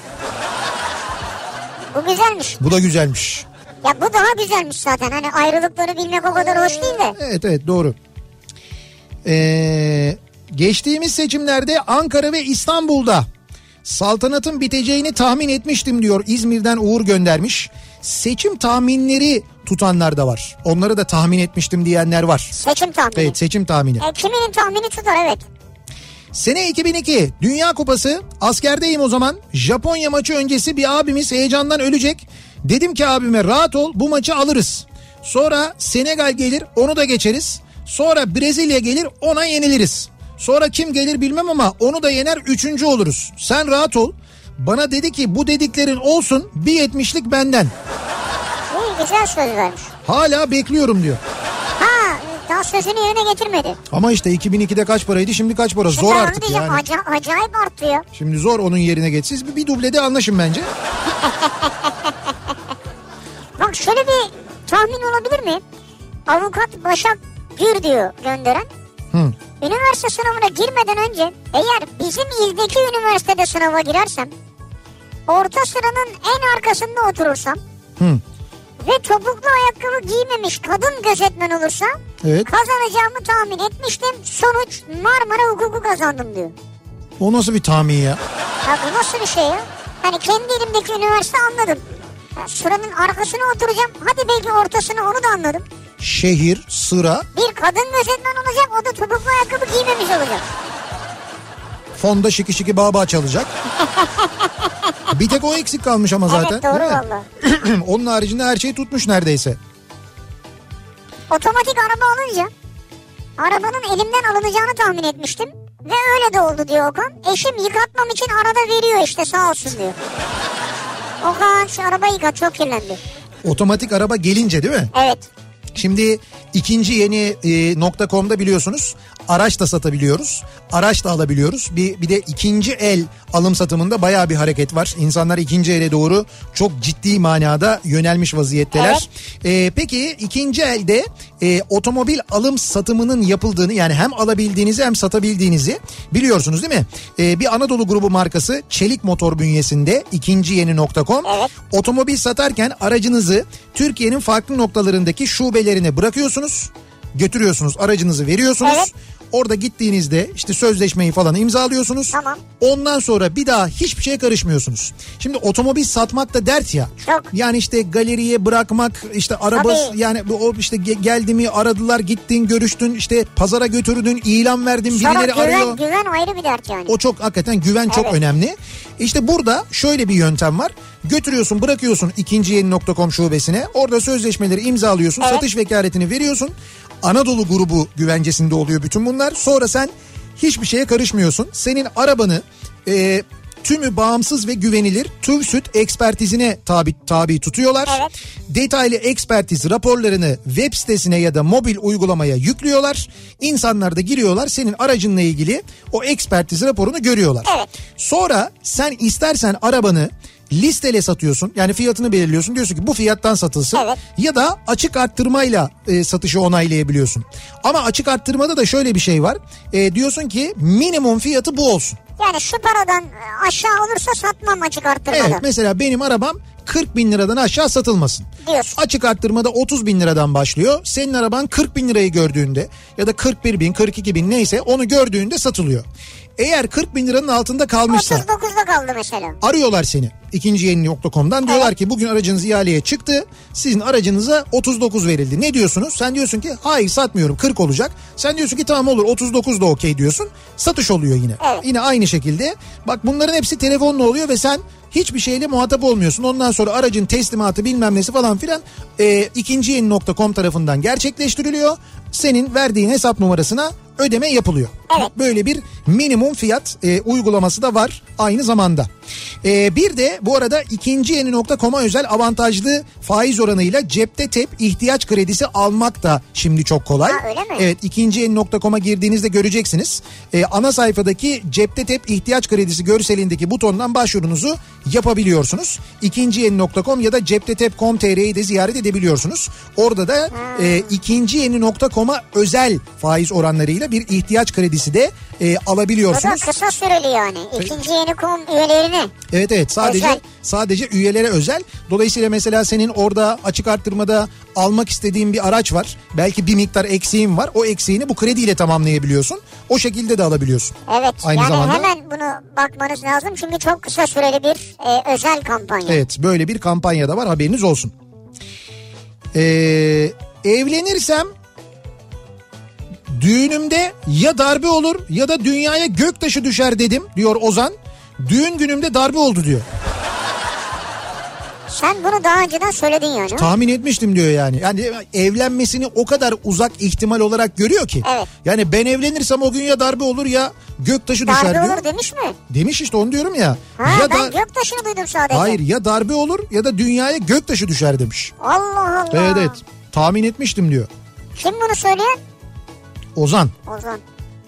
[SPEAKER 2] Bu güzelmiş.
[SPEAKER 1] Bu da güzelmiş.
[SPEAKER 2] Ya bu daha güzelmiş zaten. Hani ayrılıkları bilmek o kadar hoş değil de.
[SPEAKER 1] Evet, doğru. Geçtiğimiz seçimlerde Ankara ve İstanbul'da saltanatın biteceğini tahmin etmiştim diyor. İzmir'den Uğur göndermiş. Seçim tahminleri tutanlar da var. Onları da tahmin etmiştim diyenler var.
[SPEAKER 2] Seçim tahmini.
[SPEAKER 1] Evet, seçim tahmini.
[SPEAKER 2] Kiminin tahmini tutar, evet.
[SPEAKER 1] Sene 2002 Dünya Kupası, askerdeyim o zaman. Japonya maçı öncesi bir abimiz heyecandan ölecek. Dedim ki abime, rahat ol, bu maçı alırız. Sonra Senegal gelir, onu da geçeriz. Sonra Brezilya gelir, ona yeniliriz. Sonra kim gelir bilmem ama onu da yener, 3. oluruz. Sen rahat ol. Bana dedi ki bu dediklerin olsun, bir 70'lik benden.
[SPEAKER 2] İyi, güzel söz vermiş.
[SPEAKER 1] Hala bekliyorum diyor.
[SPEAKER 2] Ha, daha sözünü yerine getirmedi.
[SPEAKER 1] Ama işte 2002'de kaç paraydı, şimdi kaç para? Zor artık yani.
[SPEAKER 2] Acayip arttı ya.
[SPEAKER 1] Şimdi zor onun yerine geç. Siz bir dublede anlaşın bence.
[SPEAKER 2] Bak şöyle bir tahmin olabilir mi? Avukat Başak Gür diyor gönderen. Üniversite sınavına girmeden önce eğer bizim ildeki üniversitede sınava girersem, orta sıranın en arkasında oturursam ve topuklu ayakkabı giymemiş kadın gözetmen olursa kazanacağımı tahmin etmiştim. Sonuç Marmara Hukuku kazandım diyor.
[SPEAKER 1] O nasıl bir tahmin ya?
[SPEAKER 2] Ya bu nasıl bir şey ya? Hani kendi elimdeki üniversite anladım. Ya sıranın arkasına oturacağım. Hadi belki ortasına, onu da anladım.
[SPEAKER 1] Şehir, sıra.
[SPEAKER 2] Bir kadın gözetmen olacak, o da topuklu ayakkabı giymemiş olacak.
[SPEAKER 1] Fonda şiki şiki baba çalacak. Bir tek o eksik kalmış ama zaten.
[SPEAKER 2] Evet, doğru valla.
[SPEAKER 1] Onun haricinde her şey tutmuş neredeyse.
[SPEAKER 2] Otomatik araba alınca arabanın elimden alınacağını tahmin etmiştim. Ve öyle de oldu diyor Okan. Eşim yıkatmam için arada veriyor işte, sağ olsun diyor. Okan şu arabayı yıkat, çok kirlendi.
[SPEAKER 1] Otomatik araba gelince değil mi?
[SPEAKER 2] Evet.
[SPEAKER 1] Şimdi ikinci yeni .com'da biliyorsunuz araç da satabiliyoruz. Araç da alabiliyoruz. Bir de ikinci el alım satımında bayağı bir hareket var. İnsanlar ikinci ele doğru çok ciddi manada yönelmiş vaziyetteler. Evet. Peki ikinci elde otomobil alım satımının yapıldığını, yani hem alabildiğinizi hem satabildiğinizi biliyorsunuz değil mi? Bir Anadolu grubu markası Çelik Motor bünyesinde ikinci yeni .com.
[SPEAKER 2] Evet.
[SPEAKER 1] Otomobil satarken aracınızı Türkiye'nin farklı noktalarındaki şubelerine bırakıyorsunuz. Götürüyorsunuz, aracınızı veriyorsunuz.
[SPEAKER 2] Evet.
[SPEAKER 1] Orada gittiğinizde işte sözleşmeyi falan imzalıyorsunuz.
[SPEAKER 2] Tamam.
[SPEAKER 1] Ondan sonra bir daha hiçbir şeye karışmıyorsunuz. Şimdi otomobil satmak da dert ya.
[SPEAKER 2] Çok.
[SPEAKER 1] Yani işte galeriye bırakmak, işte araba, yani o işte geldi mi, aradılar, gittin, görüştün, işte pazara götürdün, ilan verdin, birileri arıyor.
[SPEAKER 2] Güven ayrı bir dert yani.
[SPEAKER 1] O çok, hakikaten güven çok önemli. İşte burada şöyle bir yöntem var. Götürüyorsun, bırakıyorsun ikinciyeni.com şubesine. Orada sözleşmeleri imzalıyorsun, satış vekaletini veriyorsun. Anadolu grubu güvencesinde oluyor bütün bunlar. Sonra sen hiçbir şeye karışmıyorsun. Senin arabanı tümü bağımsız ve güvenilir TÜVSÜT ekspertizine tabi tutuyorlar.
[SPEAKER 2] Evet.
[SPEAKER 1] Detaylı ekspertiz raporlarını web sitesine ya da mobil uygulamaya yüklüyorlar. İnsanlar da giriyorlar, senin aracınla ilgili o ekspertiz raporunu görüyorlar.
[SPEAKER 2] Evet.
[SPEAKER 1] Sonra sen istersen arabanı listele satıyorsun. Yani fiyatını belirliyorsun. Diyorsun ki bu fiyattan satılsın.
[SPEAKER 2] Evet.
[SPEAKER 1] Ya da açık arttırmayla satışı onaylayabiliyorsun. Ama açık arttırmada da şöyle bir şey var. Diyorsun ki minimum fiyatı bu olsun.
[SPEAKER 2] Yani şu paradan aşağı olursa satmam açık arttırmada.
[SPEAKER 1] Evet, mesela benim arabam 40 bin liradan aşağı satılmasın.
[SPEAKER 2] Diyorsun.
[SPEAKER 1] Açık arttırmada 30 bin liradan başlıyor. Senin araban 40 bin lirayı gördüğünde ya da 41 bin 42 bin neyse onu gördüğünde satılıyor. Eğer 40 bin liranın altında kalmışsa
[SPEAKER 2] 39'da kaldı mesela.
[SPEAKER 1] arıyorlar seni ikinciyeni.com'dan, diyorlar ki bugün aracınız ihaleye çıktı, sizin aracınıza 39 verildi. Ne diyorsunuz? Sen diyorsun ki hayır satmıyorum, 40 olacak. Sen diyorsun ki tamam olur, 39 da okey diyorsun. Satış oluyor yine.
[SPEAKER 2] Evet.
[SPEAKER 1] Yine aynı şekilde. Bak bunların hepsi telefonla oluyor ve sen hiçbir şeyle muhatap olmuyorsun. Ondan sonra aracın teslimatı bilmem nesi falan filan ikinciyeni.com tarafından gerçekleştiriliyor. Senin verdiğin hesap numarasına ödeme yapılıyor.
[SPEAKER 2] Evet.
[SPEAKER 1] Böyle bir minimum fiyat uygulaması da var aynı zamanda. Bir de bu arada ikinciyeni.com'a özel avantajlı faiz oranıyla cepte tep ihtiyaç kredisi almak da şimdi çok kolay.
[SPEAKER 2] Ha, öyle mi?
[SPEAKER 1] Evet, ikinciyeni.com'a girdiğinizde göreceksiniz. Ana sayfadaki cepte tep ihtiyaç kredisi görselindeki butondan başvurunuzu yapabiliyorsunuz. ikinciyeni.com ya da ceptetep.com.tr'yi de ziyaret edebiliyorsunuz. Orada da ikinciyeni.com'a özel faiz oranlarıyla bir ihtiyaç kredisi de
[SPEAKER 2] Bu da
[SPEAKER 1] alabiliyorsunuz.
[SPEAKER 2] kısa süreli yani. İkinci Yeni.com üyelerine.
[SPEAKER 1] Evet sadece üyelere özel. Dolayısıyla mesela senin orada açık arttırmada almak istediğin bir araç var. Belki bir miktar eksiğin var. O eksiğini bu krediyle tamamlayabiliyorsun. O şekilde de alabiliyorsun.
[SPEAKER 2] Evet.
[SPEAKER 1] Aynı
[SPEAKER 2] yani
[SPEAKER 1] zamanda,
[SPEAKER 2] hemen bunu bakmanız lazım çünkü çok kısa süreli bir özel kampanya.
[SPEAKER 1] evet, böyle bir kampanya da var, haberiniz olsun. Evlenirsem düğünümde ya darbe olur ya da dünyaya göktaşı düşer dedim diyor Ozan. Düğün günümde darbe oldu diyor.
[SPEAKER 2] Sen bunu daha önceden söyledin yani.
[SPEAKER 1] Tahmin etmiştim diyor yani. Yani evlenmesini o kadar uzak ihtimal olarak görüyor ki.
[SPEAKER 2] Evet.
[SPEAKER 1] Yani ben evlenirsem o gün ya darbe olur ya göktaşı düşer
[SPEAKER 2] Darbe
[SPEAKER 1] diyor.
[SPEAKER 2] olur demiş mi?
[SPEAKER 1] Demiş işte, onu diyorum ya.
[SPEAKER 2] Ha,
[SPEAKER 1] ya
[SPEAKER 2] ben göktaşını duydum sadece.
[SPEAKER 1] Hayır, ya darbe olur ya da dünyaya göktaşı düşer demiş.
[SPEAKER 2] Allah Allah.
[SPEAKER 1] Evet evet, tahmin etmiştim diyor.
[SPEAKER 2] Kim bunu söyleyen?
[SPEAKER 1] Ozan.
[SPEAKER 2] Ozan.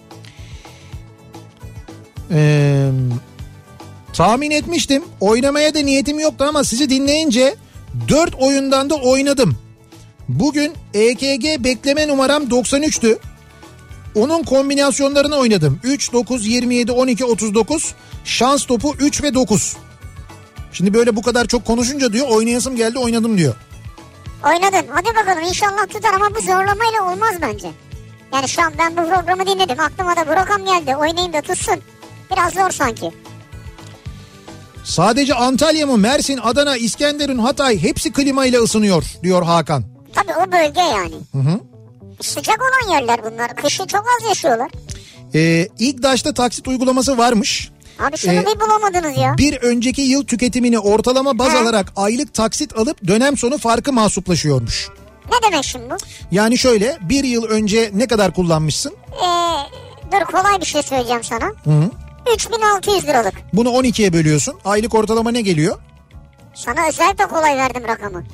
[SPEAKER 1] Tahmin etmiştim. Oynamaya da niyetim yoktu ama sizi dinleyince 4 oyundan da oynadım. Bugün EKG bekleme numaram 93'tü. Onun kombinasyonlarını oynadım. 3, 9, 27, 12, 39. Şans topu 3 ve 9. Şimdi böyle bu kadar çok konuşunca diyor oynayasım geldi, oynadım diyor.
[SPEAKER 2] Oynadın. Hadi bakalım inşallah tutar ama bu zorlamayla olmaz bence. Yani şu an ben bu programı dinledim. Aklıma da bu rakam geldi. Oynayayım da tutsun. Biraz zor sanki.
[SPEAKER 1] Sadece Antalya mı, Mersin, Adana, İskenderun, Hatay hepsi klimayla ısınıyor diyor Hakan.
[SPEAKER 2] Tabii o bölge yani.
[SPEAKER 1] Hı.
[SPEAKER 2] Sıcak olan yerler bunlar. Kışı çok az yaşıyorlar.
[SPEAKER 1] İGDAŞ'ta taksit uygulaması varmış.
[SPEAKER 2] Abi şunu bir bulamadınız ya.
[SPEAKER 1] Bir önceki yıl tüketimini ortalama baz alarak aylık taksit alıp dönem sonu farkı mahsuplaşıyormuş.
[SPEAKER 2] Ne demek şimdi bu?
[SPEAKER 1] Yani şöyle, bir yıl önce ne kadar kullanmışsın?
[SPEAKER 2] Dur kolay bir şey söyleyeceğim sana.
[SPEAKER 1] Hı.
[SPEAKER 2] 3600 liralık.
[SPEAKER 1] Bunu 12'ye bölüyorsun. Aylık ortalama ne geliyor?
[SPEAKER 2] Sana özellikle kolay verdim rakamı.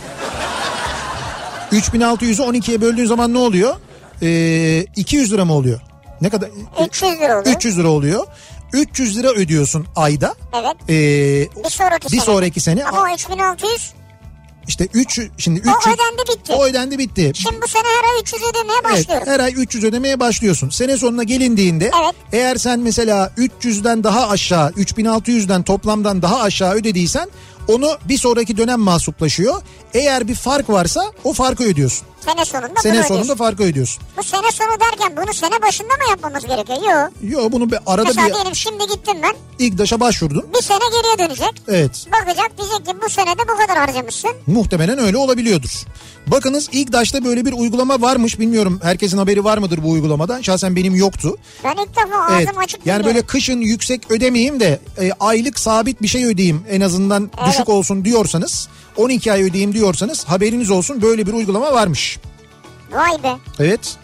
[SPEAKER 1] 3600'ü 12'ye böldüğün zaman ne oluyor? 200 lira mı oluyor? Ne kadar?
[SPEAKER 2] 300 lira oluyor.
[SPEAKER 1] 300 lira oluyor. 300 lira ödüyorsun ayda.
[SPEAKER 2] Evet. Bir sonraki sene. Ama o 3600
[SPEAKER 1] işte 300 şimdi 300
[SPEAKER 2] o ödendi bitti.
[SPEAKER 1] O ödendi bitti.
[SPEAKER 2] Şimdi bu sene her ay 300 ödemeye başlıyoruz.
[SPEAKER 1] Evet, her ay 300 ödemeye başlıyorsun. Sene sonuna gelindiğinde eğer sen mesela 300'den daha aşağı, 3600'den toplamdan daha aşağı ödediysen onu bir sonraki dönem mahsuplaşıyor. Eğer bir fark varsa o farkı ödüyorsun.
[SPEAKER 2] Sene sonunda
[SPEAKER 1] farkı ödüyorsun.
[SPEAKER 2] Bu sene sonu derken bunu sene başında mı yapmamız gerekiyor?
[SPEAKER 1] Yok bunu arada
[SPEAKER 2] mesela diyelim şimdi gittim ben.
[SPEAKER 1] İGDAŞ'a başvurdun.
[SPEAKER 2] Bir sene geriye dönecek.
[SPEAKER 1] Evet.
[SPEAKER 2] Bakacak, diyecek ki bu senede bu kadar harcamışsın.
[SPEAKER 1] Muhtemelen öyle olabiliyordur. Bakınız İGDAŞ'ta böyle bir uygulama varmış. Bilmiyorum herkesin haberi var mıdır bu uygulamadan? Şahsen benim yoktu.
[SPEAKER 2] Ben ilk defa ağzım açık.
[SPEAKER 1] Yani böyle kışın yüksek ödemeyeyim de aylık sabit bir şey ödeyeyim en azından düşük olsun diyorsanız, 12 ay ödeyeyim diyorsanız haberiniz olsun, böyle bir uygulama varmış.
[SPEAKER 2] Vay be.
[SPEAKER 1] Evet.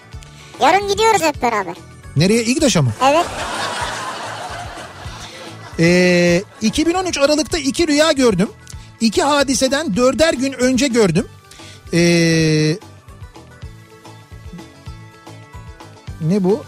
[SPEAKER 2] Yarın gidiyoruz hep beraber.
[SPEAKER 1] Nereye, İGDAŞ'a mı?
[SPEAKER 2] Evet.
[SPEAKER 1] 2013 Aralık'ta 2 rüya gördüm. 2 hadiseden 4'er gün önce gördüm. Ne bu?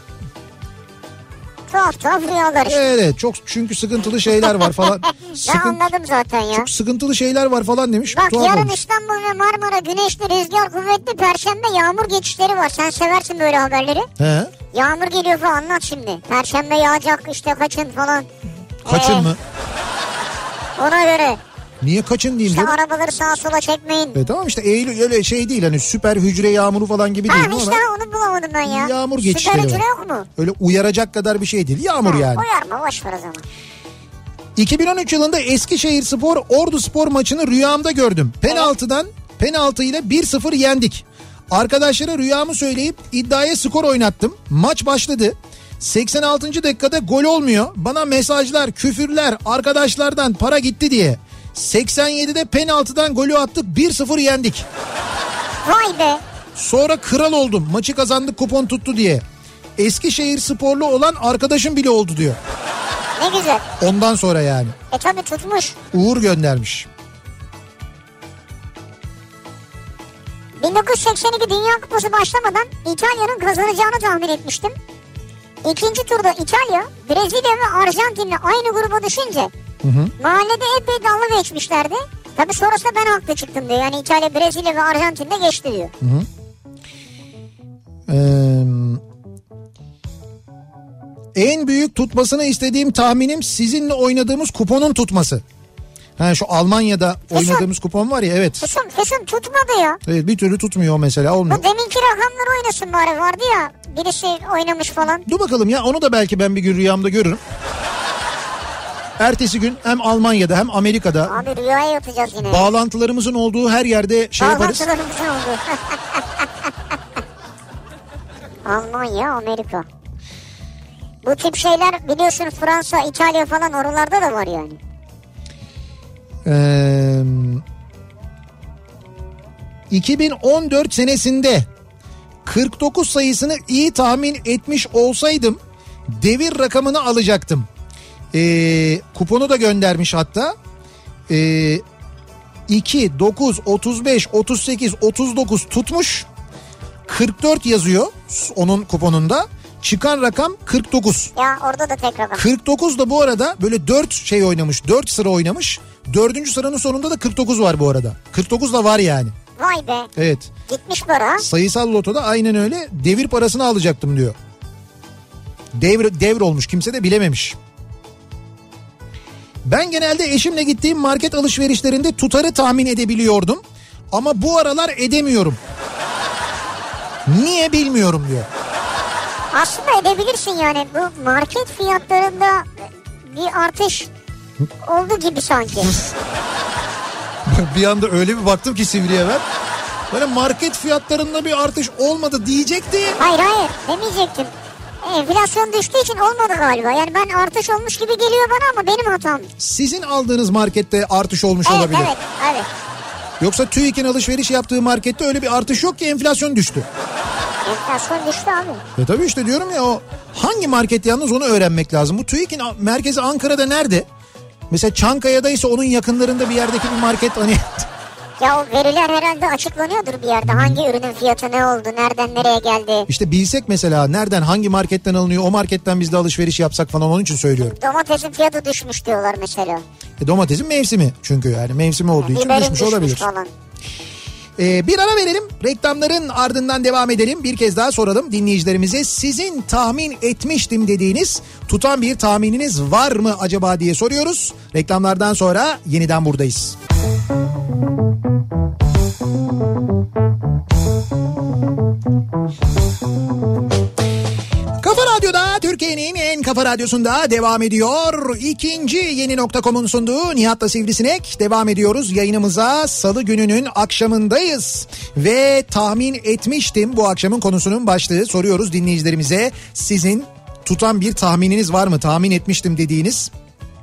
[SPEAKER 2] Tuhaf rüyalar işte.
[SPEAKER 1] Evet, çok çünkü sıkıntılı şeyler var falan.
[SPEAKER 2] Ben anladım zaten ya.
[SPEAKER 1] Çok sıkıntılı şeyler var falan demiş.
[SPEAKER 2] Bak
[SPEAKER 1] Tuhaf
[SPEAKER 2] yarın
[SPEAKER 1] olmuş.
[SPEAKER 2] İstanbul ve Marmara güneşli, rüzgar kuvvetli, Perşembe yağmur geçişleri var. Sen seversin böyle haberleri.
[SPEAKER 1] He?
[SPEAKER 2] Yağmur geliyor falan, anlat şimdi. Perşembe yağacak işte, kaçın falan.
[SPEAKER 1] Kaçın mı?
[SPEAKER 2] Ona göre.
[SPEAKER 1] Niye kaçın diyeyim
[SPEAKER 2] İşte
[SPEAKER 1] canım?
[SPEAKER 2] arabaları sağa sola çekmeyin.
[SPEAKER 1] Tamam işte Eylül öyle şey değil, hani süper hücre yağmuru falan gibi değil.
[SPEAKER 2] Ha işte onu bulamadım ben ya.
[SPEAKER 1] Yağmur geçişleri
[SPEAKER 2] süper hücre
[SPEAKER 1] var.
[SPEAKER 2] yok mu?
[SPEAKER 1] Öyle uyaracak kadar bir şey değil. Yağmur yani.
[SPEAKER 2] Uyarma, boş ver o zaman.
[SPEAKER 1] 2013 yılında Eskişehirspor Orduspor maçını rüyamda gördüm. Penaltıyla 1-0 yendik. Arkadaşlara rüyamı söyleyip iddiaya skor oynattım. Maç başladı. 86. dakikada gol olmuyor. Bana mesajlar, küfürler, arkadaşlardan para gitti diye. 87'de penaltıdan golü attık, 1-0 yendik.
[SPEAKER 2] Vay be.
[SPEAKER 1] Sonra kral oldum. Maçı kazandık, kupon tuttu diye. Eskişehirsporlu olan arkadaşım bile oldu diyor.
[SPEAKER 2] Ne güzel.
[SPEAKER 1] Ondan sonra yani.
[SPEAKER 2] Tabii tutmuş.
[SPEAKER 1] Uğur göndermiş.
[SPEAKER 2] 1982 Dünya Kupası başlamadan İtalya'nın kazanacağını tahmin etmiştim. İkinci turda İtalya, Brezilya ve Arjantin'le aynı gruba düşünce mahallede epey dalga geçmişlerdi. Tabii sonrasında ben haklı çıktım diyor. Yani İtalya, Brezilya ve Arjantin'de geçti diyor.
[SPEAKER 1] En büyük tutmasını istediğim tahminim sizinle oynadığımız kuponun tutması. Ha, şu Almanya'da oynadığımız kupon var ya, evet.
[SPEAKER 2] Kesin tutmadı ya.
[SPEAKER 1] Evet, bir türlü tutmuyor mesela, olmuyor.
[SPEAKER 2] Bu deminki rakamlar oynasın bari, vardı ya birisi oynamış falan.
[SPEAKER 1] Dur bakalım ya, onu da belki ben bir gün rüyamda görürüm. Ertesi gün hem Almanya'da hem Amerika'da.
[SPEAKER 2] Abi rüyaya yatacağız yine.
[SPEAKER 1] Bağlantılarımızın olduğu her yerde şey yaparız.
[SPEAKER 2] Bağlantılarımızın olduğu. Almanya, Amerika. Bu tip şeyler biliyorsun Fransa, İtalya falan, oralarda da var yani.
[SPEAKER 1] 2014 senesinde 49 sayısını iyi tahmin etmiş olsaydım devir rakamını alacaktım. Kuponu da göndermiş hatta. 2, 9, 35, 38, 39 tutmuş. 44 yazıyor onun kuponunda. Çıkan rakam 49.
[SPEAKER 2] Ya orada da tek rakam.
[SPEAKER 1] 49 da bu arada böyle 4 şey oynamış. 4 sıra oynamış. 4. sıranın sonunda da 49 var bu arada. 49 da var yani.
[SPEAKER 2] Vay be.
[SPEAKER 1] Evet.
[SPEAKER 2] Gitmiş para.
[SPEAKER 1] Sayısal lotoda aynen öyle. Devir parasını alacaktım diyor. Devir olmuş, kimse de bilememiş. Ben genelde eşimle gittiğim market alışverişlerinde tutarı tahmin edebiliyordum. Ama bu aralar edemiyorum. Niye bilmiyorum diyor.
[SPEAKER 2] Aslında edebilirsin yani, bu market fiyatlarında bir artış oldu gibi sanki.
[SPEAKER 1] Bir anda öyle bir baktım ki Sivri'ye ben. Böyle market fiyatlarında bir artış olmadı diyecektim.
[SPEAKER 2] Hayır demeyecektim. Enflasyon düştüğü için olmadı galiba. Yani ben artış olmuş gibi geliyor bana ama benim hatam.
[SPEAKER 1] Sizin aldığınız markette artış olmuş olabilir.
[SPEAKER 2] Evet.
[SPEAKER 1] Yoksa TÜİK'in alışveriş yaptığı markette öyle bir artış yok ki, enflasyon düştü.
[SPEAKER 2] Enflasyon düştü abi.
[SPEAKER 1] Tabii işte diyorum ya, o hangi market yalnız onu öğrenmek lazım. Bu TÜİK'in merkezi Ankara'da nerede? Mesela Çankaya'daysa onun yakınlarında bir yerdeki bir market hani...
[SPEAKER 2] Ya o veriler herhalde açıklanıyordur bir yerde. Hangi ürünün fiyatı ne oldu, nereden nereye geldi.
[SPEAKER 1] İşte bilsek mesela nereden, hangi marketten alınıyor, o marketten biz de alışveriş yapsak falan, onun için söylüyorum.
[SPEAKER 2] Domatesin fiyatı düşmüş diyorlar mesela.
[SPEAKER 1] Domatesin mevsimi çünkü, yani mevsimi olduğu için
[SPEAKER 2] Biberin
[SPEAKER 1] düşmüş olabilir.
[SPEAKER 2] Falan.
[SPEAKER 1] Bir ara verelim, reklamların ardından devam edelim. Bir kez daha soralım dinleyicilerimize, sizin tahmin etmiştim dediğiniz tutan bir tahmininiz var mı acaba diye soruyoruz. Reklamlardan sonra yeniden buradayız. Kafa Radyo'da, Türkiye'nin en kafa radyosunda devam ediyor. İkinci Yeni.com'un sunduğu Nihat'la Sivrisinek devam ediyoruz. Yayınımıza salı gününün akşamındayız. Ve tahmin etmiştim, bu akşamın konusunun başlığı. Soruyoruz dinleyicilerimize, sizin tutan bir tahmininiz var mı? Tahmin etmiştim dediğiniz.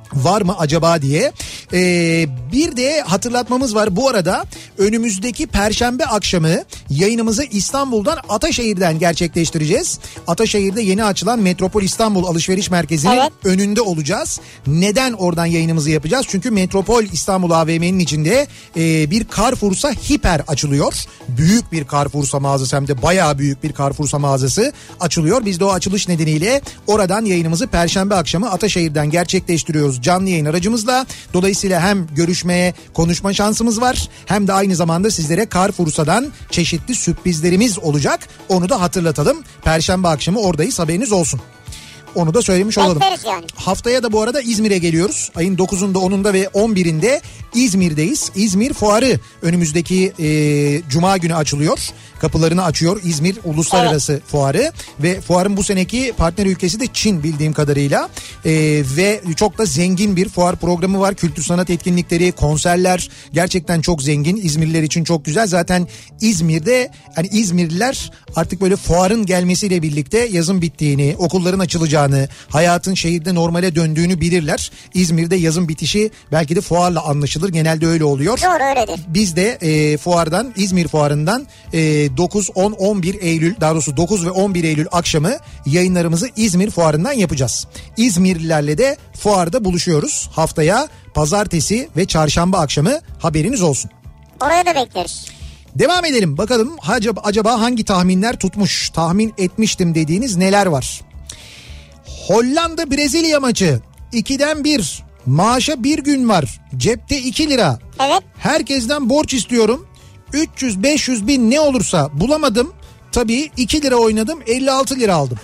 [SPEAKER 1] var mı acaba diye. Bir de hatırlatmamız var. Bu arada önümüzdeki Perşembe akşamı yayınımızı İstanbul'dan Ataşehir'den gerçekleştireceğiz. Ataşehir'de yeni açılan Metropol İstanbul Alışveriş Merkezi'nin önünde olacağız. Neden oradan yayınımızı yapacağız? Çünkü Metropol İstanbul AVM'nin içinde bir Carrefour'sa Hiper açılıyor. Büyük bir Carrefour'sa mağazası, hem de bayağı büyük bir Carrefour'sa mağazası açılıyor. Biz de o açılış nedeniyle oradan yayınımızı Perşembe akşamı Ataşehir'den gerçekleştiriyoruz canlı yayın aracımızla. Dolayısıyla hem görüşmeye, konuşma şansımız var, hem de aynı zamanda sizlere Carrefour'dan çeşitli sürprizlerimiz olacak. Onu da hatırlatalım. Perşembe akşamı oradayız, haberiniz olsun. Onu da söylemiş olalım.
[SPEAKER 2] Yani.
[SPEAKER 1] Haftaya da bu arada İzmir'e geliyoruz. Ayın 9'unda, 10'unda ve 11'inde İzmir'deyiz. İzmir Fuarı önümüzdeki Cuma günü açılıyor. Kapılarını açıyor İzmir Uluslararası Fuarı. Ve fuarın bu seneki partner ülkesi de Çin bildiğim kadarıyla. Ve çok da zengin bir fuar programı var. Kültür sanat etkinlikleri, konserler gerçekten çok zengin. İzmirliler için çok güzel. Zaten İzmir'de hani İzmirliler artık böyle fuarın gelmesiyle birlikte yazın bittiğini, okulların açılacağını, hayatın şehirde normale döndüğünü bilirler. İzmir'de yazın bitişi belki de fuarla anlaşılır. Genelde öyle oluyor.
[SPEAKER 2] Doğru, öyledir.
[SPEAKER 1] Biz de fuardan, İzmir Fuarı'ndan 9, 10, 11 Eylül, daha doğrusu 9 ve 11 Eylül akşamı yayınlarımızı İzmir Fuarı'ndan yapacağız. İzmirlilerle de fuarda buluşuyoruz. Haftaya pazartesi ve çarşamba akşamı, haberiniz olsun.
[SPEAKER 2] Oraya da bekleriz.
[SPEAKER 1] Devam edelim bakalım acaba hangi tahminler tutmuş, tahmin etmiştim dediğiniz neler var? Hollanda Brezilya maçı 2'den 1, maaşa bir gün var, cepte 2 lira.
[SPEAKER 2] Evet.
[SPEAKER 1] Herkesten borç istiyorum. 300-500 bin ne olursa bulamadım. Tabii 2 lira oynadım, 56 lira aldım.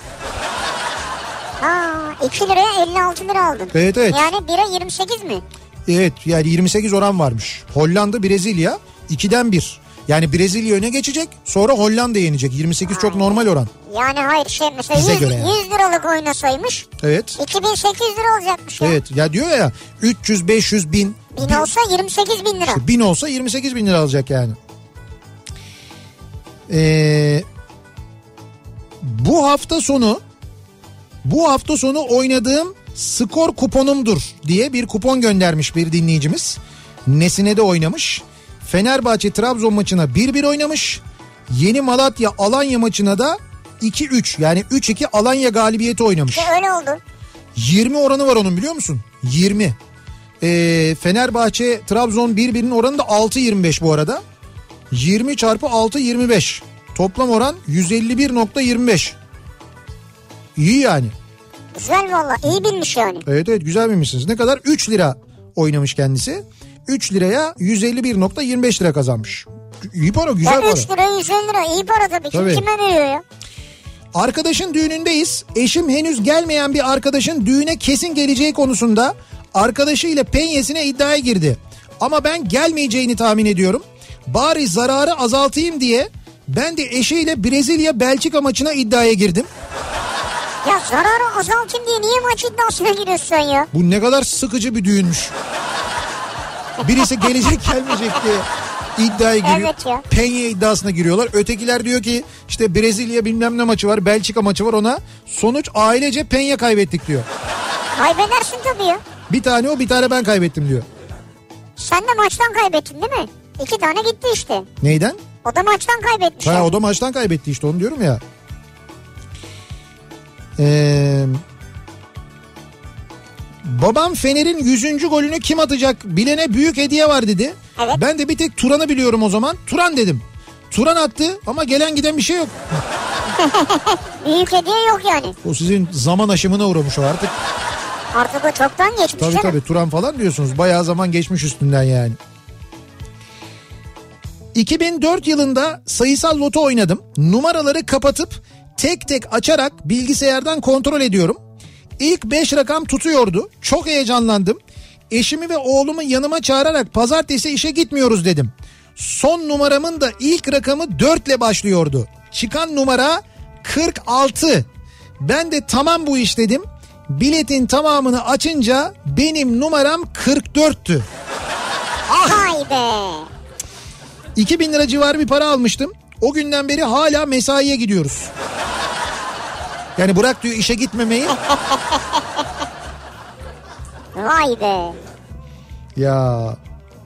[SPEAKER 2] Ha, 2 liraya 56 lira aldın.
[SPEAKER 1] Evet.
[SPEAKER 2] Yani 1'e 28 mi?
[SPEAKER 1] Evet, yani 28 oran varmış. Hollanda Brezilya 2'den 1. Yani Brezilya öne geçecek, sonra Hollanda yenecek. 28 çok normal oran.
[SPEAKER 2] Yani hayır, mesela 100 liralık oynasaymış.
[SPEAKER 1] Evet.
[SPEAKER 2] 2800 lira olacakmış ya.
[SPEAKER 1] Evet ya, diyor ya 300-500 bin.
[SPEAKER 2] 1000 olsa 28 bin lira.
[SPEAKER 1] İşte 1000 olsa 28 bin lira alacak yani. Bu hafta sonu oynadığım skor kuponumdur diye bir kupon göndermiş bir dinleyicimiz. Nesine de oynamış. Fenerbahçe Trabzon maçına 1-1 oynamış. Yeni Malatya Alanya maçına da 2-3, yani 3-2 Alanya galibiyeti oynamış.
[SPEAKER 2] Öyle oldu.
[SPEAKER 1] 20 oranı var onun, biliyor musun? 20. Fenerbahçe Trabzon 1-1'in oranı da 6.25 bu arada. 20 çarpı 6 25. Toplam oran 151.25. İyi yani.
[SPEAKER 2] Güzel valla, iyi bilmiş yani.
[SPEAKER 1] Evet güzel bilmişsiniz. Ne kadar? 3 lira oynamış kendisi. 3 liraya 151.25 lira kazanmış. İyi para, güzel para.
[SPEAKER 2] 3 lira 150 lira iyi para tabii. Kim kime veriyor ya?
[SPEAKER 1] Arkadaşın düğünündeyiz. Eşim henüz gelmeyen bir arkadaşın düğüne kesin geleceği konusunda arkadaşıyla penyesine iddiaya girdi. Ama ben gelmeyeceğini tahmin ediyorum. Bari zararı azaltayım diye ben de eşiyle Brezilya Belçika maçına iddiaya girdim.
[SPEAKER 2] Ya zararı azaltayım diye niye maç iddiasına giriyorsun ya?
[SPEAKER 1] Bu ne kadar sıkıcı bir düğünmüş. Birisi gelecek gelmeyecek diye iddiaya giriyor.
[SPEAKER 2] Evet ya.
[SPEAKER 1] Penye iddiasına giriyorlar. Ötekiler diyor ki işte Brezilya bilmem ne maçı var, Belçika maçı var, ona sonuç ailece penye kaybettik diyor.
[SPEAKER 2] Kaybedersin tabii ya.
[SPEAKER 1] Bir tane o, bir tane ben kaybettim diyor.
[SPEAKER 2] Sen de maçtan kaybettin değil mi? 2 tane gitti işte.
[SPEAKER 1] Neyden?
[SPEAKER 2] O da maçtan kaybetmiş.
[SPEAKER 1] Ha, o da maçtan kaybetti işte, onu diyorum ya. Babam Fener'in 100. golünü kim atacak bilene büyük hediye var dedi.
[SPEAKER 2] Evet.
[SPEAKER 1] Ben de bir tek Turan'ı biliyorum o zaman. Turan dedim. Turan attı ama gelen giden bir şey yok.
[SPEAKER 2] Büyük hediye yok yani.
[SPEAKER 1] O sizin zaman aşımına uğramış o artık.
[SPEAKER 2] Artık o çoktan geçmiş.
[SPEAKER 1] Tabii Turan falan diyorsunuz. Bayağı zaman geçmiş üstünden yani. 2004 yılında sayısal loto oynadım. Numaraları kapatıp tek tek açarak bilgisayardan kontrol ediyorum. İlk 5 rakam tutuyordu. Çok heyecanlandım. Eşimi ve oğlumu yanıma çağırarak pazartesi işe gitmiyoruz dedim. Son numaramın da ilk rakamı 4 ile başlıyordu. Çıkan numara 46. Ben de tamam bu iş dedim. Biletin tamamını açınca benim numaram 44'tü.
[SPEAKER 2] Vay be.
[SPEAKER 1] 2000 lira civarı bir para almıştım. O günden beri hala mesaiye gidiyoruz. Yani bırak diyor işe gitmemeyi.
[SPEAKER 2] Vay be.
[SPEAKER 1] Ya.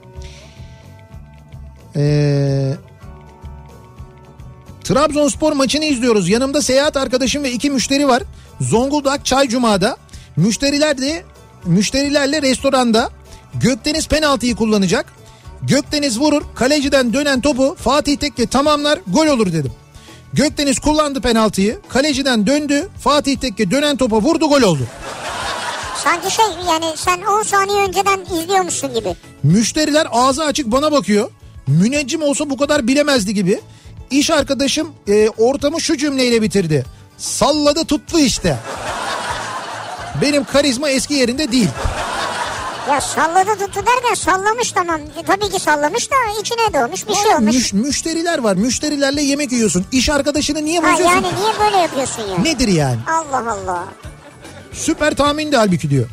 [SPEAKER 1] Trabzonspor maçını izliyoruz. Yanımda seyahat arkadaşım ve 2 müşteri var. Zonguldak Çaycuma'da. Müşterilerle restoranda. Gökdeniz penaltıyı kullanacak. Gökdeniz vurur. Kaleciden dönen topu Fatih Tekke tamamlar. Gol olur dedim. Gökdeniz kullandı penaltıyı. Kaleciden döndü. Fatih Tekke dönen topa vurdu, gol oldu.
[SPEAKER 2] Sanki yani sen 10 saniye önceden izliyormuşsun gibi.
[SPEAKER 1] Müşteriler ağzı açık bana bakıyor. Müneccim olsa bu kadar bilemezdi gibi. İş arkadaşım ortamı şu cümleyle bitirdi. Salladı tuttu işte. Benim karizma eski yerinde değil.
[SPEAKER 2] Ya salladı tuttu derken sallamış, tamam. Tabii ki sallamış da içine doğmuş bir şey olmuş.
[SPEAKER 1] Müşteriler var. Müşterilerle yemek yiyorsun. İş arkadaşını niye bozuyorsun?
[SPEAKER 2] Yani niye böyle yapıyorsun ya?
[SPEAKER 1] Nedir yani?
[SPEAKER 2] Allah Allah.
[SPEAKER 1] Süper tahmin de halbuki diyor.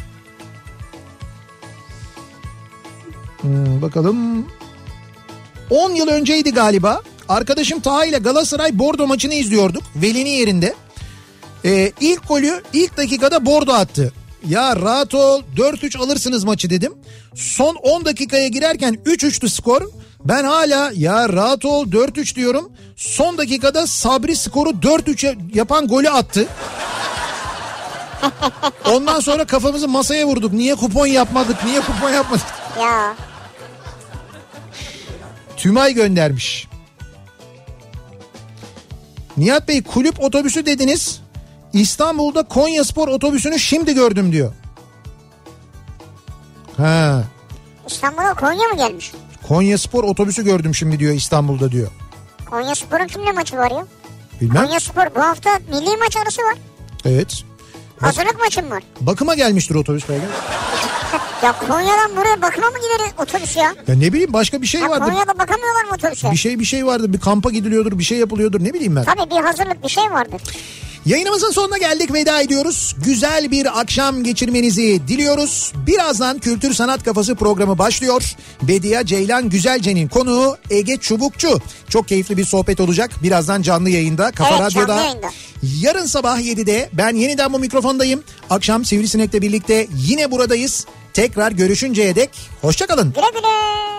[SPEAKER 1] Bakalım. 10 yıl önceydi galiba. Arkadaşım Taha ile Galatasaray Bordo maçını izliyorduk. Veli'nin yerinde. İlk golü ilk dakikada Bordo attı. Ya rahat ol, 4-3 alırsınız maçı dedim. Son 10 dakikaya girerken 3-3'tü skor. Ben hala ya rahat ol 4-3 diyorum. Son dakikada Sabri skoru 4-3 yapan golü attı. Ondan sonra kafamızı masaya vurduk. Niye kupon yapmadık?
[SPEAKER 2] Ya.
[SPEAKER 1] Tümay göndermiş. Nihat Bey, kulüp otobüsü dediniz. İstanbul'da Konyaspor otobüsünü şimdi gördüm diyor. Ha.
[SPEAKER 2] İstanbul'a Konya mı gelmiş?
[SPEAKER 1] Konyaspor otobüsü gördüm şimdi diyor, İstanbul'da diyor.
[SPEAKER 2] Konyaspor'un kimle maçı var ya?
[SPEAKER 1] Bilmem.
[SPEAKER 2] Konyaspor bu hafta milli maç arası var.
[SPEAKER 1] Evet.
[SPEAKER 2] Hazırlık maçım var.
[SPEAKER 1] Bakıma gelmiştir otobüs belki.
[SPEAKER 2] Ya Konya'dan buraya bakıma mı gider otobüs ya?
[SPEAKER 1] Ya ne bileyim, başka bir şey
[SPEAKER 2] ya
[SPEAKER 1] vardır.
[SPEAKER 2] Konya'da bakamıyorlar mı otobüse?
[SPEAKER 1] Bir şey vardır. Bir kampa gidiliyordur, bir şey yapılıyordur, ne bileyim ben.
[SPEAKER 2] Tabii bir hazırlık bir şey vardır.
[SPEAKER 1] Yayınımızın sonuna geldik, veda ediyoruz. Güzel bir akşam geçirmenizi diliyoruz. Birazdan Kültür Sanat Kafası programı başlıyor. Bediye Ceylan Güzelce'nin konuğu Ege Çubukçu. Çok keyifli bir sohbet olacak. Birazdan canlı yayında Kafa Radyo'da.
[SPEAKER 2] Canlı yayında.
[SPEAKER 1] Yarın sabah 7'de ben yeniden bu mikrofondayım. Akşam Sivrisinek'le birlikte yine buradayız. Tekrar görüşünceye dek hoşça kalın.
[SPEAKER 2] Güle güle.